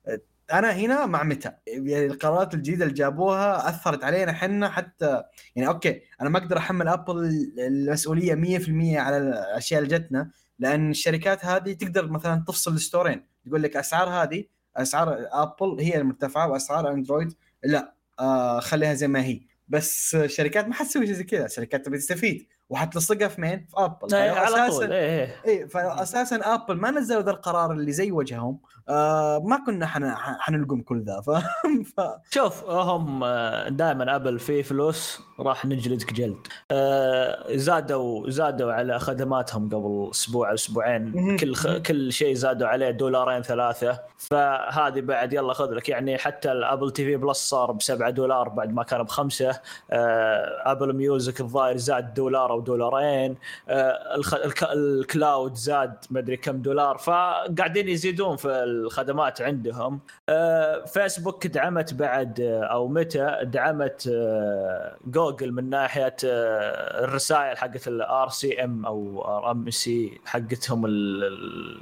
Speaker 3: انا هنا مع متى يعني القرارات الجديده اللي جابوها اثرت علينا حنا حتى يعني اوكي انا ما اقدر احمل ابل المسؤوليه مية بالمية على الاشياء اللي جتنا لان الشركات هذه تقدر مثلا تفصل الستورين تقول لك اسعار هذه اسعار ابل هي المرتفعه واسعار اندرويد لا آه خليها زي ما هي بس الشركات ما حتسوي شيء زي كذا الشركات تبي تستفيد وحتلصقها في مين في ابل
Speaker 4: على طول ايه
Speaker 3: ايه فاساسا ابل ما نزلوا ذا القرار اللي زي وجههم آه ما كنا حن... حنلقم كل ذا فاهم ف...
Speaker 4: شوف هم دائما ابل في فلوس راح نجلدك جلد آه زادوا زادوا على خدماتهم قبل اسبوع او اسبوعين كل خ... كل شيء زادوا عليه دولارين ثلاثه فهذه بعد يلا خذ لك يعني حتى الابل تي في بلس صار بسبعة دولار بعد ما كان بخمسة آه ابل ميوزك الظاهر زاد دولار او دولارين آه الخ... الك... الكلاود زاد ما ادري كم دولار فقاعدين يزيدون في الخدمات عندهم آه فيسبوك دعمت بعد او متى دعمت آه جوجل من ناحيه آه الرسائل حقت الار سي ام او ار ام سي حقتهم ال...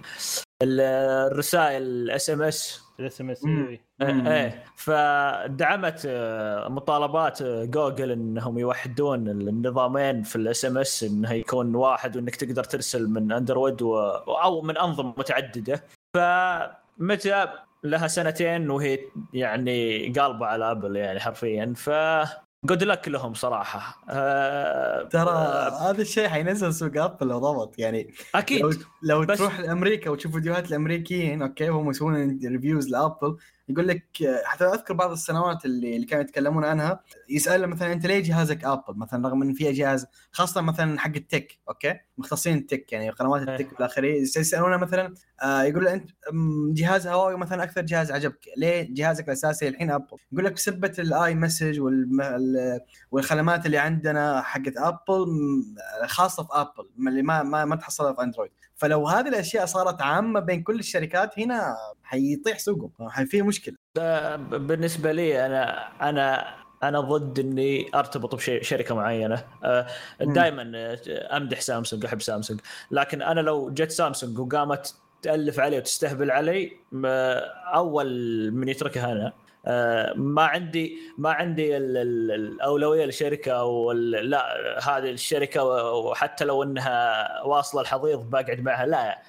Speaker 4: الرسائل الاس ام اس
Speaker 2: الاس ام اس
Speaker 4: ايه فدعمت مطالبات جوجل انهم يوحدون النظامين في الاس ام اس انه يكون واحد وانك تقدر ترسل من اندرويد و... او من انظمه متعدده فمتى لها سنتين وهي يعني قالبه على ابل يعني حرفيا ف قد لك لهم صراحه أه
Speaker 3: ترى أه هذا الشيء حينزل سوق ابل لو ضبط يعني
Speaker 4: اكيد
Speaker 3: لو, لو تروح لامريكا وتشوف فيديوهات الامريكيين اوكي هم يسوون ريفيوز لابل يقول لك حتى اذكر بعض السنوات اللي اللي كانوا يتكلمون عنها يسال مثلا انت ليه جهازك ابل مثلا رغم ان في جهاز خاصه مثلا حق التك اوكي مختصين التك يعني قنوات التك والاخره يسالونه مثلا آه يقول له انت جهاز هواوي مثلا اكثر جهاز عجبك ليه جهازك الاساسي الحين ابل يقول لك بسبه الاي مسج والخدمات اللي عندنا حقت ابل خاصه في ابل اللي ما ما, ما تحصلها في اندرويد فلو هذه الاشياء صارت عامه بين كل الشركات هنا حيطيح سوقهم حيفيه مشكله
Speaker 4: بالنسبه لي انا انا انا ضد اني ارتبط بشركه معينه دائما امدح سامسونج احب سامسونج لكن انا لو جت سامسونج وقامت تألف علي وتستهبل علي اول من يتركها انا ما عندي ما عندي الأولوية للشركة أو لا هذه الشركة وحتى لو أنها واصلة الحضيض بقعد معها لا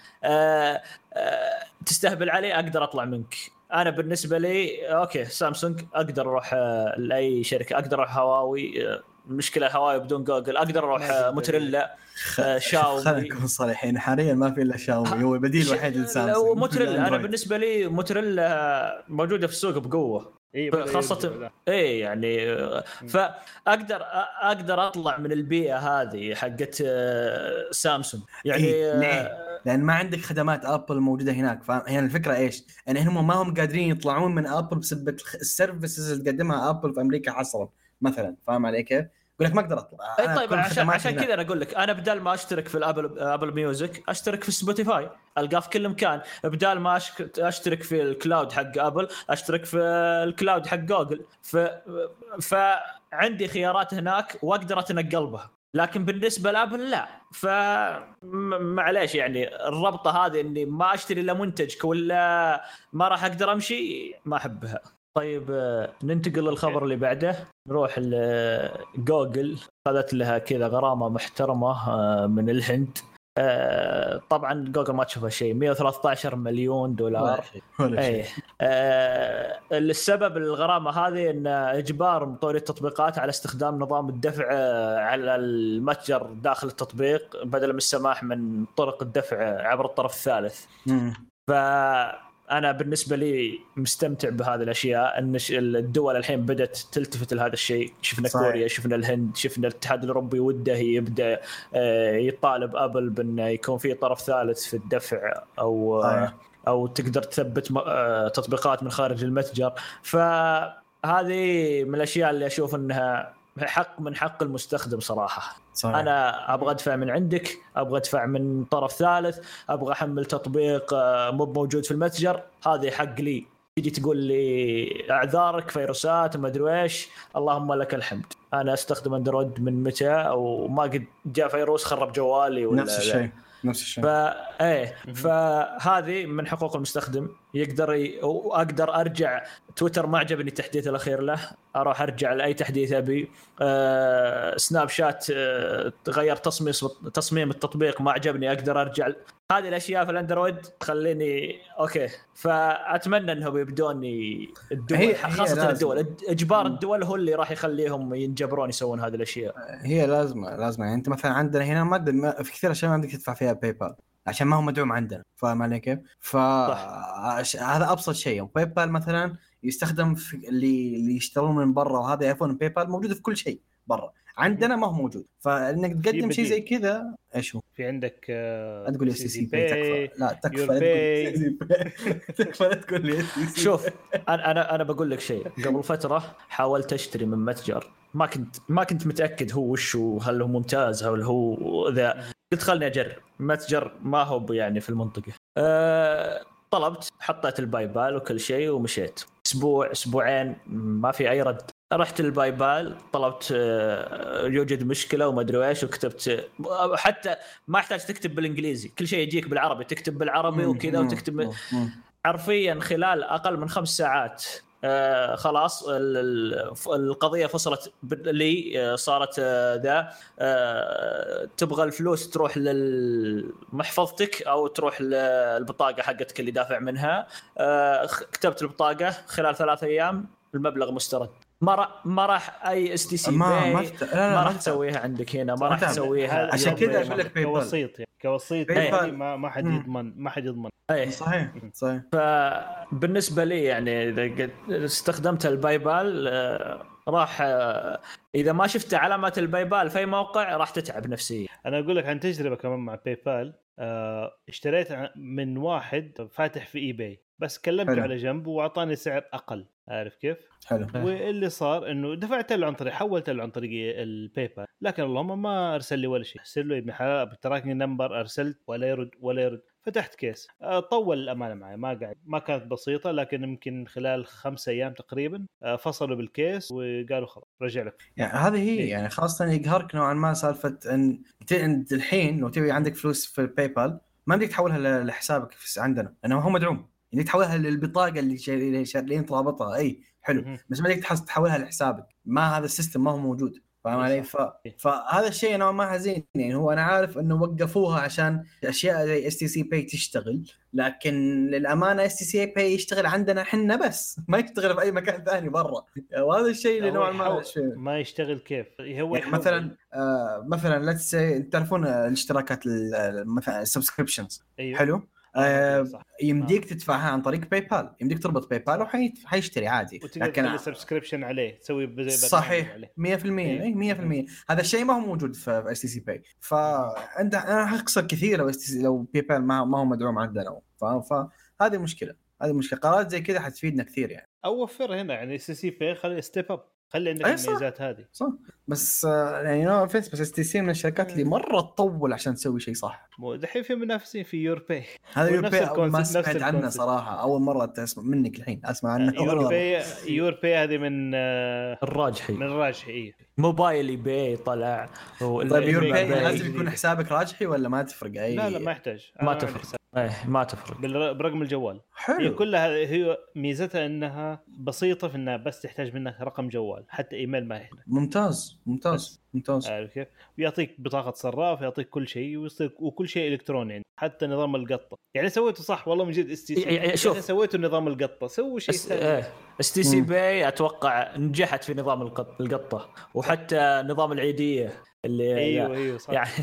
Speaker 4: تستهبل علي أقدر أطلع منك أنا بالنسبة لي أوكي سامسونج أقدر أروح لأي شركة أقدر أروح هواوي مشكلة هواوي بدون جوجل أقدر أروح موتوريلا شاومي
Speaker 3: خلينا نكون صريحين حاليا ما في إلا شاومي هو البديل الوحيد لسامسونج
Speaker 4: موتوريلا أنا بالنسبة لي موتوريلا موجودة في السوق بقوة إيه خاصة إيه يعني فأقدر أقدر أطلع من البيئة هذه حقت سامسونج يعني
Speaker 3: إيه؟ ليه؟ لأن ما عندك خدمات أبل موجودة هناك فهنا يعني الفكرة إيش؟ يعني هم ما هم قادرين يطلعون من أبل بسبب السيرفيسز اللي تقدمها أبل في أمريكا حصرا مثلا فاهم علي كيف؟ يقول لك ما اقدر اطلع
Speaker 4: اي طيب عشان عشان كذا انا اقول لك انا بدال ما اشترك في الابل ابل ميوزك اشترك في سبوتيفاي القاه في كل مكان بدال ما اشترك في الكلاود حق ابل اشترك في الكلاود حق جوجل ف فعندي خيارات هناك واقدر اتنقل بها لكن بالنسبه لابل لا فمعليش يعني الربطه هذه اني ما اشتري الا منتجك ولا ما راح اقدر امشي ما احبها. طيب ننتقل للخبر اللي بعده نروح لجوجل خذت لها كذا غرامة محترمة من الهند طبعا جوجل ما تشوفها شيء مئة وثلاثة عشر مليون دولار اي السبب الغرامة هذه ان اجبار مطوري التطبيقات على استخدام نظام الدفع على المتجر داخل التطبيق بدلا من السماح من طرق الدفع عبر الطرف الثالث. ف أنا بالنسبة لي مستمتع بهذه الأشياء أن الدول الحين بدأت تلتفت لهذا الشيء شفنا صحيح. كوريا شفنا الهند شفنا الاتحاد الأوروبي وده يبدأ يطالب أبل بأن يكون في طرف ثالث في الدفع أو صحيح. أو تقدر تثبت تطبيقات من خارج المتجر فهذه من الأشياء اللي أشوف أنها حق من حق المستخدم صراحة صحيح. أنا أبغى أدفع من عندك أبغى أدفع من طرف ثالث أبغى أحمل تطبيق مو موجود في المتجر هذه حق لي تيجي تقول لي أعذارك فيروسات وما أدري إيش اللهم لك الحمد أنا أستخدم أندرويد من متى أو ما قد جاء فيروس خرب جوالي ولا
Speaker 3: نفس الشيء نفس الشيء
Speaker 4: ف ايه فهذه من حقوق المستخدم يقدر ي... واقدر ارجع تويتر ما عجبني التحديث الاخير له اروح ارجع لاي تحديث ابي. أه... سناب شات أه... تغير تصميم تصميم التطبيق ما عجبني اقدر ارجع. هذه الاشياء في الاندرويد تخليني اوكي. فاتمنى انهم يبدون الدول خاصه الدول اجبار الدول هو اللي راح يخليهم ينجبرون يسوون هذه الاشياء.
Speaker 3: هي لازمه لازمه يعني انت مثلا عندنا هنا ما في كثير اشياء ما بدك تدفع فيها باي بال عشان ما هو مدعوم عندنا فاهم علي كيف. فهذا ابسط شيء. باي بال مثلا يستخدم في اللي اللي يشترون من برا وهذا يعرفون باي بال موجود في كل شيء برا عندنا ما هو موجود. فانك تقدم شيء زي كذا ايش هو
Speaker 2: في عندك
Speaker 3: آه تقول لي سي سي بي تكفى لا تكفى تكفى تقول لي
Speaker 4: شوف انا انا انا بقول لك شيء. قبل فتره حاولت اشتري من متجر ما كنت ما كنت متاكد هو وش هل هو ممتاز هل هو ذا. قلت خلني اجرب متجر ما هو يعني في المنطقه. أه طلبت حطيت الباي بال وكل شيء ومشيت اسبوع اسبوعين ما في اي رد. رحت الباي بال طلبت يوجد مشكله وما ادري ايش وكتبت حتى ما احتاج تكتب بالانجليزي كل شيء يجيك بالعربي تكتب بالعربي وكذا وتكتب حرفيا خلال اقل من خمس ساعات آه خلاص القضيه فصلت لي. صارت ذا آه تبغى الفلوس تروح لمحفظتك او تروح للبطاقه حقتك اللي دافع منها. آه كتبت البطاقه خلال ثلاث ايام المبلغ مسترد. ما راح ما راح اي اس تي سي
Speaker 3: ما,
Speaker 4: ما, ما راح تسويها عندك هنا ما راح تسويها
Speaker 3: عشان كذا اقول لك
Speaker 2: كوسيط يعني كوسيط يعني ما ما حد يضمن ما حد يضمن.
Speaker 4: أيه.
Speaker 3: صحيح صحيح.
Speaker 4: فبالنسبه لي يعني اذا استخدمت الباي بال راح اذا ما شفت علامات الباي بال في موقع راح تتعب نفسيا.
Speaker 2: انا اقول لك عن تجربه كمان مع باي بال. اشتريت من واحد فاتح في اي باي بس كلمته على جنب واعطاني سعر اقل عارف كيف.
Speaker 3: حلو.
Speaker 2: واللي صار انه دفعت له عن طريق حولت له عن طريق الباي بال لكن اللهم ما ارسل لي ولا شيء. ارسل له ابن حلال بالتراكنج نمبر ارسلت ولا يرد ولا يرد. فتحت كيس طول الامانه معي ما قاعد ما كانت بسيطه لكن يمكن خلال خمسة ايام تقريبا فصلوا بالكيس وقالوا خلاص رجع لك.
Speaker 3: يعني هذه هي يعني خاصه يقهرك نوعا ما سالفه ان انت الحين لو تبي عندك فلوس في الباي بال ما بدك تحولها لحسابك عندنا لانه هو مدعوم يعني تحولها للبطاقه اللي شارين رابطها اي حلو بس ما بدك تحولها لحسابك ما هذا السيستم ما هو موجود فاهم علي. ف... فهذا الشيء نوعا ما حزين يعني. هو انا عارف انه وقفوها عشان اشياء زي اس تي سي باي تشتغل لكن للامانه اس تي سي باي يشتغل عندنا حنا بس ما يشتغل في اي مكان ثاني برا. وهذا الشيء اللي نوعا ما
Speaker 2: ما يشتغل كيف هو
Speaker 3: يعني مثلا آه مثلا لا تسي تعرفون الاشتراكات مثلا السبسكريبشنز أيوه. حلو آه يمديك تدفعها عن طريق باي بال يمديك تربط باي بال وحيشتري عادي
Speaker 2: لكن السبسكريبشن عليه تسوي
Speaker 3: زي صحيح مية بالمية اي مية بالمية. هذا الشيء ما هو موجود في اس تي سي باي. فانت انا حخسر كثير لو لو باي بال ما ما هو مدعوم عندنا. فهذه مشكله هذه مشكله. قرارات زي كذا حتفيدنا كثير يعني.
Speaker 2: او وفر هنا يعني اس تي سي باي خلي ستيب اب خلي عندك الميزات هذه
Speaker 3: صح. بس يعني نو فيس بس اس تي سي من الشركات اللي مره تطول عشان تسوي شيء صح.
Speaker 2: مو دحين في منافسين في يورباي.
Speaker 3: هذا يورباي ما سمعت عنه صراحه اول مره اسمع منك الحين اسمع عنه.
Speaker 2: يورباي يورباي هذه من
Speaker 4: الراجحي
Speaker 2: من الراجحي
Speaker 4: موبايل باي طلع.
Speaker 3: طيب يورباي لازم يكون حسابك راجحي ولا ما تفرق اي؟
Speaker 2: لا لا ما يحتاج
Speaker 4: ما تفرق ايه ما تفرق
Speaker 2: برقم الجوال.
Speaker 3: حلو.
Speaker 2: هي كلها هي ميزتها انها بسيطه في انها بس تحتاج منك رقم جوال حتى ايميل ما يحتاج.
Speaker 3: ممتاز ممتاز ممتاز.
Speaker 2: عارف كيف ويعطيك بطاقه صراف يعطيك كل شيء وكل شيء الكتروني يعني. حتى نظام القطه يعني سويته صح والله من جد اس تي سي يعني سويته نظام القطه سووا شيء ثاني.
Speaker 4: اس تي سي باي اتوقع نجحت في نظام القطه وحتى نظام العيديه اللي
Speaker 2: ايوه ايوه صح
Speaker 4: يعني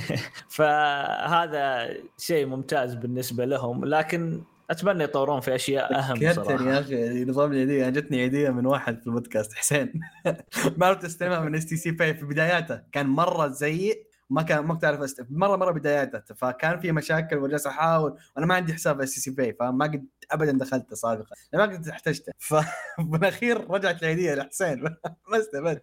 Speaker 4: فهذا شيء ممتاز بالنسبه لهم لكن اتمنى يطورون في اشياء اهم صراحه.
Speaker 3: يا اخي نظام العيديه جتني عيديه من واحد في البودكاست حسين ما عرفت استلمها من اس تي سي باي في بداياته كان مره سيء ما كان ما تعرف است... مره مره بداياته فكان في مشاكل وجالس احاول وانا ما عندي حساب اس سي باي فما قد ابدا دخلته سابقا ما قد احتجته فبالاخير رجعت العيديه لحسين ما استفدت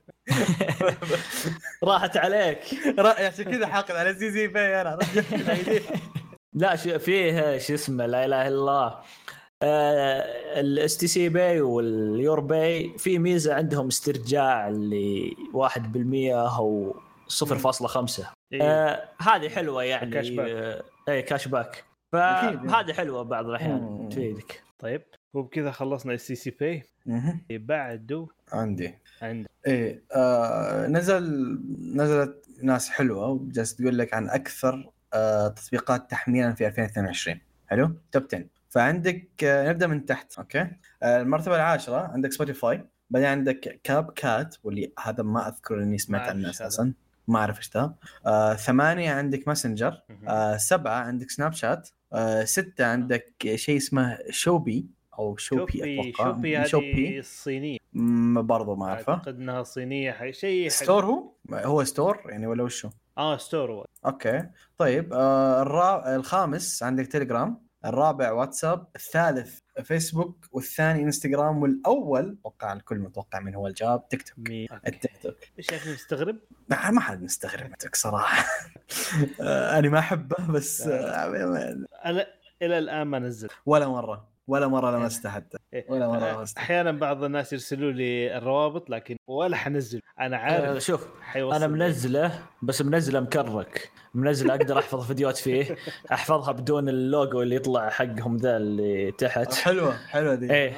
Speaker 4: راحت عليك
Speaker 3: عشان كذا حاقد على اس سي باي انا رجعت العيديه.
Speaker 4: لا فيه شو اسمه لا اله الا الله الاس تي سي باي واليور باي في ميزه عندهم استرجاع اللي واحد بالمية او صفر فاصلة خمسة. آه هذه حلوه يعني
Speaker 2: كاش باك.
Speaker 4: آه اي كاش باك فهذا حلوه بعض الاحيان تفيدك.
Speaker 2: طيب وبكذا خلصنا السي سي بي. بعده
Speaker 3: عندي
Speaker 2: عندي
Speaker 3: ايه آه نزل نزلت ناس حلوه وجالس تقول لك عن اكثر آه تطبيقات تحميلا في ألفين واثنين وعشرين. حلو توب عشرة. فعندك آه نبدا من تحت. اوكي آه المرتبه العاشره عندك سبوتيفاي، بعدين عندك كاب كات واللي هذا ما اذكر اني سمعت عنه اساسا، ما اعرف ايش ده. آه ثمانية عندك ماسنجر. آه سبعة عندك سناب شات. آه ستة عندك شيء اسمه شوبي او شوبي اتوقع.
Speaker 2: شوبي هذه الصينيه
Speaker 3: برضو ما اعرفه،
Speaker 2: اعتقد انها صينيه شيء
Speaker 3: ستور. هو هو ستور يعني ولا وشو؟
Speaker 2: اه ستور هو.
Speaker 3: اوكي طيب آه الرا... الخامس عندك تيليجرام، الرابع واتساب، الثالث فيسبوك، والثاني انستغرام، والاول اتوقع الكل متوقع من هو الجواب تيك توك. التيك توك
Speaker 2: ايش يعني مستغرب؟
Speaker 3: ما ما حد مستغرب تك صراحه. انا ما احبه بس
Speaker 2: انا الى الان ما نزل
Speaker 3: ولا مره ولا مره لمسته حتى ولا مره لمسته.
Speaker 2: احيانا بعض الناس يرسلوا لي الروابط لكن ولا حنزل. انا عارف
Speaker 4: أه شوف انا منزله بس منزله مكرك، منزله اقدر احفظ فيديوهات فيه، احفظها بدون اللوجو اللي يطلع حقهم ذا اللي تحت.
Speaker 3: حلوه حلوه دي.
Speaker 4: ايه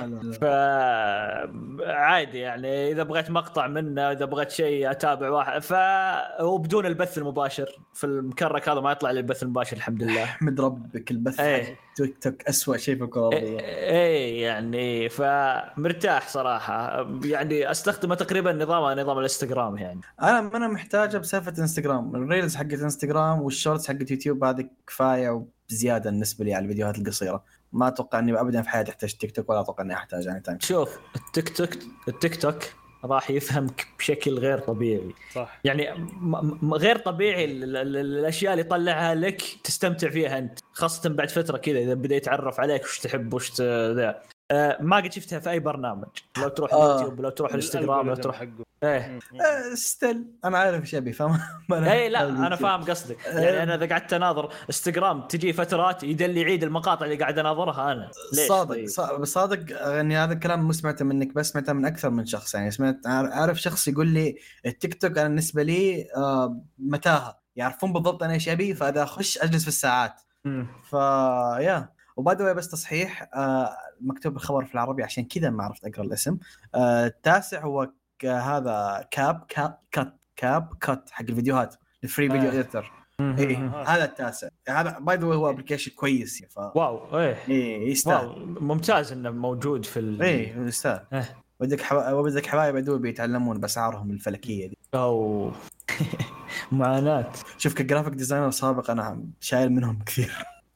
Speaker 4: فعادي يعني اذا بغيت مقطع منه، اذا بغيت شيء اتابع واحد ف وبدون البث المباشر. في المكرك هذا ما يطلع لي البث المباشر الحمد لله.
Speaker 3: احمد ربك البث
Speaker 4: ايه.
Speaker 3: تيك توك اسوأ شيء في الكره الارضيه.
Speaker 4: ايه يعني فمرتاح صراحه يعني استخدمه تقريبا نظام نظام الانستغرام. يعني
Speaker 3: انا انا محتاجه بسالفه انستغرام، الريلز حقت انستغرام والشورتس حقت يوتيوب هذه كفايه وبزياده بالنسبه لي على الفيديوهات القصيره. ما اتوقع اني ابدا في حياتي احتاج تيك توك ولا اتوقع اني احتاج يعني تايم.
Speaker 4: شوف التيك توك التيك توك راح يفهمك بشكل غير طبيعي.
Speaker 2: صح.
Speaker 4: يعني م- م- غير طبيعي ال- ال- الاشياء اللي يطلعها لك تستمتع فيها انت، خاصه بعد فتره كذا اذا بدا يتعرف عليك وش تحب وش ذا. أه ما قد شفتها في اي برنامج. لو تروح
Speaker 3: آه.
Speaker 4: اليوتيوب لو تروح الانستغرام لو تروح
Speaker 3: ايه آه ستيل انا عارف ايش ابي فاهم.
Speaker 4: اي لا انا فاهم قصدك. يعني انا اذا قعدت اناظر انستغرام تجي فترات يدلي يعيد المقاطع اللي قاعد اناظرها انا. ليش
Speaker 3: صادق
Speaker 4: طيب؟
Speaker 3: صادق, صادق يعني هذا الكلام مو سمعته منك بس سمعته من اكثر من شخص. يعني سمعت عارف شخص يقول لي التيك توك انا بالنسبه لي آه متاهه، يعرفون بالضبط انا ايش ابي فاذا اخش اجلس في الساعات. فا يا وبعد بس تصحيح آه مكتوب الخبر في العربي عشان كذا ما عرفت اقرا الاسم. آه التاسع هو هذا كاب كاب كات كاب كات حق الفيديوهات الفري فيديو اديتور. ايه هذا التاسع. هذا باي ذا واي هو ابلكيشن كويس. ف
Speaker 4: واو ايه
Speaker 3: ايه يستاهل.
Speaker 4: ممتاز انه موجود في ال...
Speaker 3: ايه يستاهل.
Speaker 4: إيه.
Speaker 3: ودك حو... ودك حبايب عدول بيتعلمون باسعارهم الفلكيه دي.
Speaker 4: او معاناه.
Speaker 3: شوف كجرافيك ديزاينر سابق انا شايل منهم كثير.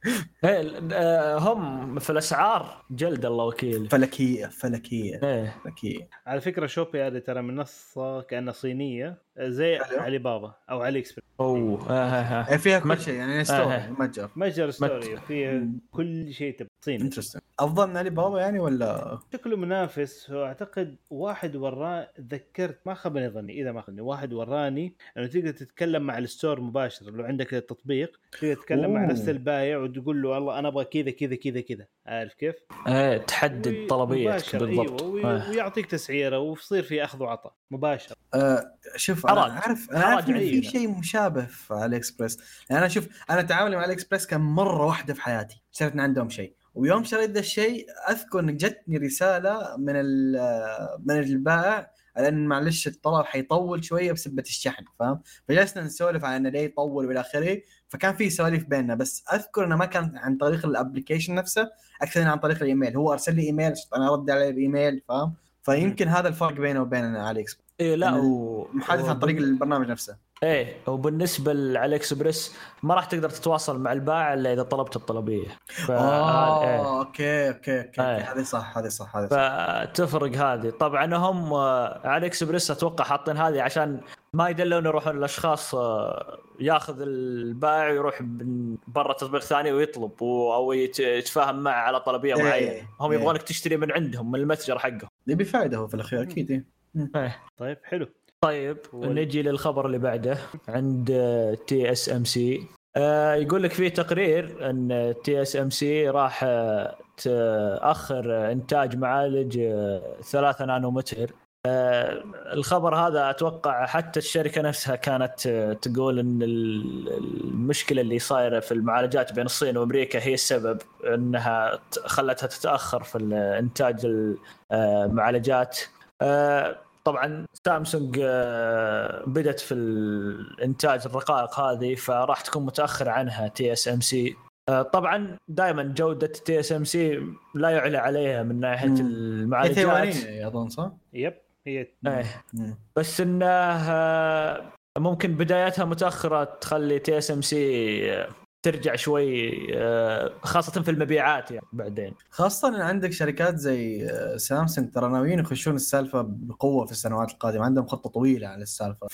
Speaker 4: ايه هم في الاسعار جلد الله وكيل.
Speaker 3: فلكيه فلكيه
Speaker 4: ايه.
Speaker 3: فلكيه.
Speaker 2: على فكره شوبي هذه ترى منصه كانها صينيه زي علي بابا او علي اكسبرس.
Speaker 4: اوه اه
Speaker 3: فيها كل شيء يعني ستوري متجر
Speaker 2: متجر ستوري فيها كل شيء تبي صيني.
Speaker 3: انترستين. افضل من علي بابا يعني ولا
Speaker 2: شكله منافس؟ واعتقد واحد وراه ذكرت ما خبني ظني اذا ما خبني واحد وراني انه تقدر تتكلم مع الستور مباشر. لو عندك التطبيق تقدر تتكلم أوه. مع نفس البايع وتقول له والله انا ابغى كذا كذا كذا كذا. عارف كيف؟
Speaker 4: ايه تحدد طلبياتك بالضبط.
Speaker 2: أيوة. ويعطيك تسعيره ويصير في اخذ وعطاء مباشر.
Speaker 3: أه شوف انا عارف انا عارف في شيء مشابه في علي اكسبرس. يعني انا شوف انا تعاملي مع علي اكسبرس كان مره واحده في حياتي شريت عندهم شيء، ويوم شريت ذا الشيء اذكر ان جتني رساله من من البائع على ان معلش الطلب حيطول شويه بسبه الشحن فاهم. فجلسنا نسولف عن انه ليه يطول والى اخره، فكان في سواليف بيننا. بس اذكر انه ما كان عن طريق الابلكيشن نفسه اكثر من عن طريق الايميل. هو ارسل لي ايميل انا ارد عليه بايميل فاهم. فيمكن هذا الفرق بينه وبين علي اكسبرس.
Speaker 4: إيه لا
Speaker 3: ومحادثة عن طريق البرنامج نفسه.
Speaker 4: ايه وبالنسبه لعلي اكسبرس ما راح تقدر تتواصل مع البائع الا اذا طلبت الطلبيه.
Speaker 3: ف... اه إيه. اوكي اوكي اوكي هذه إيه. صح هذه صح هذه
Speaker 4: فتفرق هذه. طبعا هم علي اكسبرس اتوقع حاطين هذه عشان ما يدلون يروحون الاشخاص ياخذ البائع ويروح من برا تطبيق ثاني ويطلب او يتفاهم معه على طلبيه
Speaker 3: إيه.
Speaker 4: معينه. هم إيه. يبغونك تشتري من عندهم من المتجر حقهم.
Speaker 3: دي بفائده هو في الاخير اكيد.
Speaker 4: إيه.
Speaker 2: طيب حلو.
Speaker 4: طيب وال... نجي للخبر اللي بعده عند تي اس ام سي. آه يقول لك في تقرير ان تي اس ام سي راح تاخر انتاج معالج ثلاثة نانومتر آه الخبر هذا اتوقع حتى الشركه نفسها كانت تقول ان المشكله اللي صايره في المعالجات بين الصين وامريكا هي السبب انها خلتها تتاخر في انتاج المعالجات. آه طبعا سامسونج بدت في الانتاج الرقائق هذه فراح تكون متاخر عنها تي اس ام سي. طبعا دائما جوده تي اس ام سي لا يعلى عليها من ناحيه
Speaker 3: مم.
Speaker 4: المعالجات
Speaker 3: اظن صح.
Speaker 2: يب هي
Speaker 4: ايه. بس انه ممكن بدايتها متاخره تخلي تي اس ام سي ترجع شوي خاصه في المبيعات يعني بعدين.
Speaker 3: خاصه ان عندك شركات زي سامسونج ترى ناويين يخشون السالفه بقوه في السنوات القادمه، عندهم خطه طويله على السالفه،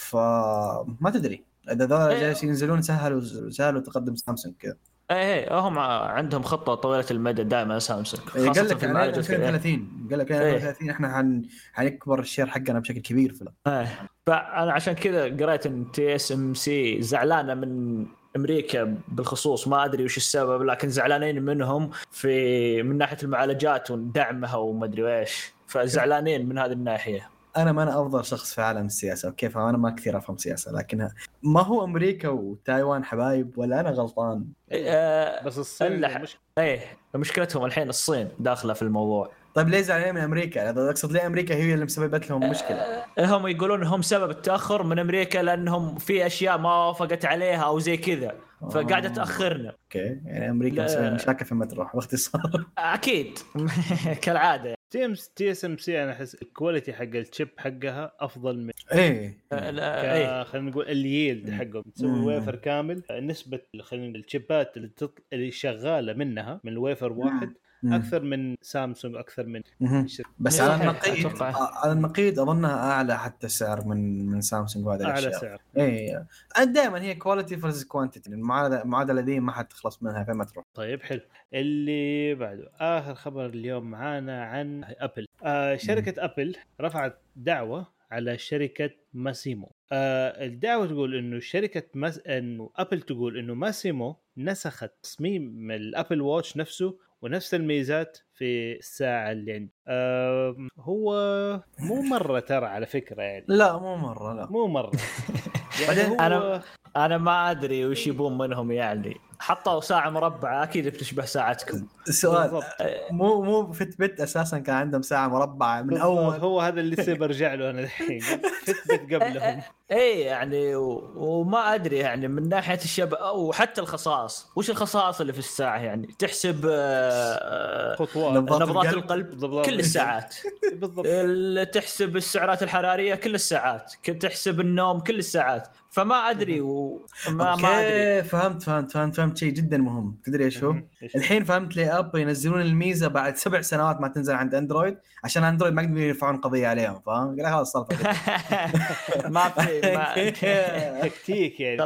Speaker 3: فما تدري اذا ذول جالسين ينزلون سهلوا سهلوا تقدم سامسونج كذا.
Speaker 4: ايه هم عندهم خطه طويله المدى دائما سامسونج
Speaker 3: خاصه قال لك على ألفين وثلاثين قال لك ألفين وثلاثين احنا حن حنكبر الشير حقنا بشكل كبير في
Speaker 4: ايه. فانا عشان كذا قريت ان تي اس ام سي زعلانه من امريكا بالخصوص، ما ادري وش السبب لكن زعلانين منهم في من ناحيه المعالجات ودعمها وما ادري ايش، فزعلانين من هذه الناحيه.
Speaker 3: انا ما انا افضل شخص في عالم السياسه وكيف انا ما كثير افهم سياسه، لكن ما هو امريكا وتايوان حبايب ولا انا غلطان؟
Speaker 4: إيه
Speaker 2: بس الصين
Speaker 4: مش... ايه مشكلتهم الحين الصين داخله في الموضوع.
Speaker 3: طيب ليه زعلانين من امريكا؟ هذا اقصد ليه امريكا هي اللي مسببت لهم مشكله؟
Speaker 4: هم يقولون هم سبب التاخر من امريكا لانهم في اشياء ما وافقت عليها او زي كذا فقاعده تاخرنا.
Speaker 3: اوكي يعني امريكا مسويه مشاكل في المترو باختصار.
Speaker 4: اكيد كالعاده.
Speaker 2: تيمز تي اس ام سي انا احس الكواليتي حق الشيب حقها افضل من
Speaker 3: ايه
Speaker 2: ايه خلينا نقول الييلد حقهم تسوي ويفر كامل. نسبه خلينا الشيبات اللي تطل... اللي شغاله منها من الويفر واحد مم. اكثر من سامسونج اكثر من
Speaker 3: بس على النقيض على النقيض اظنها اعلى حتى سعر من من سامسونج وهذا
Speaker 2: الاشياء اعلى سعر.
Speaker 3: ايه دائما هي كواليتي فيرسس كوانتيتي، المعادله المعادله دي ما حتخلص منها في مترو.
Speaker 2: طيب حلو. اللي بعده اخر خبر اليوم معانا عن ابل. آه شركه مم. ابل رفعت دعوه على شركه ماسيمو. آه الدعوه تقول انه شركه مس... انه ابل تقول انه ماسيمو نسخت تصميم الابل واتش نفسه ونفس الميزات في الساعة اللي عندي. أه هو مو مرة ترى على فكرة يعني.
Speaker 3: لا مو مرة لا
Speaker 2: مو مرة
Speaker 4: يعني هو... أنا أنا ما أدري وش يبون منهم يعني. حطوا ساعة مربعة أكيد بتشبه ساعتكم.
Speaker 3: السؤال مو مو فتبت أساسا كان عندهم ساعة مربعة من أول.
Speaker 2: هو هذا اللي سيب برجع له أنا الحين فتبت قبلهم.
Speaker 4: إيه يعني و... وما أدري يعني من ناحية الشبه وحتى الخصائص. وش الخصائص اللي في الساعة يعني تحسب
Speaker 2: خطوات
Speaker 4: نبضات القلب كل الساعات بالضبط. تحسب السعرات الحرارية كل الساعات، تحسب النوم كل الساعات. فما أدري وما ما أدري.
Speaker 3: فهمت فهمت فهمت فهمت شيء جدا مهم. تدري إيش هو؟ الحين فهمت ليه أب ينزلون الميزة بعد سبع سنوات ما تنزل عند أندرويد عشان أندرويد ما يقدرون يرفعون قضية عليهم. فاهم؟ قال خلاص صار
Speaker 4: ما في
Speaker 2: تكتيك يعني.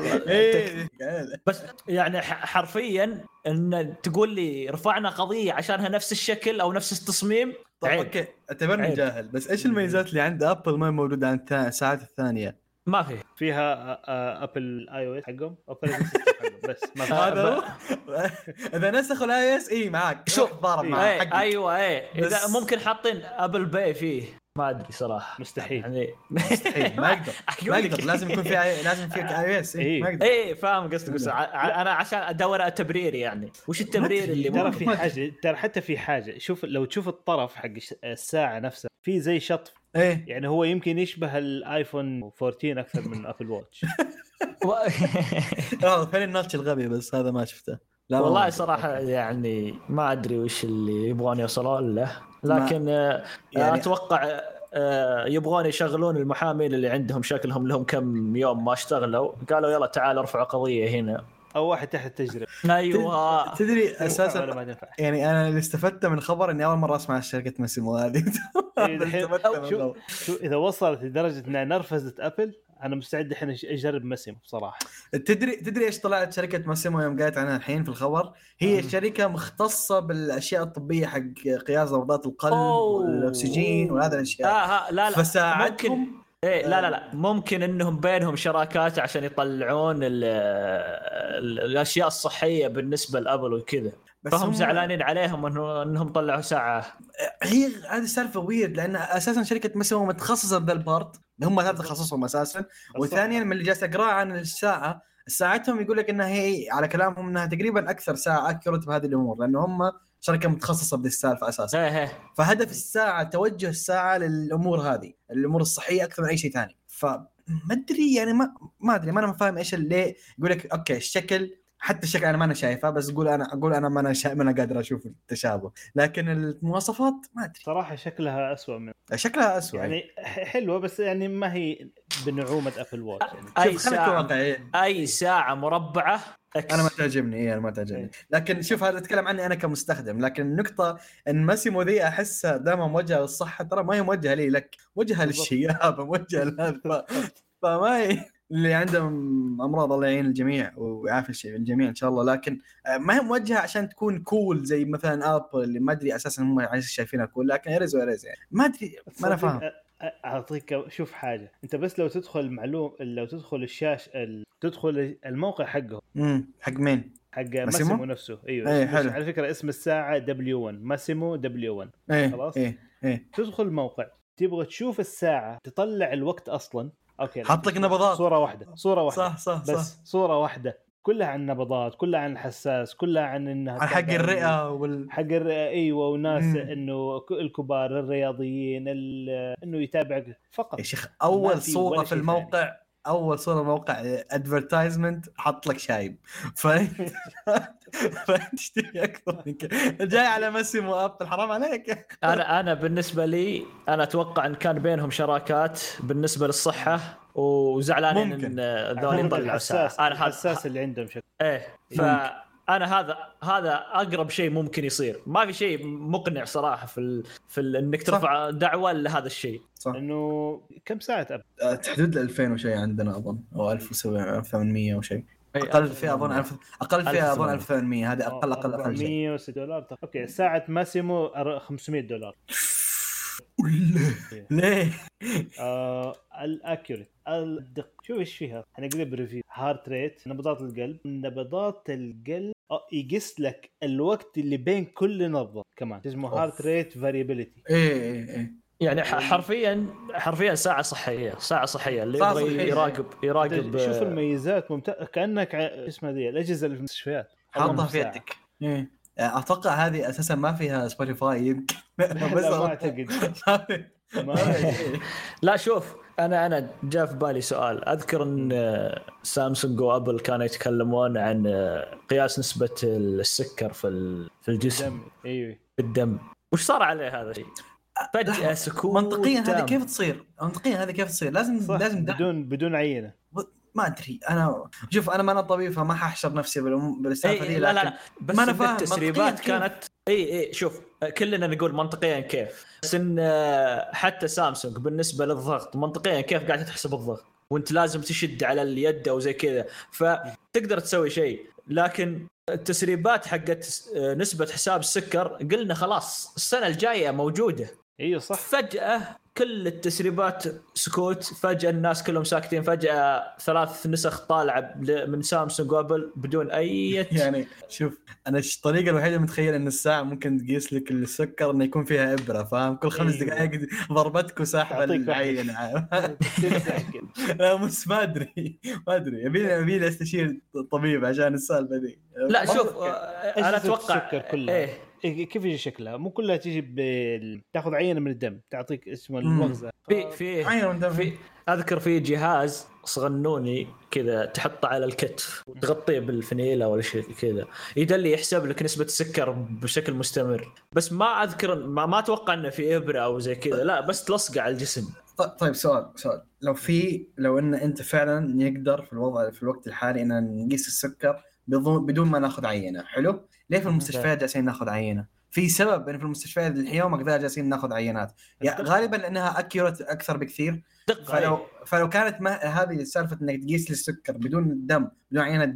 Speaker 4: بس يعني حرفيا إن تقول لي رفعنا قضية عشانها نفس الشكل أو نفس التصميم.
Speaker 3: طب أوكي اعتبرني جاهل بس إيش الميزات اللي عند أبل ما موجودة عند الساعات الثانية؟
Speaker 2: ما في فيها ابل اي او اس حقهم اوبريتنج سيستم حقهم بس ما في.
Speaker 3: هذا اذا نسخوا الاي اس اي معك
Speaker 4: شوف
Speaker 3: ضارب معك.
Speaker 4: ايوه ايه اذا ممكن حاطين ابل باي فيه ما ادري صراحه
Speaker 2: مستحيل
Speaker 4: يعني
Speaker 3: مستحيل ما يقدر ما يقدر لازم يكون في لازم في اي اس اي ما يقدر.
Speaker 4: ايه فاهم قصدك. انا عشان ادور التبرير يعني وش التبرير اللي
Speaker 2: ترى في حاجه ترى حتى في حاجه. شوف لو تشوف الطرف حق الساعه نفسها في زي شطف
Speaker 3: ايه
Speaker 2: يعني هو يمكن يشبه الايفون أربعة عشر اكثر من ابل واتش.
Speaker 3: اه فين الناتش الغبي بس هذا ما شفته.
Speaker 4: لا والله صراحه يعني ما ادري وش اللي يبغون يوصلون له لكن يعني اتوقع يبغون يشغلون المحامين اللي عندهم شكلهم لهم كم يوم ما اشتغلوا قالوا يلا تعال ارفع قضيه هنا
Speaker 2: او واحد تحت التجربه.
Speaker 4: ايوه
Speaker 3: تدري اساسا يعني انا اللي استفدت من الخبر اني اول مره اسمع شركه ماسيمو هذه.
Speaker 2: شو شو اذا وصلت لدرجه انها نرفزت ابل انا مستعد الحين اجرب ماسيمو بصراحه.
Speaker 3: تدري تدري ايش طلعت شركه ماسيمو يوم قالت عنها الحين في الخبر؟ هي أه. شركه مختصه بالاشياء الطبيه حق قياس نبضات القلب والاكسجين وهذا الاشياء.
Speaker 4: آه لا لا
Speaker 3: فساعدهم
Speaker 4: ايه لا لا لا ممكن انهم بينهم شراكات عشان يطلعون ال ال الاشياء الصحيه بالنسبه لابل وكذا، فهم زعلانين عليهم انه انهم طلعوا ساعه.
Speaker 3: هي هذه السالفه ويرد لان اساسا شركه مسمو متخصصه بذا البارت، هم هذا تخصصهم اساسا. وثانيا من اللي جالس اقرا عن الساعه، ساعتهم يقول لك انها هي على كلامهم انها تقريبا اكثر ساعه اكيوريت بهذه الامور، لانه هم شركه متخصصه بهذه السالفه اساسا.
Speaker 4: هي هي.
Speaker 3: فهدف الساعه توجه الساعه للامور هذه، الامور الصحيه اكثر من اي شيء ثاني. فما ادري يعني ما ما ادري ما انا فاهم ايش اللي يقول لك اوكي الشكل، حتى الشكل انا ما انا شايفه، بس اقول انا اقول انا ما انا شا... ما انا قادر اشوف التشابه، لكن المواصفات ما ادري
Speaker 2: صراحه شكلها أسوأ من
Speaker 3: شكلها أسوأ
Speaker 2: يعني حلوه، بس يعني ما هي بنعومه ابل واتش يعني.
Speaker 4: اي ساعه اي ساعه مربعه أكس.
Speaker 3: انا ما تعجبني ايه انا ما تعجبني لكن شوف هذا اتكلم عني انا كمستخدم، لكن النقطه ان ماسيمو ذي احسها دائما موجهه للصحه، ترى ما هي موجهه لي لك، موجهه للشياب، موجهه لهذا. فما هي اللي عندهم امراض الله يعين الجميع ويعافي الشيء الجميع ان شاء الله، لكن ما هي موجهه عشان تكون كول زي مثلا ابل اللي ما ادري اساسا هم عايزين شايفينها كول، لكن ارز وارز يعني ما ادري ما انا فاهم.
Speaker 2: اعطيك شوف حاجه، انت بس لو تدخل معلوم لو تدخل الشاشه ال... تدخل الموقع حقه
Speaker 3: امم حق مين؟
Speaker 2: حق ماسيمو نفسه. ايوه
Speaker 3: ايه
Speaker 2: على فكره اسم الساعه دبليو واحد ماسيمو دبليو واحد.
Speaker 3: ايه
Speaker 2: خلاص
Speaker 3: ايه ايه
Speaker 2: تدخل الموقع تبغى تشوف الساعه تطلع الوقت اصلا اوكي
Speaker 3: حط لك نبضات
Speaker 2: صوره واحده صوره واحده
Speaker 3: صح صح
Speaker 2: بس
Speaker 3: صح.
Speaker 2: صوره واحده كلها عن النبضات، كلها عن الحساس، كلها عن انها
Speaker 3: عن حق الرئه وال
Speaker 2: حق الرئه. ايوه وناس مم. انه الكبار الرياضيين انه يتابعك فقط
Speaker 3: يا شيخ. اول صوره في الموقع ثاني. اول صوره موقع ادفرتايزمنت حط لك شايب فانت تشتري اكثر من كذا، جاي على ماسيمو ابل حرام عليك.
Speaker 4: انا انا بالنسبه لي انا اتوقع ان كان بينهم شراكات بالنسبه للصحه وزعلانين ان ذول يطلعوا ساعه.
Speaker 2: انا حساس اللي عندهم شكل
Speaker 4: ايه فانا هذا هذا اقرب شيء ممكن يصير، ما في شيء مقنع صراحه في ال... في ال... انك ترفع دعوه لهذا الشيء.
Speaker 2: انه كم ساعه أب...
Speaker 3: تحدود ألفين وشيء عندنا اظن او ألف وثمانمية وشيء اقل فيها اظن ألف اقل فيها اظن ألف وثمانمية هذه اقل اقل اقل شيء
Speaker 2: مية وستة دولار. اوكي ساعه ماسيمو خمسمية دولار.
Speaker 3: ليه؟
Speaker 2: آه الاكيوريت الدق شوف ايش فيها. انا قلت بريفيو هارت ريت نبضات القلب نبضات القلب يقيس لك الوقت اللي بين كل نبضه كمان اسمه هارت ريت فاريابيليتي.
Speaker 3: ايه ايه ايه
Speaker 4: يعني حرفيا حرفيا ساعه صحيه ساعه صحيه اللي يبغى يراقب يراقب.
Speaker 2: شوف الميزات ممتاز كانك اسمها ذي الاجهزه اللي في المستشفيات
Speaker 3: حاطها في يدك. ايه اتوقع هذه اساسا ما فيها سبوتيفاي يمكن
Speaker 2: بس ما اعتقد ما
Speaker 4: لا شوف انا انا جاء في بالي سؤال. اذكر ان سامسونج وابل كانوا يتكلمون عن قياس نسبه السكر في في الجسم.
Speaker 2: ايوه
Speaker 4: في الدم. وش صار عليه هذا الشيء؟ فجأة سكوت.
Speaker 3: منطقيا هذه كيف تصير؟ منطقيا هذه كيف تصير؟ لازم لازم
Speaker 2: بدون بدون عينه.
Speaker 3: ما ادري انا شوف انا ما انا طبيب فما حاحشر نفسي بالسالفه دي.
Speaker 4: لا لا لا بس ما أنا فاهم التسريبات كانت اي اي شوف كلنا نقول منطقيا كيف، بس ان حتى سامسونج بالنسبه للضغط منطقيا كيف قاعده تحسب الضغط وانت لازم تشد على اليد او زي كذا فتقدر تسوي شيء. لكن التسريبات حقت نسبه حساب السكر قلنا خلاص السنه الجايه موجوده.
Speaker 2: ايوه صح.
Speaker 4: فجأة كل التسريبات سكوت، فجأة الناس كلهم ساكتين، فجأة ثلاث نسخ طالعة من سامسونج وابل بدون أي
Speaker 3: يعني شوف أنا الطريقة الوحيدة متخيل إن الساعة ممكن تقيس لك السكر إنه يكون فيها إبرة فاهم كل خمس
Speaker 2: أيوة.
Speaker 3: دقائق ضربتك وسحب العين. لا مش ما أدري ما أدري يبي يبي أستشير طبيب عشان السالفة دي.
Speaker 4: لا شوف أنا أتوقع
Speaker 2: إيه كيف يجي شكلها مو كلها تيجي ب... تاخذ عينه من الدم تعطيك اسمه المغزى.
Speaker 4: في في
Speaker 3: عينه من الدم.
Speaker 4: في اذكر في جهاز صغنوني كذا تحطه على الكتف وتغطيه بالفنيله ولا شيء كذا يدلي يحسب لك نسبه السكر بشكل مستمر. بس ما اذكر ما, ما اتوقع انه في ابره او زي كذا لا بس تلصق على الجسم.
Speaker 3: طيب سؤال سؤال لو في لو ان انت فعلا يقدر في الوضع في الوقت الحالي ان نقيس السكر بدون ما ناخذ عينه حلو ليه في المستشفيات جالسين ناخذ عينه؟ في سبب ان في المستشفيات اليوم اقدر جالسين ناخذ عينات يعني غالبا لانها اكيوريت اكثر بكثير. فلو فلو كانت ما هذه السالفه انك تقيس السكر بدون الدم بدون عينه الدم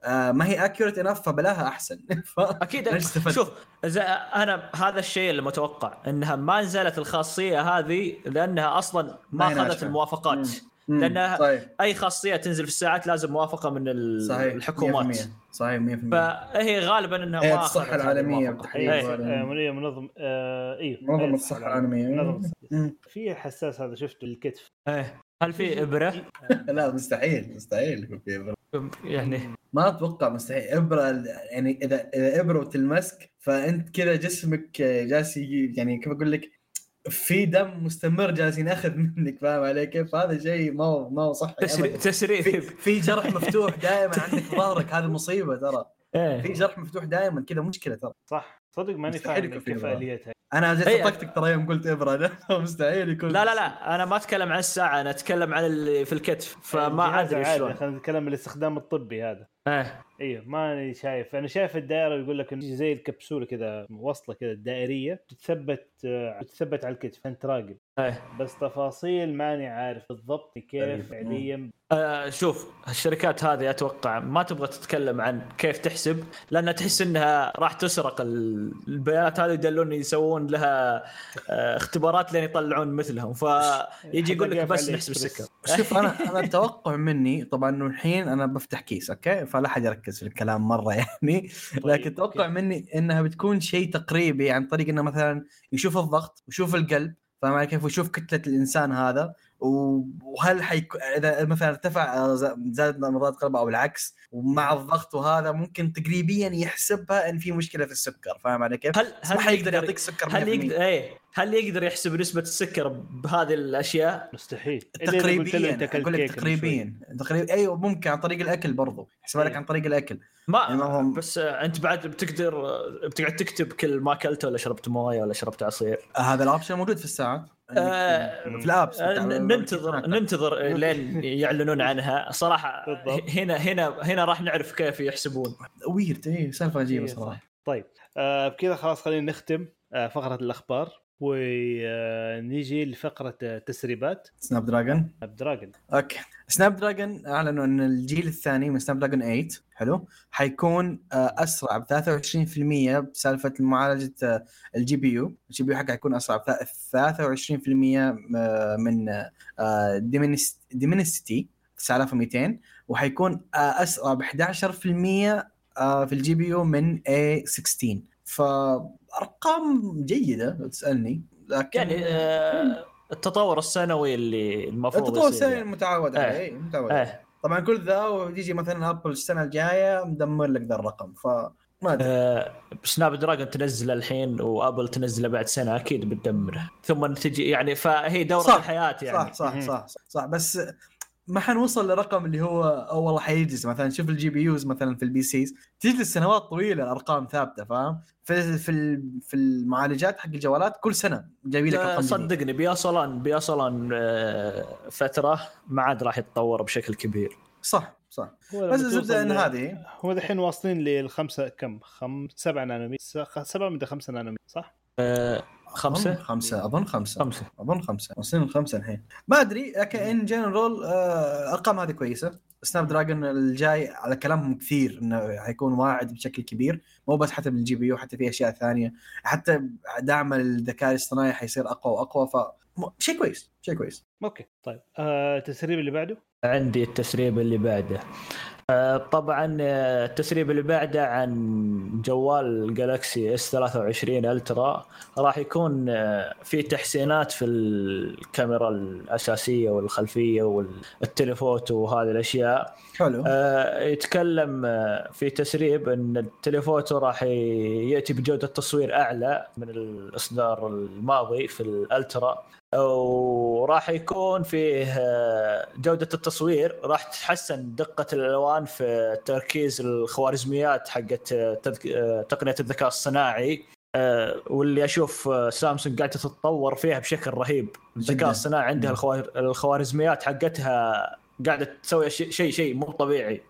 Speaker 3: آه ما هي اكيوريت انف فبلاها احسن.
Speaker 4: اكيد. شوف اذا انا هذا الشيء اللي متوقع انها ما نزلت الخاصيه هذه لانها اصلا ما اخذت الموافقات. لان
Speaker 3: صحيح.
Speaker 4: اي خاصيه تنزل في الساعات لازم موافقه من
Speaker 3: صحيح.
Speaker 4: الحكومات.
Speaker 3: مية بالمية. صحيح مية بالمية.
Speaker 4: فهي غالبا انها ما اخذت
Speaker 3: الصحه العالميه
Speaker 2: ايه منظم ايه
Speaker 3: منظمه الصحه العالميه.
Speaker 2: في حساس هذا شفته الكتف.
Speaker 4: ايه هل في ابره؟
Speaker 3: لا مستحيل مستحيل يكون في ابره
Speaker 4: يعني
Speaker 3: ما اتوقع مستحيل ابره. يعني اذا اذا ابره تلمسك فانت كذا جسمك جالس يعني كيف اقول لك في دم مستمر جالس ياخذ منك فاهم علي كيف؟ هذا شيء ما هو ما هو صحي.
Speaker 4: تسريب
Speaker 3: في, في جرح مفتوح دائما عندك في ظهرك هذه مصيبه ترى. في جرح مفتوح دائما كذا مشكله ترى.
Speaker 2: صح صدق ماني فاهم كيف اليتها.
Speaker 3: انا جيت طقطق ترى يوم قلت ابره ده مستحيل يكون.
Speaker 4: لا لا لا انا ما اتكلم عن الساعه انا اتكلم عن اللي في الكتف فما ادري شلون.
Speaker 2: خلينا نتكلم الاستخدام الطبي هذا.
Speaker 4: ايه
Speaker 2: ايوه ماني شايف. انا شايف الدائره يقول لك انه زي الكبسوله كذا وصله كذا الدائريه تتثبت تتثبت على الكتف انت راقب.
Speaker 4: ايه
Speaker 2: بس تفاصيل ماني عارف بالضبط كيف فعليا.
Speaker 4: آه شوف الشركات هذه اتوقع ما تبغى تتكلم عن كيف تحسب لان تحس انها راح تسرق البيانات هذه يدلون يسوون لها آه اختبارات لين يطلعون مثلهم فيجي يقول لك بس نحسب السكر.
Speaker 3: شوف انا انا التوقع مني طبعا انه الحين انا بفتح كيس اوكي فلا حد يركز في الكلام مره يعني لكن التوقع مني انها بتكون شيء تقريبي عن طريق انه مثلا يشوف الضغط ويشوف القلب فاهم علي كيف ويشوف كتله الانسان هذا وهل حيك... اذا مثلا ارتفع زاد نبضات قلبه او العكس ومع الضغط وهذا ممكن تقريبيا يحسبها ان في مشكله في السكر فاهم علي كيف؟
Speaker 4: هل هل
Speaker 3: ما حيقدر يعطيك سكر
Speaker 4: هل يقدر ايه هل يقدر يحسب نسبه السكر بهذه الاشياء؟
Speaker 2: مستحيل.
Speaker 3: تقريبيا اقول لك تقريبا تقريبا ايوه ممكن عن طريق الاكل برضو يحسبها لك عن طريق الاكل
Speaker 4: ما يعني بس انت بعد بتقدر بتقعد تكتب كل ما اكلت ولا شربت مويه ولا شربت عصير.
Speaker 3: هذا الاوبشن موجود في الساعات
Speaker 4: آه
Speaker 3: في الابس.
Speaker 4: ننتظر ننتظر لين يعلنون عنها صراحه. هنا هنا هنا راح نعرف كيف يحسبون.
Speaker 3: ويرد ايه سالفه عجيبه صراحه.
Speaker 2: طيب آه بكذا خلاص خلينا نختم آه فقره الاخبار ونيجي لفقره تسريبات
Speaker 3: سناب دراجون.
Speaker 2: سناب دراجون
Speaker 3: اوكي سناب دراجون اعلنوا ان الجيل الثاني من سناب دراجون ثمانية حلو حيكون اسرع ب ثلاثة وعشرين بالمية بسالفه معالجه الجي بي يو. الجي بي يو حقه حيكون اسرع ب ثلاثة وعشرين بالمية من ديمينستي تسعة آلاف ومئتين وحيكون اسرع ب إحدى عشر بالمية في الجي بي يو من إيه ستة عشر. فارقام جيده لو تسالني لكن
Speaker 4: يعني آه التطور السنوي اللي المفروض
Speaker 3: التطور السنوي يعني. المتعود عليه
Speaker 4: ايه.
Speaker 3: متعود
Speaker 4: ايه.
Speaker 3: طبعا كل ذا ويجي مثلا ابل السنه الجايه مدمر لك ذا الرقم فما ادري.
Speaker 4: آه سناب دراجون تنزله الحين وابل تنزله بعد سنه اكيد بتدمره ثم تجي يعني فهي دوره
Speaker 3: صح.
Speaker 4: الحياه يعني.
Speaker 3: صح صح صح, صح صح بس ما حنوصل لرقم اللي هو اول حيجلس مثلا شوف الجي بي يوز مثلا في البي سيز تجلس سنوات طويله الارقام ثابته فاهم في في في المعالجات حق الجوالات كل سنه جايبين لك ارقام
Speaker 4: صدقني بيوصلون بيوصلون فتره ما عاد راح يتطور بشكل كبير.
Speaker 3: صح صح بس الزبده ان هذه
Speaker 2: هو الحين واصلين للخمسه كم خم سبعة نانومتر سبعة من خمسة نانومتر صح
Speaker 4: أه خمسة
Speaker 3: خمسة أظن خمسة
Speaker 4: خمسة
Speaker 3: أظن خمسة وصلنا الخمسة الحين ما أدري لكن إن جنرال أرقام هذه كويسة. سناب دراجون الجاي على كلامهم كثير إنه حيكون واعد بشكل كبير مو بس حتى بالجي بي يو حتى في أشياء ثانية حتى دعم الذكاء الاصطناعي حيصير أقوى وأقوى فشيء كويس شيء كويس.
Speaker 2: أوكي طيب آه، التسريب اللي بعده
Speaker 4: عندي التسريب اللي بعده طبعا التسريب اللي بعده عن جوال جالاكسي اس ثلاثة وعشرين الترا راح يكون في تحسينات في الكاميرا الأساسية والخلفية والتليفوتو وهذه الأشياء.
Speaker 3: حلو.
Speaker 4: يتكلم في تسريب أن التليفوتو راح يأتي بجودة تصوير أعلى من الإصدار الماضي في الالترا وراح يكون فيه جودة التصوير راح تحسن دقة الألوان في تركيز الخوارزميات حقت تقنية الذكاء الصناعي واللي أشوف سامسونج قاعدة تتطور فيها بشكل رهيب. الذكاء الصناعي عندها الخوارزميات حقتها قاعدة تسوي شيء شيء مو طبيعي.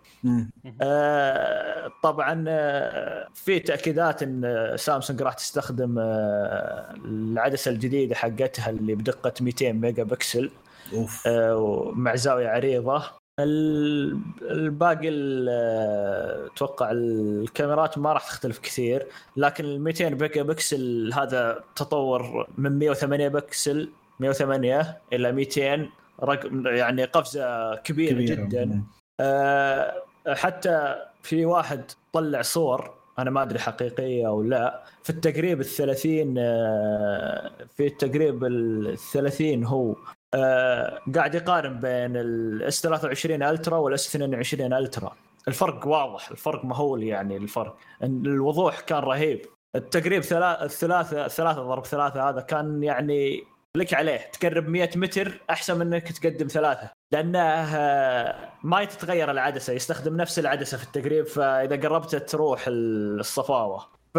Speaker 4: آه طبعا آه في تأكيدات ان سامسونج راح تستخدم آه العدسة الجديدة حقتها اللي بدقة مئتين ميجا بكسل آه مع زاوية عريضة الباقي اتوقع الكاميرات ما راح تختلف كثير، لكن ال مئتين ميجا بكسل هذا تطور من مئة وثمانية بكسل مئة وثمانية الى مئتين، رقم يعني قفزه كبيره, كبيرة جدا. أه حتى في واحد طلع صور انا ما ادري حقيقيه او لا في التقريب الثلاثين، أه في التقريب الثلاثين هو أه قاعد يقارن بين الاس ثلاثة وعشرين الترا والاس اثنين وعشرين الترا. الفرق واضح، الفرق مهول، يعني الفرق الوضوح كان رهيب. التقريب ثلاثة الثلاثة ثلاثة ضرب ثلاثة هذا كان يعني لك عليه تقرب مئة متر أحسن من إنك تقدم ثلاثة، لأنه ما يتغير العدسة، يستخدم نفس العدسة في التقريب، فإذا قربت تروح الصفاوة. ف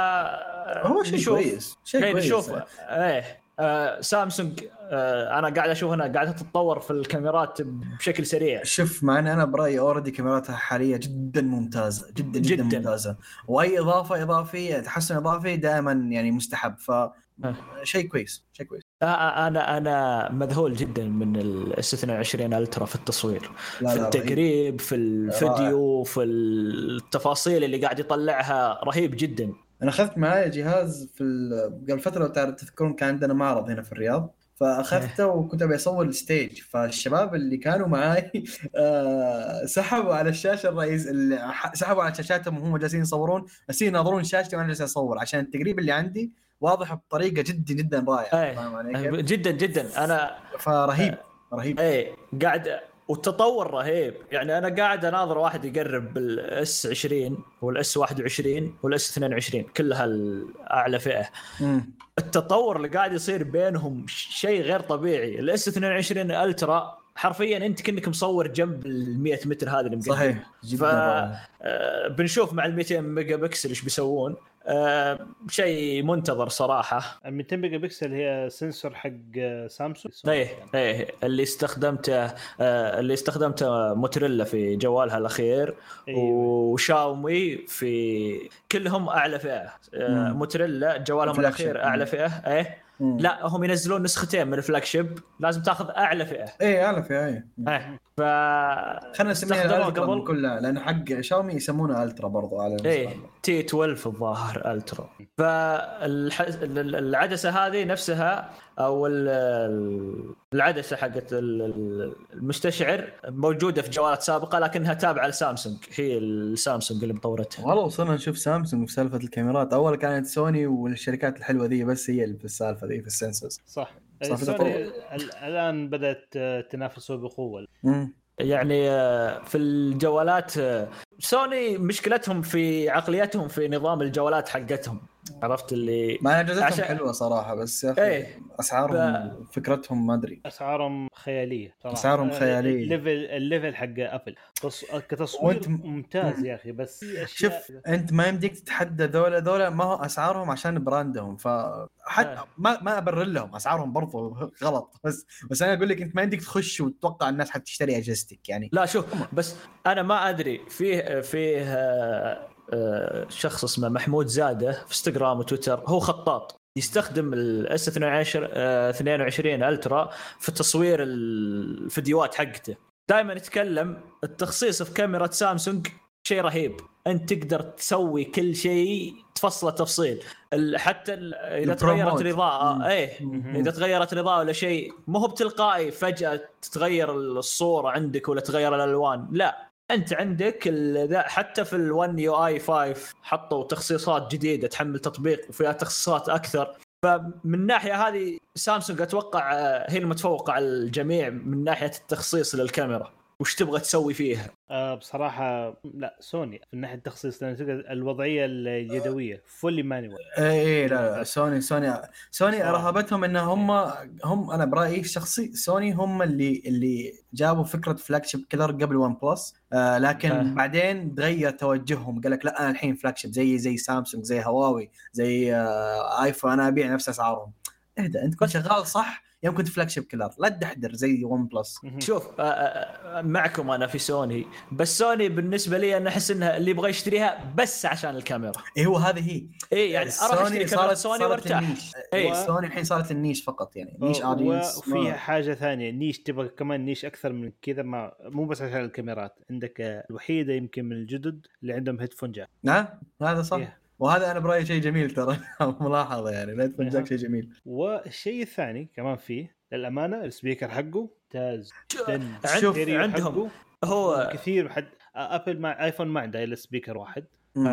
Speaker 3: هو شيء كويس، شيء كويس.
Speaker 4: نشوف إيه آه سامسونج آه أنا قاعد أشوف هنا قاعدة تتطور في الكاميرات بشكل سريع.
Speaker 3: شوف معنا أنا برأيي أوردي كاميراتها حالية جدا ممتازة، جدا جدا, جداً ممتازة، وأي إضافة إضافية تحسن إضافي دائما يعني مستحب، ف شيء كويس، شيء كويس.
Speaker 4: انا انا مذهول جدا من الاس اثنين وعشرين الترا في التصوير، لا في لا التقريب رهيب. في الفيديو رائع. في التفاصيل اللي قاعد يطلعها رهيب جدا.
Speaker 3: انا اخذت معايا جهاز في قبل فتره، لو تذكرون كان عندنا معرض هنا في الرياض، فاخذته وكنت ابي اصور الستيج، فالشباب اللي كانوا معاي سحبوا على الشاشه الرئيس، سحبوا على شاشاتهم وهم جالسين يصورون، بس يناظرون شاشتي وانا جالس اصور، عشان التقريب اللي عندي واضح بطريقه جدا جدا رائعه.
Speaker 4: فاهم عليك؟ جدا جدا. انا
Speaker 3: فرهيب رهيب
Speaker 4: اي قاعد، والتطور رهيب. يعني انا قاعد اناظر واحد يقرب بالاس عشرين والاس واحد وعشرين والاس اثنين وعشرين كلها الاعلى فئه.
Speaker 3: مم.
Speaker 4: التطور اللي قاعد يصير بينهم شيء غير طبيعي. الاس اثنين وعشرين الترا حرفيا انت كأنك مصور جنب ال مئة متر هذا اللي مقدم.
Speaker 3: صحيح جدا.
Speaker 4: بنشوف مع ال مئتين ميجا بكسل ايش بيسوون. أه شيء منتظر صراحه.
Speaker 2: ال مئتين ميجا بكسل هي سنسور حق سامسونج.
Speaker 4: ايه ايه اللي استخدمته آه اللي استخدمته موتوريلا في جوالها الاخير. أيوة. وشاومي في كلهم اعلى فئه. آه موتوريلا جوالهم الاخير اعلى فئه. ايه مم. لا هم ينزلون نسختين من الفلاج شيب، لازم تاخذ اعلى فئه.
Speaker 3: ايه اعلى فئه. ايه,
Speaker 4: ايه. ف
Speaker 3: خلينا نسميها قبل كلها، لان حق شاومي يسمونه الترا برضو على
Speaker 4: ايه تي اثناشر الظاهر الترا. فالعدسه هذه نفسها او العدسه حقت المستشعر موجوده في جوالات سابقه، لكنها تابعه لسامسونج، هي السامسونج اللي مطورتها.
Speaker 3: والله وصلنا نشوف سامسونج في سالفه الكاميرات. اول كانت سوني والشركات الحلوه ذي، بس هي اللي في السالفه ذي في السنسورز.
Speaker 2: صح. سوني الان بدات تنافسوا بقوه.
Speaker 3: امم
Speaker 4: يعني في الجوالات سوني مشكلتهم في عقليتهم في نظام الجوالات حقتهم، عرفت اللي
Speaker 3: ما اجازتهم عشان... حلوه صراحه، بس يا اخي ايه. اسعارهم ب... فكرتهم ما ادري،
Speaker 2: اسعارهم خياليه صراحه.
Speaker 3: اسعارهم خياليه.
Speaker 2: الليفل الليفل حق ابل تص... كتصوير وانت... ممتاز يا اخي، بس
Speaker 3: شوف انت ما يمديك تتحدى ذولا ذولا ما هو اسعارهم عشان براندهم، ف حتى ما ما ابرر لهم اسعارهم برضو غلط، بس بس انا اقول لك انت ما عندك تخش وتتوقع الناس حتشتري اجهزتك يعني.
Speaker 4: لا شوف بس انا ما ادري فيه فيه شخص اسمه محمود زاده في انستغرام وتويتر، هو خطاط يستخدم الاس اثنين وعشرين الترا في تصوير الفيديوهات حقته. دائما يتكلم التخصيص في كاميرا سامسونج شيء رهيب، انت تقدر تسوي كل شيء تفصله تفصيل، حتى اذا تغيرت الاضاءه ايه اذا تغيرت الاضاءه ولا شيء مو هو بتلقائي فجاه تتغير الصوره عندك ولا تغير الالوان، لا انت عندك حتى في الون يو اي خمسة حطوا تخصيصات جديده تحمل تطبيق وفيها تخصيصات اكثر. فمن ناحيه هذه سامسونج اتوقع هي المتفوقه على الجميع من ناحيه التخصيص للكاميرا. وش تبغى تسوي فيها؟
Speaker 2: أه بصراحة لا سوني من ناحية التخصيص، لأن الوضعية اليدوية فولي مانوال.
Speaker 3: ايه لا, لا سوني سوني سوني رهبتهم ان هم هم انا برأيي شخصي سوني هم اللي اللي جابوا فكرة فلاج شيب كلر قبل وان بلس. آه لكن آه. بعدين تغير توجههم، قال لك لا انا الحين فلاج شيب زي زي سامسونج زي هواوي زي آه ايفون، انا ابيع نفس اسعارهم. اهدى انت كنت شغال صح يوم كنت فلاج شيب كلر لا تدحدر زي ون بلس.
Speaker 4: شوف معكم انا في سوني، بس سوني بالنسبه لي انا احس انها اللي يبغى يشتريها بس عشان الكاميرا.
Speaker 3: ايه هو هذه هي
Speaker 4: ايه يعني اروح اشتري كاميرا سوني وارتاح.
Speaker 3: ايه سوني الحين صارت النيش فقط يعني نيش اودينس.
Speaker 2: وفيها حاجه ثانيه نيش تبغى كمان نيش اكثر من كذا، ما مو بس عشان الكاميرات. عندك الوحيده يمكن من الجدد اللي عندهم هيدفون جاك.
Speaker 3: نعم هذا صح.
Speaker 2: إيه.
Speaker 3: وهذا انا برايي شيء جميل ترى ملاحظه يعني الهيدفون جاك شيء جميل.
Speaker 2: والشيء الثاني كمان فيه للامانه السبيكر حقه ممتاز جدا.
Speaker 4: شوف عندهم هو
Speaker 2: كثير حد ابل مع ايفون ما عنده الا سبيكر واحد،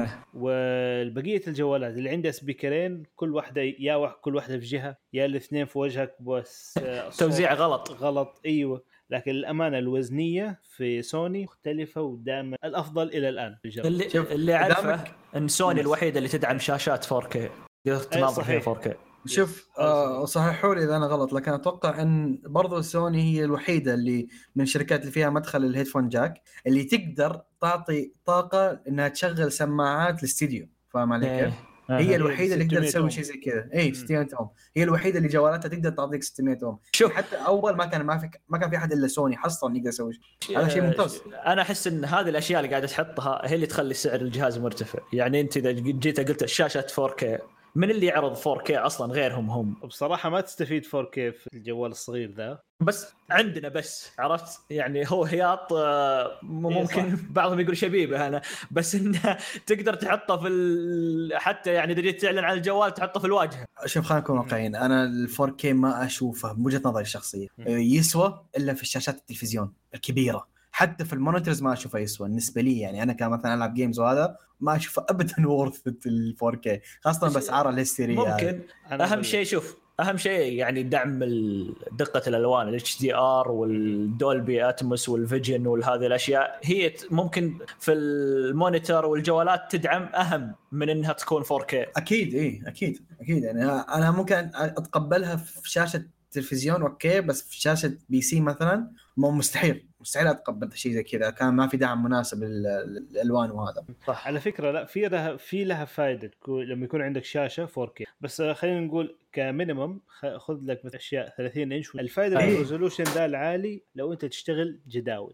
Speaker 2: والبقيه الجوالات اللي عندها سبيكرين كل واحده يا واحد كل واحده في جهه يا الاثنين في وجهك بس
Speaker 4: توزيع غلط
Speaker 2: غلط. ايوه لكن الامانه الوزنيه في سوني مختلفه ودائما الافضل الى الان.
Speaker 4: اللي, اللي عارفه ان سوني الوحيده اللي تدعم شاشات فور كي تقدر تناظر فيها فور كي.
Speaker 3: شوف آه صححوا لي اذا انا غلط، لكن اتوقع ان برضو سوني هي الوحيده اللي من الشركات اللي فيها مدخل الهيدفون جاك اللي تقدر تعطي طاقه انها تشغل سماعات الاستديو. فاهم عليك؟
Speaker 4: ايه.
Speaker 3: هي الوحيده اللي تقدر تسوي شيء زي كذا. اي ستمية اوم هي الوحيده اللي جوالاتها تقدر تعطيك ستمية اوم.
Speaker 4: شوف
Speaker 3: حتى اول ما كان ما في ما كان في احد الا سوني حصل يقدر يسوي هذا شيء ممتاز.
Speaker 4: انا احس ان هذه الاشياء اللي قاعده تحطها هي اللي تخلي سعر الجهاز مرتفع. يعني انت اذا جيت قلت الشاشه فور كي من اللي يعرض فور كي اصلا غيرهم هم.
Speaker 2: بصراحه ما تستفيد فور كي في الجوال الصغير ذا،
Speaker 4: بس عندنا بس عرفت يعني هو هياط ممكن إيه بعضهم يقول شبيبه انا بس انه تقدر تحطه في حتى يعني اذا جيت تعلن عن الجوال تحطه في الواجهه.
Speaker 3: شوف خلينا نكون واقعيين، انا الفور كي ما اشوفه بوجهه نظري الشخصيه يسوى الا في الشاشات التلفزيون الكبيره. حتى في المونيتورز ما اشوفه يسوى بالنسبه لي. يعني انا كمثلا العب جيمز وهذا ما اشوفه ابدا وورث ال فور كي خاصه باسعار الهستيريه.
Speaker 4: ممكن اهم شيء شوف اهم شيء يعني دعم دقه الالوان الاتش دي ار والدولبي اتموس والفيجن وهذه الاشياء هي ممكن في المونيتور والجوالات تدعم اهم من انها تكون فور كي.
Speaker 3: اكيد ايه اكيد اكيد يعني انا ممكن اتقبلها في شاشه تلفزيون اوكي، بس في شاشه بي سي مثلا مو مستحيل مستحيل اتقبل شيء زي كذا كان ما في دعم مناسب للالوان وهذا.
Speaker 2: صح على فكره لا في لها في لها فائده لما يكون عندك شاشه فور كي، بس خلينا نقول كمينيمم خذ لك مثل اشياء ثلاثين انش. الفائده من الريزولوشن ذا العالي لو انت تشتغل جداول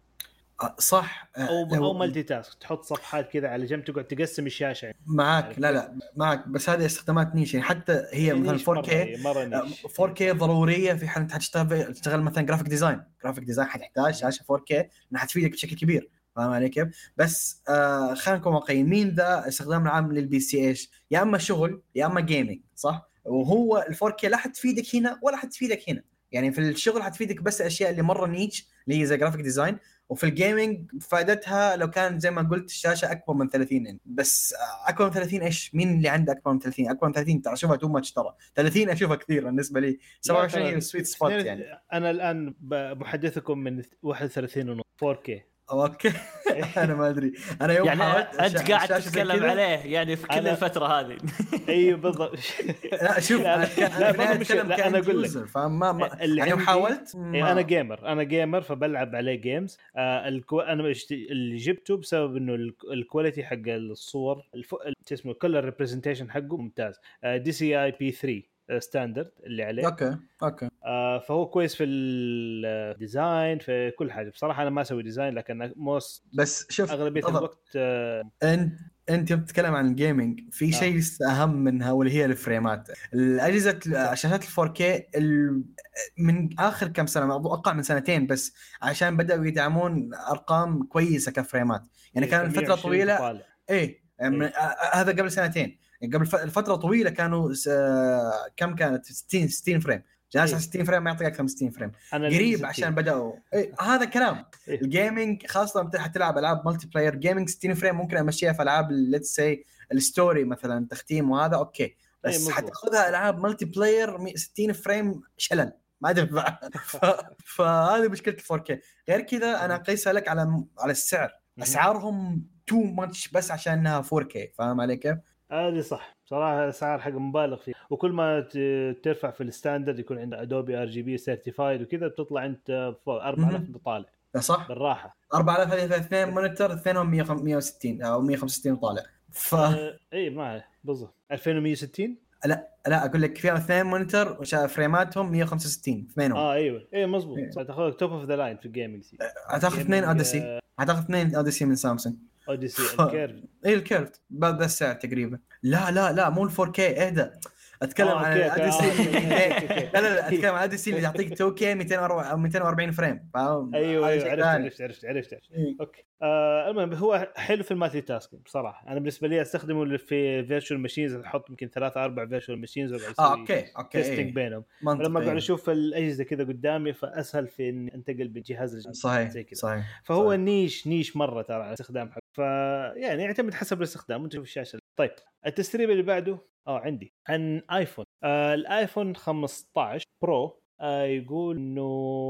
Speaker 3: صح
Speaker 2: او او مالتي تاسك تحط صفحات كذا على جنب تقعد تقسم الشاشه
Speaker 3: معك يعني لا لا معك، بس هذه استخدامات نيش يعني حتى هي مثلا فور كي فور كي ضروريه في حال انت حتشتغل تشتغل مثلا جرافيك ديزاين جرافيك ديزاين حتحتاج شاشه فور كي انها حتفيدك بشكل كبير. فاهم علي كيف؟ بس آه خلينا نكون واقعيين، مين ذا استخدام العام للبي سي ايش؟ يا اما شغل يا اما جيمنج صح؟ وهو الفور كي لا حتفيدك هنا ولا حتفيدك هنا. يعني في الشغل حتفيدك بس الاشياء اللي مره نيتش اللي هي زي جرافيك ديزاين، وفي الجيمنج فائدتها لو كان زي ما قلت الشاشه اكبر من ثلاثين. بس اكبر من ثلاثين ايش؟ مين اللي عنده اكبر من ثلاثين؟ اكبر من ثلاثين ترى اشوفها تو ماتش ترى. ثلاثين اشوفها كثير بالنسبه لي. سبعة وعشرين السويت سبوت يعني.
Speaker 2: انا الان بحدثكم من واحد وثلاثين ونص فور كي.
Speaker 3: اوكي انا ما ادري انا يوم
Speaker 4: يعني
Speaker 3: حاولت
Speaker 4: انت قاعد تتكلم عليه يعني في كل أنا... الفتره هذه.
Speaker 2: ايوه بالضبط.
Speaker 3: لا شوف
Speaker 2: لا لا, لا, مش... لا انا اقول لك
Speaker 3: فما ما... يعني يوم حاولت
Speaker 2: ما... انا جيمر انا جيمر فبلعب عليه جيمز. آه الكو... انا اللي جبته بسبب انه الكواليتي حق الصور الف... اسمه كلر ريبريزنتيشن حقه ممتاز. آه دي سي اي بي ثري ستاندرد اللي عليه.
Speaker 3: اوكي اوكي
Speaker 2: آه فهو كويس في الديزاين في كل حاجه. بصراحه انا ما اسوي ديزاين لكن موست
Speaker 3: بس شوف
Speaker 2: اغلبيه أضل. الوقت آه
Speaker 3: انت انت بتتكلم عن الجيمنج في آه. شيء اهم منها واللي هي الفريمات. الاجهزه شاشات الفور كي من اخر كم سنه اتوقع من سنتين بس عشان بداوا يدعمون ارقام كويسه كفريمات. يعني كان فتره طويله ايه يعني هذا قبل سنتين قبل الفترة طويلة كانوا س... كم كانت ستين ستين فريم. جالس على ستين فريم ما يعطيك أكثر من ستين فريم قريب عشان بدأوا إيه هذا كلام. إيه؟ الجيمينج خاصة لما حتلعب ألعاب مالتي بلاير جيمينج ستين فريم ممكن أمشيها في ألعاب ليتس سي الستوري مثلا تختيم وهذا أوكي، بس إيه حتاخذها ألعاب مالتي بلاير ستين فريم شلل ما أدري. ف... فهذه مشكلة الفور كي. غير كذا أنا قيسها لك على على السعر. أسعارهم تو ماتش بس عشانها فور كي. فاهم علي كيف؟
Speaker 2: هذه صح صراحه اسعار حق مبالغ فيه. وكل ما ترفع في الستاندرد يكون عندك ادوبي ار جي بي سيرتيفايد وكذا بتطلع انت فوق أربعة آلاف بطالع
Speaker 3: صح
Speaker 2: بالراحه.
Speaker 3: أربعة آلاف هذه اثنين مونيتور اثنين مية وستين او مية وخمسة وستين طالع. ف
Speaker 2: آه اي ما بالضبط ألفين ومية وستين
Speaker 3: لا لا اقول لك فيها اثنين مونيتور فريماتهم مية وخمسة وستين اثنينهم.
Speaker 2: اه ايوه ايه مزبوط.
Speaker 3: إيه.
Speaker 2: تاخذ توب اوف ذا لاين في الجيمنج.
Speaker 3: هتاخذ اثنين اوديسي هتاخذ اثنين اوديسي من سامسونج
Speaker 2: اوديسي
Speaker 3: ف...
Speaker 2: الكيرف.
Speaker 3: ايه الكيرف بهذا السعر تقريبا. لا لا لا مو ال فور كيه اهدى اتكلم
Speaker 2: آه،
Speaker 3: عن
Speaker 2: أوكي، أوكي،
Speaker 3: الاوديسي
Speaker 2: آه،
Speaker 3: اللي...
Speaker 2: أوكي، أوكي.
Speaker 3: لا لا لا اتكلم عن الاوديسي اللي يعطيك تو كيه مئتين وأربعين فريم فاهم.
Speaker 2: ايوه
Speaker 3: هذا
Speaker 2: ايوه
Speaker 3: شيء
Speaker 2: عرفت,
Speaker 3: ثاني.
Speaker 2: عرفت عرفت عرفت عرفت
Speaker 3: إيه.
Speaker 2: اوكي. آه المهم هو حلو في المالتي تاسكينج بصراحه. انا بالنسبه لي استخدمه في فيرتشوال ماشينز، احط يمكن ثلاثة أربع فيرتشوال ماشينز وقاعد
Speaker 3: اه
Speaker 2: اسوي
Speaker 3: اوكي اوكي
Speaker 2: تيستينج
Speaker 3: إيه.
Speaker 2: بينهم.
Speaker 3: منطقي.
Speaker 2: لما اقعد اشوف الاجهزه كذا قدامي فاسهل في اني انتقل بالجهاز الجديد
Speaker 3: صحيح
Speaker 2: زي كذا.
Speaker 3: صحيح
Speaker 2: فهو
Speaker 3: صحيح.
Speaker 2: نيش نيش مره ترى على الاستخدام حق. فيعني يعتمد حسب الاستخدام. انت تشوف الشاشه. طيب التسريب اللي بعده اه عندي عن ايفون. آه الايفون خمسة عشر برو آه يقول انه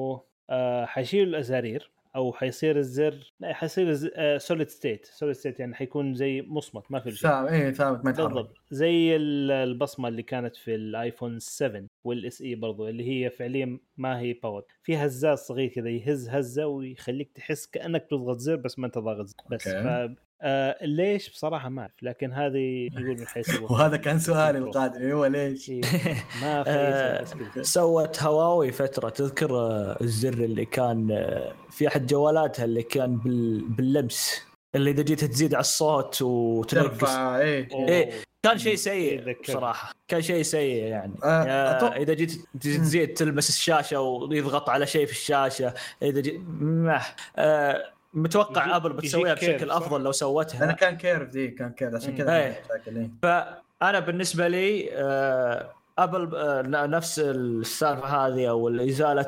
Speaker 2: آه حيشيل الازارير او حيصير الزر لا حيصير سوليد ستيت. سوليد ستيت يعني حيكون زي مصمت ما في شيء
Speaker 3: ثابت ايه ثابت ما يتحرك
Speaker 2: بالضبط زي البصمه اللي كانت في الايفون سبعة والاس اي برضو اللي هي فعليا ما هي باور. في هزاز صغير كذا يهز هزه ويخليك تحس كانك تضغط زر بس ما انت ضاغط زر بس. ف آه ليش بصراحه ما اعرف لكن هذه يقول من حيسووها.
Speaker 3: وهذا كان سؤالي القادم هو ليش
Speaker 2: إيه. ما في
Speaker 4: سوت هواوي فتره تذكر الزر اللي كان في احد جوالاتها اللي كان باللمس اللي اذا جيت تزيد على الصوت وتنقص
Speaker 3: ايه
Speaker 4: ايه كان شيء سيء بصراحه. كان شيء سيء يعني
Speaker 3: آه أطو...
Speaker 4: اذا جيت تزيد تلمس الشاشه ويضغط على شيء في الشاشه اذا جيت آه متوقع ابل بتسويها بشكل افضل لو سوتها.
Speaker 3: انا كان كيرف دي كان كيرف عشان كذا
Speaker 4: مشاكل. فانا بالنسبه لي آه ابل آه نفس السالفه هذه او ازاله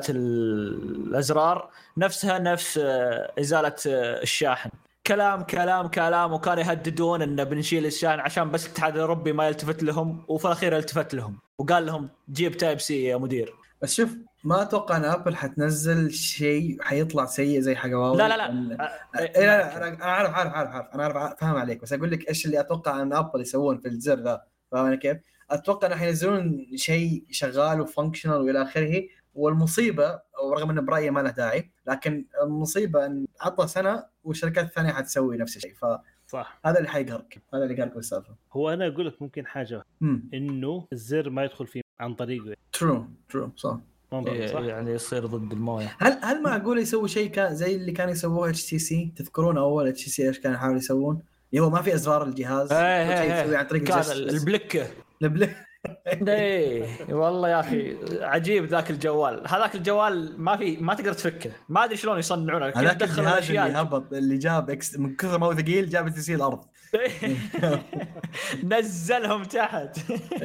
Speaker 4: الازرار نفسها نفس آه ازاله آه الشاحن. كلام كلام كلام وكانوا يهددون ان بنشيل الشاحن عشان بس الاتحاد الاوروبي ما يلتفت لهم وفي الاخير التفت لهم وقال لهم جيب تايب سي يا مدير.
Speaker 3: بس شوف ما اتوقع ان ابل حتنزل شيء حيطلع سيء زي حق هواوي.
Speaker 4: لا لا لا
Speaker 3: أن...
Speaker 4: أ...
Speaker 3: إيه لا انا عارف عارف عارف عارف انا عارف فاهم عليك بس اقول لك ايش اللي اتوقع ان ابل يسوون في الزر ذا. فاهم كيف؟ اتوقع ان حينزلون شيء شغال وفانكشنال والى اخره. والمصيبه ورغم ان برايي ما له داعي لكن المصيبه ان عطى سنه والشركات الثانيه حتسوي نفس الشيء. ف
Speaker 2: صح
Speaker 3: هذا اللي حيقهرك هذا اللي قالك بالسالفه.
Speaker 2: هو انا اقول لك ممكن حاجه
Speaker 3: مم.
Speaker 2: انه الزر ما يدخل فيه عن طريقه.
Speaker 3: ترو ترو صح
Speaker 4: يعني يصير ضد المويه.
Speaker 3: هل هل معقول يسوي شيء كان زي اللي كانوا يسووه اتش تي سي؟ تذكرون اول اتش تي سي ايش كانوا يحاولوا يسوون؟ هو ما في ازرار الجهاز
Speaker 4: يسوي عن طريق البلكه البلك ايه والله يا اخي عجيب ذاك الجوال. هذاك الجوال ما في ما تقدر تفكه. ما ادري شلون يصنعونه. كيف دخل الاشياء
Speaker 3: اللي هبط اللي جاب اكس من كثر ما هو ثقيل جاب تسيل الارض
Speaker 4: نزلهم تحت.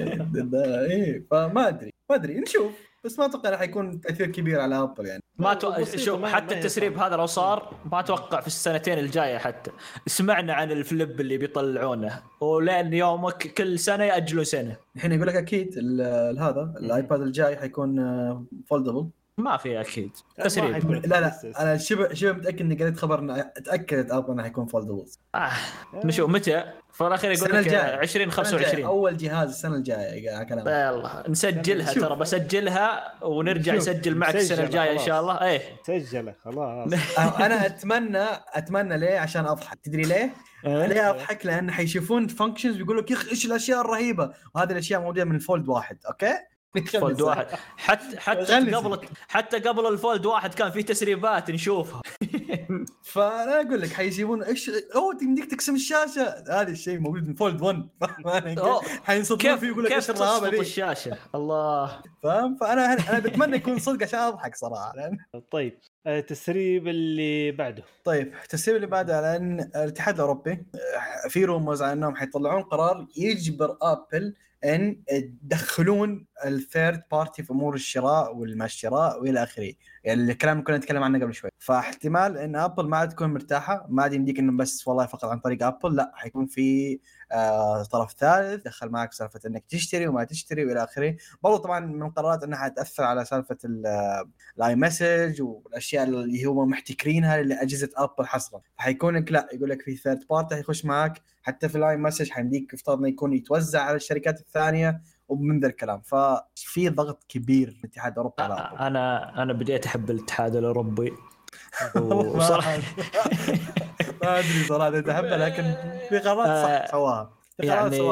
Speaker 3: ايه فما ادري ما ادري نشوف بس ما اتوقع راح يكون تاثير كبير على ابل يعني.
Speaker 4: ما تو... شوف حتى التسريب هذا لو صار ما اتوقع في السنتين الجايه. حتى سمعنا عن الفليب اللي بيطلعونه ولين يومك كل سنه ياجلوا سنه.
Speaker 3: الحين يقول لك اكيد هذا الايباد الجاي حيكون فولدبل.
Speaker 4: ما في اكيد تسريب.
Speaker 3: لا لا انا شبه شبه متاكد اني قريت خبر ان اتاكدت ابل انه حيكون فولدبل.
Speaker 4: آه. نشوف متى في الاخير يقول لك عشرين خمسة وعشرين
Speaker 3: اول جهاز السنه الجايه كلام.
Speaker 4: يلا نسجلها ترى بسجلها ونرجع نسجل معك السنه الجايه ان شاء الله. ايه
Speaker 2: سجله خلاص.
Speaker 3: انا اتمنى اتمنى ليه عشان اضحك. تدري ليه؟ ليه اضحك؟ لان حيشوفون فانكشنز بيقولوا لك يخ ايش الاشياء الرهيبه وهذه الاشياء موجوده من الفولد واحد. اوكي
Speaker 4: فولد واحد حتى حتى قبل حتى قبل الفولد واحد كان في تسريبات نشوفها.
Speaker 3: فانا اقول لك حيجيبون ايش او تمديك تقسم الشاشه. هذا الشيء موجود من فولد واحد. حينصدمون فيه يقول لك ايش الرهابه دي
Speaker 4: الشاشه الله فاهم.
Speaker 3: فانا انا بتمنى يكون صدق عشان اضحك صراحه.
Speaker 2: طيب التسريب اللي بعده.
Speaker 3: طيب التسريب اللي بعده لان الاتحاد الاوروبي في رومرز عن انهم حيطلعون قرار يجبر ابل ان تدخلون الثيرد بارتي في امور الشراء والمشتراء والى اخره. يعني الكلام اللي كنا نتكلم عنه قبل شوي. فاحتمال ان ابل ما عاد تكون مرتاحه ما عاد يمديك انه بس والله فقط عن طريق ابل. لا حيكون في آه طرف ثالث دخل معك سالفه انك تشتري وما تشتري والى اخره. برضو طبعا من القرارات انها حتاثر على سالفه الاي مسج والاشياء اللي هم محتكرينها لاجهزه ابل حصرا. حيكون لك لا يقول لك في ثيرد بارتي يخش معك حتى في الاي مسج حيمديك يفترض انه يكون يتوزع على الشركات الثانيه ومن ذا الكلام. ففي ضغط كبير من الاتحاد الاوروبي على ابل.
Speaker 4: انا انا بديت احب الاتحاد الاوروبي
Speaker 3: وصراحه ما ادري صراحه احبه لكن في قرارات صح سواها. في قرارات سواها صح.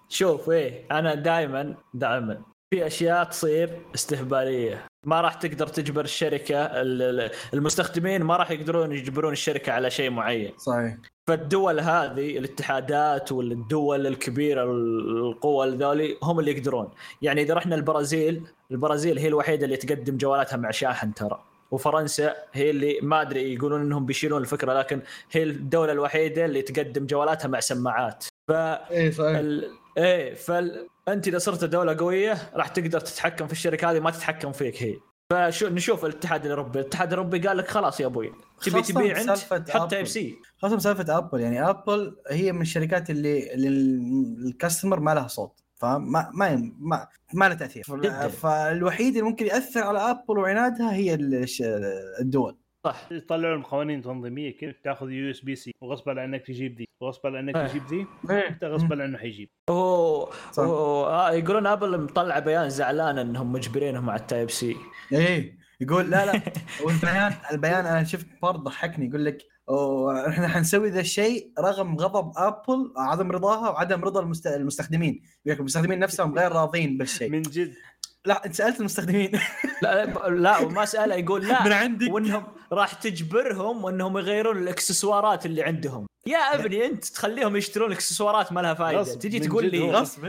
Speaker 4: شوف ايه انا دائما دائما في اشياء تصير استهباليه ما راح تقدر تجبر الشركه المستخدمين ما راح يقدرون يجبرون الشركه على شيء معين.
Speaker 3: صحيح.
Speaker 4: فالدول هذه الاتحادات والدول الكبيره القوى ذولي هم اللي يقدرون. يعني اذا رحنا البرازيل البرازيل هي الوحيده اللي تقدم جوالاتها مع شاحن ترى. وفرنسا هي اللي ما ادري يقولون انهم بيشيلون الفكره لكن هي الدوله الوحيده اللي تقدم جوالاتها مع سماعات. ف
Speaker 3: ايه صحيح.
Speaker 4: ال... ايه فانت اذا صرت دوله قويه راح تقدر تتحكم في الشركه هذه ما تتحكم فيك هي. فشو نشوف الاتحاد الاوروبي الاتحاد الاوروبي قال لك خلاص يا ابوي تبي تبيع انت حط تايب سي.
Speaker 3: خاصه سالفه ابل يعني ابل هي من الشركات اللي, اللي الكاستمر ما لها صوت فما ما ما, ما له تاثير. فالوحيد اللي ممكن ياثر على ابل وعنادها هي الدول.
Speaker 2: صح يطلعوا لهم قوانين تنظيميه كيف تاخذ يو اس بي سي وغصب عنك تجيب دي وغصب عنك تجيب دي انت غصب عنه حيجيب.
Speaker 4: اوه آه يقولون ابل مطلع بيان زعلان انهم مجبرينهم على التايب سي.
Speaker 3: ايه يقول لا لا والبيان البيان انا شفت برضه ضحكني يقول لك احنا حنسوي ذا الشيء رغم غضب ابل عدم رضاها وعدم رضا المست... المستخدمين. يقول المستخدمين نفسهم غير راضين بالشيء.
Speaker 2: من جد
Speaker 3: لا انت سالت المستخدمين
Speaker 4: لا لا وما سأله يقول لا
Speaker 3: من عندك
Speaker 4: وانهم راح تجبرهم وانهم يغيرون الاكسسوارات اللي عندهم. يا ابني انت تخليهم يشترون اكسسوارات ما لها فائده تجي تقول لي
Speaker 3: غصب.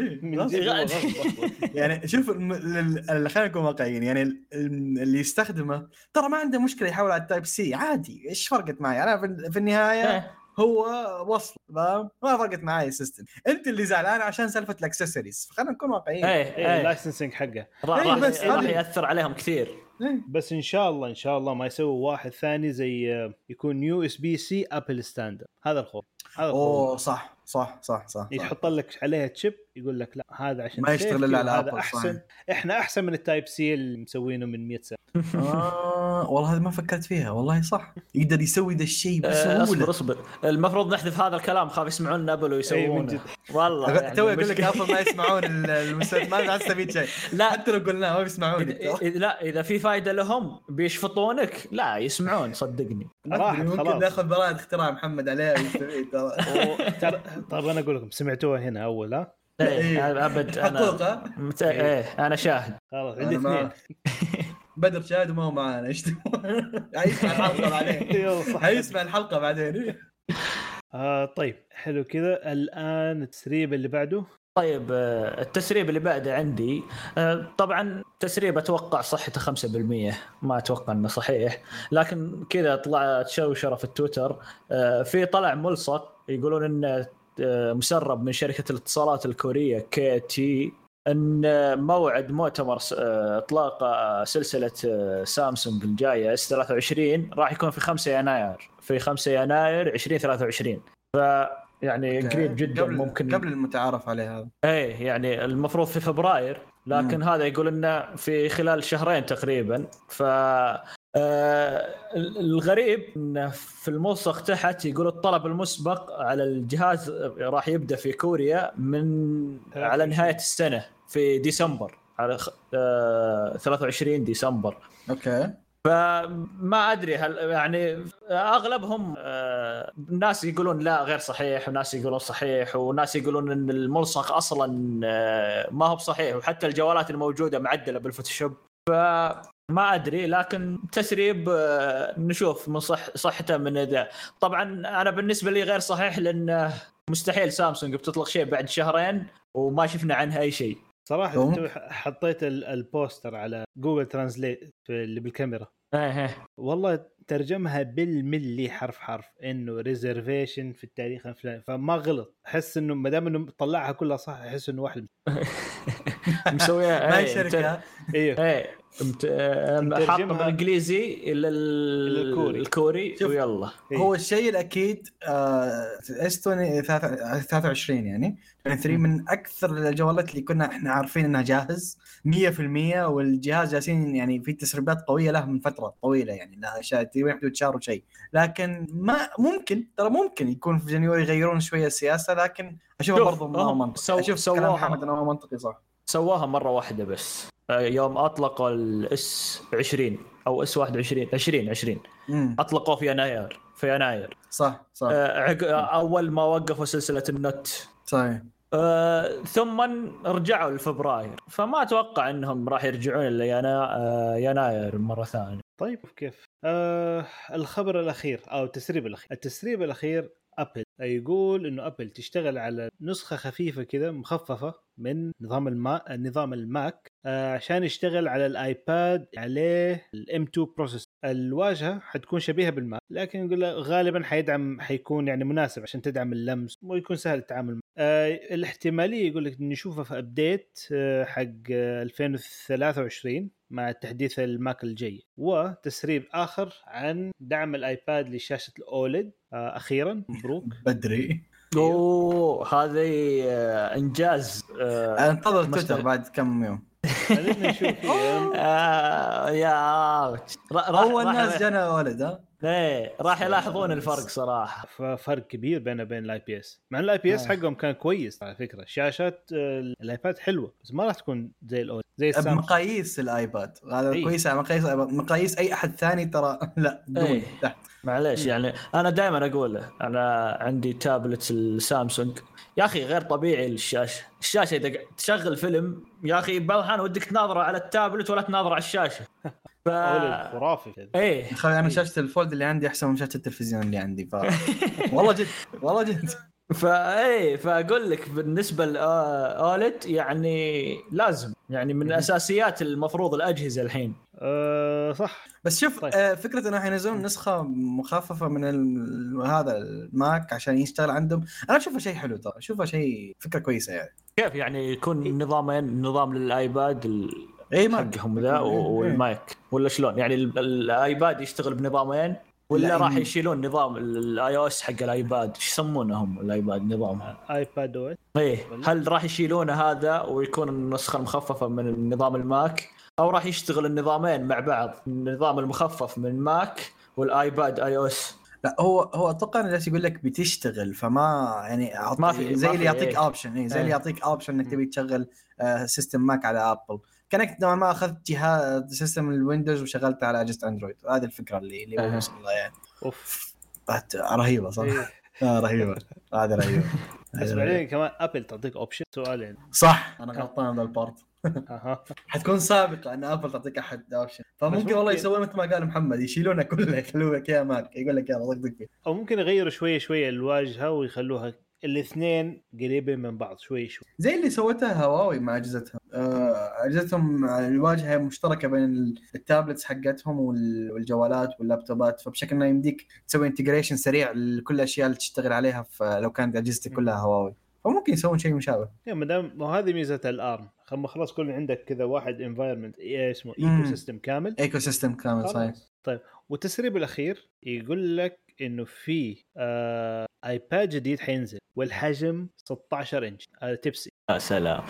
Speaker 3: يعني شوف اللي خلينا نكون واقعيين يعني اللي يستخدمه ترى ما عنده مشكله يحول على التايب سي عادي. ايش فرقت معي انا في النهايه هو وصل ما فرقت معي السيستم. انت اللي زعلان عشان سالفه الاكسسوارز. خلينا نكون واقعيين.
Speaker 2: ايه اللايسنسنج حقه
Speaker 4: راح ياثر عليهم كثير.
Speaker 2: بس ان شاء الله ان شاء الله ما يسوي واحد ثاني زي يكون يو اس بي سي ابل ستاندرد. هذا الخوف هذا
Speaker 3: اوه صح صح صح صح
Speaker 2: يحط لك عليها تشيب يقول لك لا هذا عشان
Speaker 3: ما يشتغل الا على
Speaker 2: ابل احسن صحيح. احنا احسن من التايب سي اللي مسوينه من مئة سنه.
Speaker 3: اه والله هذه ما فكرت فيها والله صح يقدر يسوي ذا الشيء بسهوله.
Speaker 4: اصبر اصبر المفروض نحذف هذا الكلام خاف يسمعون ابل ويسوونه. والله
Speaker 3: يعني تو اقول لك ابل ما يسمعون المستمعين ما نستفيد شيء. لا حتى لو قلنا ما بيسمعون.
Speaker 4: لا اذا في فائده لهم بيشفطونك لا يسمعون صدقني.
Speaker 3: ممكن ناخذ براءة اختراع محمد عليها ويستفيد
Speaker 2: ترى. طب انا اقول لكم سمعتوها هنا اول ها
Speaker 4: ايه ابد انا مت... ايه انا شاهد
Speaker 2: خلاص عندي اثنين
Speaker 3: بدر شاهد وما هو معانا ايش هيسمع الحلقه بعدين هيسمع الحلقه بعدين.
Speaker 2: آه طيب حلو كذا. الان التسريب اللي بعده.
Speaker 4: طيب التسريب اللي بعده عندي طبعا تسريب اتوقع صحته خمسة بالمية ما اتوقع انه صحيح لكن كذا طلعت شوشره في التويتر. في طلع ملصق يقولون انه مسرب من شركة الاتصالات الكورية كي تي أن موعد مؤتمر إطلاق سلسلة سامسونج الجاية اس ثلاثة وعشرين راح يكون في خمسة يناير في خمسة يناير ألفين وثلاثة وعشرين. فيعني قريب جدا
Speaker 3: قبل
Speaker 4: ممكن
Speaker 3: قبل المتعارف عليه هذا.
Speaker 4: ايه يعني المفروض في فبراير لكن م. هذا يقول لنا في خلال شهرين تقريبا. ف آه الغريب إن في الملصق تحت يقول الطلب المسبق على الجهاز راح يبدأ في كوريا من على نهاية السنة في ديسمبر على آه ثلاثة وعشرين ديسمبر.
Speaker 3: أوكي.
Speaker 4: فما أدري هل يعني أغلبهم آه ناس يقولون لا غير صحيح وناس يقولون صحيح وناس يقولون إن الملصق أصلا آه ما هو بصحيح وحتى الجوالات الموجودة معدلة بالفوتوشوب. ف ما أدري لكن تسريب نشوف من صح صحته من ذا. طبعا أنا بالنسبة لي غير صحيح لأن مستحيل سامسونج بتطلق شيء بعد شهرين وما شفنا عنها أي شيء
Speaker 2: صراحة. أنت حطيت البوستر على جوجل ترانسليت اللي بالكاميرا
Speaker 4: ايه
Speaker 2: والله ترجمها بالملي حرف حرف انه ريزرفيشن في التاريخ الفلاني فما غلط. احس انه ما دام انه طلعها كلها صح احس انه واحد
Speaker 4: مسويها
Speaker 3: ما هي شركه
Speaker 2: ايوه
Speaker 4: ايه حاط بالانجليزي الى الكوري الكوري ويلا.
Speaker 3: هو الشيء الاكيد اس ثلاثة وعشرين يعني ثلاثة من اكثر الجوالات اللي كنا احنا عارفين انها جاهز مية بالمية والجهاز جالسين يعني في تسريبات قويه له من فتره طويله يعني لا اشياء تقريبا حدود شهر وشيء. لكن ما ممكن ترى ممكن يكون في جانيوري يغيرون شويه السياسه لكن اشوف برضو ما هو منطقي. اشوف كلام محمد انه منطقي صح.
Speaker 4: سواها مره واحده بس يوم اطلقوا الاس عشرين او اس واحد وعشرين عشرين عشرين اطلقوه في يناير في يناير
Speaker 3: صح صح.
Speaker 4: اول ما وقفوا سلسله النوت
Speaker 3: صحيح
Speaker 4: آه ثم رجعوا لفبراير، فما اتوقع انهم راح يرجعون الا ينا... آه يناير مره ثانيه.
Speaker 2: طيب كيف آه الخبر الاخير او التسريب الاخير التسريب الاخير ابل يقول انه ابل تشتغل على نسخه خفيفه كذا مخففه من نظام الما... نظام الماك آه عشان يشتغل على الايباد عليه الام تو بروسيس. الواجهه حتكون شبيهه بالماك لكن يقول غالبا حيدعم حيكون يعني مناسب عشان تدعم اللمس ويكون سهل التعامل. آه الاحتماليه يقول لك نشوفه في ابديت آه حق آه ألفين وثلاثة وعشرين مع تحديث الماك الجاي. وتسريب آخر عن دعم الآيباد لشاشة الأوليد آه أخيرا مبروك
Speaker 3: بدري.
Speaker 4: اوه هذا آه انجاز.
Speaker 3: آه انتظر تويتر بعد كم يوم
Speaker 2: خلينا نشوف
Speaker 4: آه يا
Speaker 3: اول ناس جانا أوليد ها
Speaker 4: ايه راح يلاحظون الفرق صراحه.
Speaker 2: فرق كبير بينه وبين الاي بي اس مع الاي بي اس حقهم كان كويس على فكره. شاشات الايباد حلوه بس ما راح تكون زي الاول زي السامسونج.
Speaker 3: مقاييس الايباد هذا أيه. كويس على مقاييس مقاييس اي احد ثاني ترى لا دون
Speaker 4: أيه.
Speaker 3: تحت.
Speaker 4: معليش يعني انا دائما اقول انا عندي تابلت السامسونج يا اخي غير طبيعي الشاشه. الشاشه اذا تشغل فيلم يا اخي بعض الأحيان ودك تناظره على التابلت ولا تناظره على الشاشه.
Speaker 2: ف... خرافي.
Speaker 4: ايه
Speaker 3: خلي انا شاشه الفولد اللي عندي احسن من شاشه التلفزيون اللي عندي ف والله جد والله جد.
Speaker 4: فايه فاقول لك بالنسبه لأولد يعني لازم يعني من اساسيات المفروض الاجهزه الحين.
Speaker 2: أه صح.
Speaker 3: بس شوف طيب. آه فكره انه حينزلون نسخه مخففه من هذا الماك عشان يشتغل عندهم انا اشوفه شيء حلو ترى اشوفه شيء فكره كويسه يعني.
Speaker 4: كيف يعني يكون نظامين نظام للايباد ال...
Speaker 3: اي
Speaker 4: حقهم ذا والمايك ولا شلون يعني الايباد يشتغل بنظامين ولا راح يشيلون نظام الاي او اس حق الايباد ايش يسمونهم الايباد نظامهم
Speaker 2: ايباد او اس
Speaker 4: ايه هل راح يشيلون هذا ويكون النسخه المخففه من النظام الماك او راح يشتغل النظامين مع بعض النظام المخفف من ماك والايباد اي او اس؟
Speaker 3: لا هو هو اتوقع انه يقول لك بتشتغل فما يعني
Speaker 4: ما في
Speaker 3: زي
Speaker 4: ما
Speaker 3: اللي يعطيك
Speaker 4: إيه.
Speaker 3: اوبشن إيه. زي إيه. اللي يعطيك اوبشن انك تبي تشغل آه سيستم ماك على ابل كانك نوعا ما اخذت جهاز سيستم الويندوز وشغلت على اجهزه اندرويد. هذه الفكره اللي اللي
Speaker 4: أه.
Speaker 3: وصل لها يعني.
Speaker 2: اوف
Speaker 3: رهيبه صح. اه رهيبه هذه رهيبه.
Speaker 2: بس بعدين كمان ابل تعطيك اوبشن سؤالين
Speaker 3: صح انا غلطان بالبارت.
Speaker 2: اها
Speaker 3: حتكون سابقه ان ابل تعطيك احد اوبشن فممكن والله يسوون مثل ما قال محمد يشيلونها كلها يخلوها يا ماك يقول لك يلا ضغط فيه
Speaker 2: او ممكن يغيروا شويه شويه الواجهه ويخلوها الاثنين قريبين من بعض شوي شوي
Speaker 3: زي اللي سوتها هواوي مع اجهزتها. اجهزتهم الواجهه مشتركه بين التابلتس حقتهم والجوالات واللابتوبات فبشكل ما يمديك تسوي انتجريشن سريع لكل الاشياء اللي تشتغل على لو كانت اجهزتك كلها هواوي فممكن يسوون شيء مشابه.
Speaker 2: يا مدام وهذه ميزه الارم خلاص كل عندك كذا واحد انفايرمنت اسمه ايكو سيستم كامل
Speaker 3: ايكو سيستم كامل صحيح.
Speaker 2: طيب والتسريب الاخير يقول لك انه في آه ايباد جديد حينزل والحجم ستة عشر انش آه تبسي.
Speaker 4: يا سلام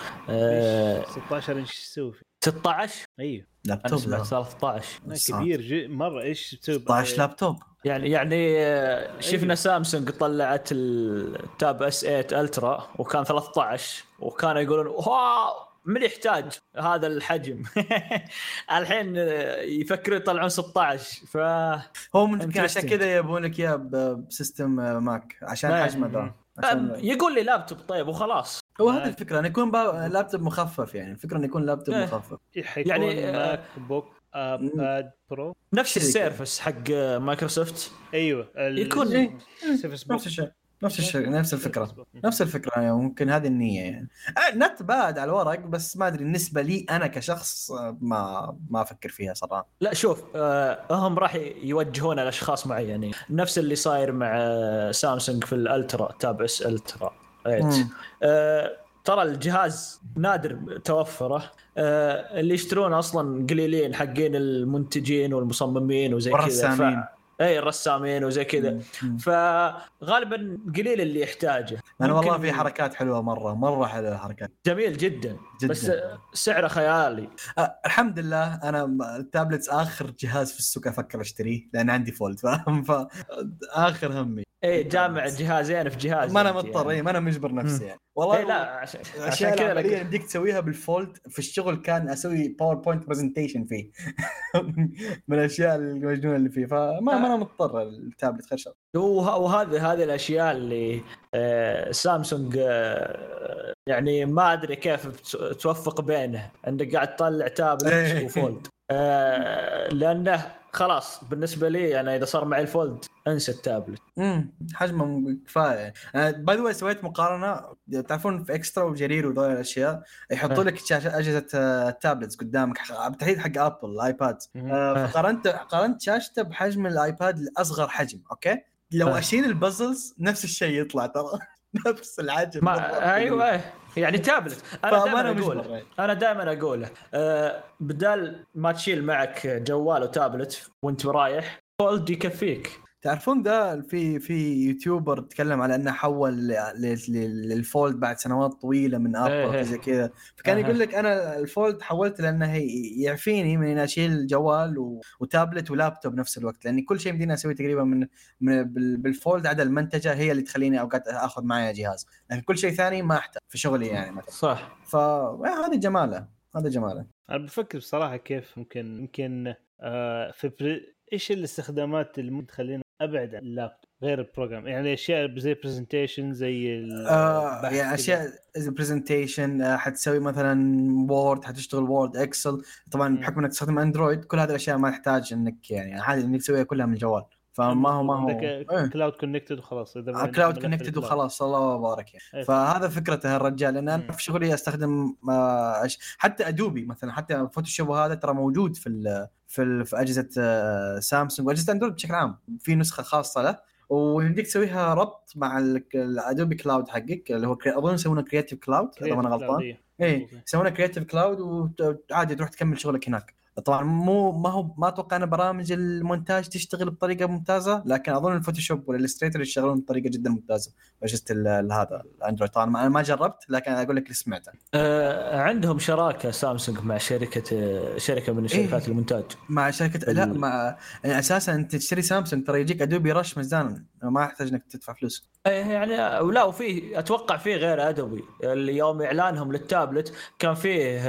Speaker 2: آه ستة عشر انش يسوي
Speaker 4: ستة عشر
Speaker 2: ايوه
Speaker 3: لابتوب
Speaker 4: ثلاثة عشر
Speaker 2: كبير جي مره ايش تسوي
Speaker 3: ستة عشر لابتوب
Speaker 4: يعني يعني شفنا أيوه. سامسونج طلعت التاب اس ثمانية الترا وكان ثلاثة عشر وكانوا يقولون واو من يحتاج هذا الحجم. الحين يفكروا يطلعون ستة عشر ف
Speaker 3: هو ممكن عشان كذا يبونك يا بسيستم ماك عشان حجمه ذا
Speaker 4: عشان... يقول لي لابتوب طيب وخلاص.
Speaker 3: هو هذه الفكره انه يكون لابتوب مخفف يعني الفكره انه يكون لابتوب
Speaker 2: اه.
Speaker 3: مخفف
Speaker 2: يعني ماك بوك اباد برو
Speaker 4: نفس السيرفس حق مايكروسوفت
Speaker 2: ايوه
Speaker 3: يكون إيه؟ نفس الشيء نفس الشيء نفس الفكره نفس الفكره يعني ممكن هذه النيه يعني نت بعد على الورق بس ما ادري بالنسبه لي انا كشخص ما ما افكر فيها صراحه.
Speaker 4: لا شوف آه هم راح يوجهون لاشخاص معينين نفس اللي صاير مع سامسونج في الالترا تاب اس الترا آه ترى الجهاز نادر توفره آه اللي يشترون اصلا قليلين حقين المنتجين والمصممين وزي كذا اي الرسامين وزي كذا فغالبا قليل اللي يحتاجه.
Speaker 3: انا والله في حركات حلوه مره مره حلوه حركات
Speaker 4: جميل جدا, جداً. بس سعره خيالي.
Speaker 3: أه الحمد لله انا التابلتس اخر جهاز في السوق افكر اشتريه لان عندي فولد فاهم فاخر همي
Speaker 4: ايه جامع جهازين في جهاز
Speaker 3: ما انا مضطر يعني. ما انا مجبر نفسي يعني
Speaker 4: والله إيه لا عشان
Speaker 3: عشان كذا العمليه يمديك تسويها بالفولد. في الشغل كان اسوي باوربوينت برزنتيشن فيه من الاشياء المجنونه اللي فيه فما ما انا مضطر التابلت خشب.
Speaker 4: وهذه هذه الاشياء اللي آه سامسونج آه يعني ما ادري كيف توفق بينه انك قاعد تطلع تابلت وفولد آه لانه خلاص بالنسبه لي يعني اذا صار معي الفولد انسى التابلت.
Speaker 3: امم حجمه كفايه. باي ذا واي سويت مقارنه تعرفون في اكسترا وجرير وذول الاشياء يحطوا لك شاشه اجهزه التابلتس قدامك بالتحديد حق ابل الايباد آه فقارنت قارنت شاشته بحجم الايباد الاصغر حجم. اوكي لو اشيل البازلز نفس الشيء يطلع ترى نفس الحجم.
Speaker 4: ايوه يعني تابلت. انا دائما اقول انا دائما اقوله أه بدال ما تشيل معك جوال وتابلت وانت رايح فولد يكفيك.
Speaker 3: تعرفون ذا في في يوتيوبر تكلم على انه حول للفولد بعد سنوات طويله من ابل زي كذا فكان يقول لك انا الفولد حولت لانه يعفيني من ان اشيل جوال وتابلت ولابتوب بنفس الوقت لاني كل شيء بدينا اسوي تقريبا من, من بالفولد عدا المنتجه هي اللي تخليني اوقات اخذ معي جهاز لكن كل شيء ثاني ما احتاج في شغلي يعني مثلا.
Speaker 4: صح.
Speaker 3: فهذا جماله هذا جماله.
Speaker 2: انا بفكر بصراحه كيف ممكن ممكن آه في بري... ايش الاستخدامات اللي ممكن تخلينا ابعد عن اللابتوب غير البروجرام يعني اشياء زي برزنتيشن زي
Speaker 3: آه يعني اشياء زي برزنتيشن آه حتسوي مثلا وورد حتشتغل وورد اكسل طبعا بحكم انك تستخدم اندرويد كل هذه الاشياء ما تحتاج انك يعني عادي انك تسويها كلها من الجوال فما هو ما هو
Speaker 2: كلاود كونكتد وخلاص
Speaker 3: اذا كلاود كونكتد وخلاص الله يبارك يعني. فهذا فكرته الرجال لان انا في شغلي استخدم آه حتى ادوبي مثلا حتى فوتوشوب هذا ترى موجود في في في اجهزه سامسونج واجهزه اندرويد بشكل عام في نسخه خاصه له ويمديك تسويها ربط مع الادوبي كلاود حقك اللي هو اظن يسمونه كرياتيف كلاود اذا ما انا غلطان. ايه يسمونه كرياتيف كلاود وعادي تروح تكمل شغلك هناك. طبعا مو ما هو ما اتوقع ان برامج المونتاج تشتغل بطريقه ممتازه لكن اظن الفوتوشوب والإليستريتور يشتغلون بطريقه جدا ممتازه اجهزه هذا الاندرويد. طبعا انا ما جربت لكن اقول لك اللي سمعته.
Speaker 4: أه عندهم شراكه سامسونج مع شركه شركه من شركات إيه؟ المونتاج
Speaker 3: مع شركه ال... لا مع يعني اساسا انت تشتري سامسونج ترى يجيك ادوبي رش مجانا ما يحتاج انك تدفع فلوس.
Speaker 4: يعني ولا وفي اتوقع فيه غير ادوبي اليوم اعلانهم للتابلت كان فيه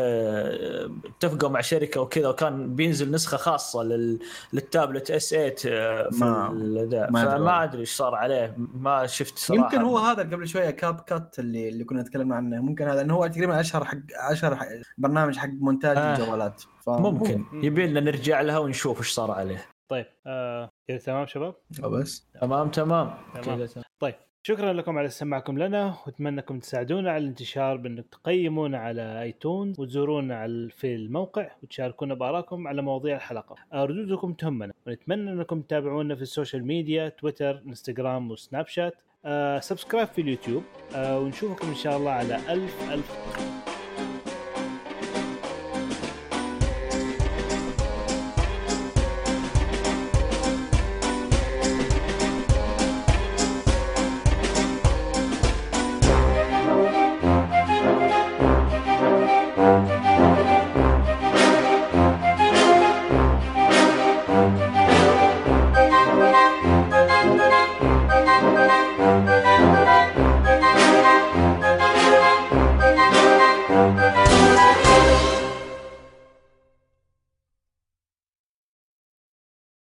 Speaker 4: اتفقوا مع شركه وكذا وكان بينزل نسخه خاصه لل... للتابلت اس ثمانية في ما, ما فما ادري ايش صار عليه ما شفت صراحه.
Speaker 3: يمكن هو هذا قبل شويه كاب كات اللي اللي كنا نتكلم عنه ممكن هذا انه هو تقريبا اشهر حق اشهر حق برنامج حق مونتاج آه. الجوالات
Speaker 4: ممكن يبي لنا نرجع لها ونشوف ايش صار عليه.
Speaker 2: طيب آه كذا تمام شباب
Speaker 3: بس
Speaker 4: تمام تمام,
Speaker 2: تمام. طيب سشكرا لكم على استماعكم لنا واتمنى انكم تساعدونا على الانتشار بانك تقيمونا على ايتونز وتزورونا على في الموقع وتشاركونا بآرائكم على مواضيع الحلقه. ردودكم تهمنا ونتمنى انكم تتابعونا في السوشيال ميديا تويتر انستغرام وسناب شات. آه سبسكرايب في اليوتيوب آه ونشوفكم ان شاء الله على الف الف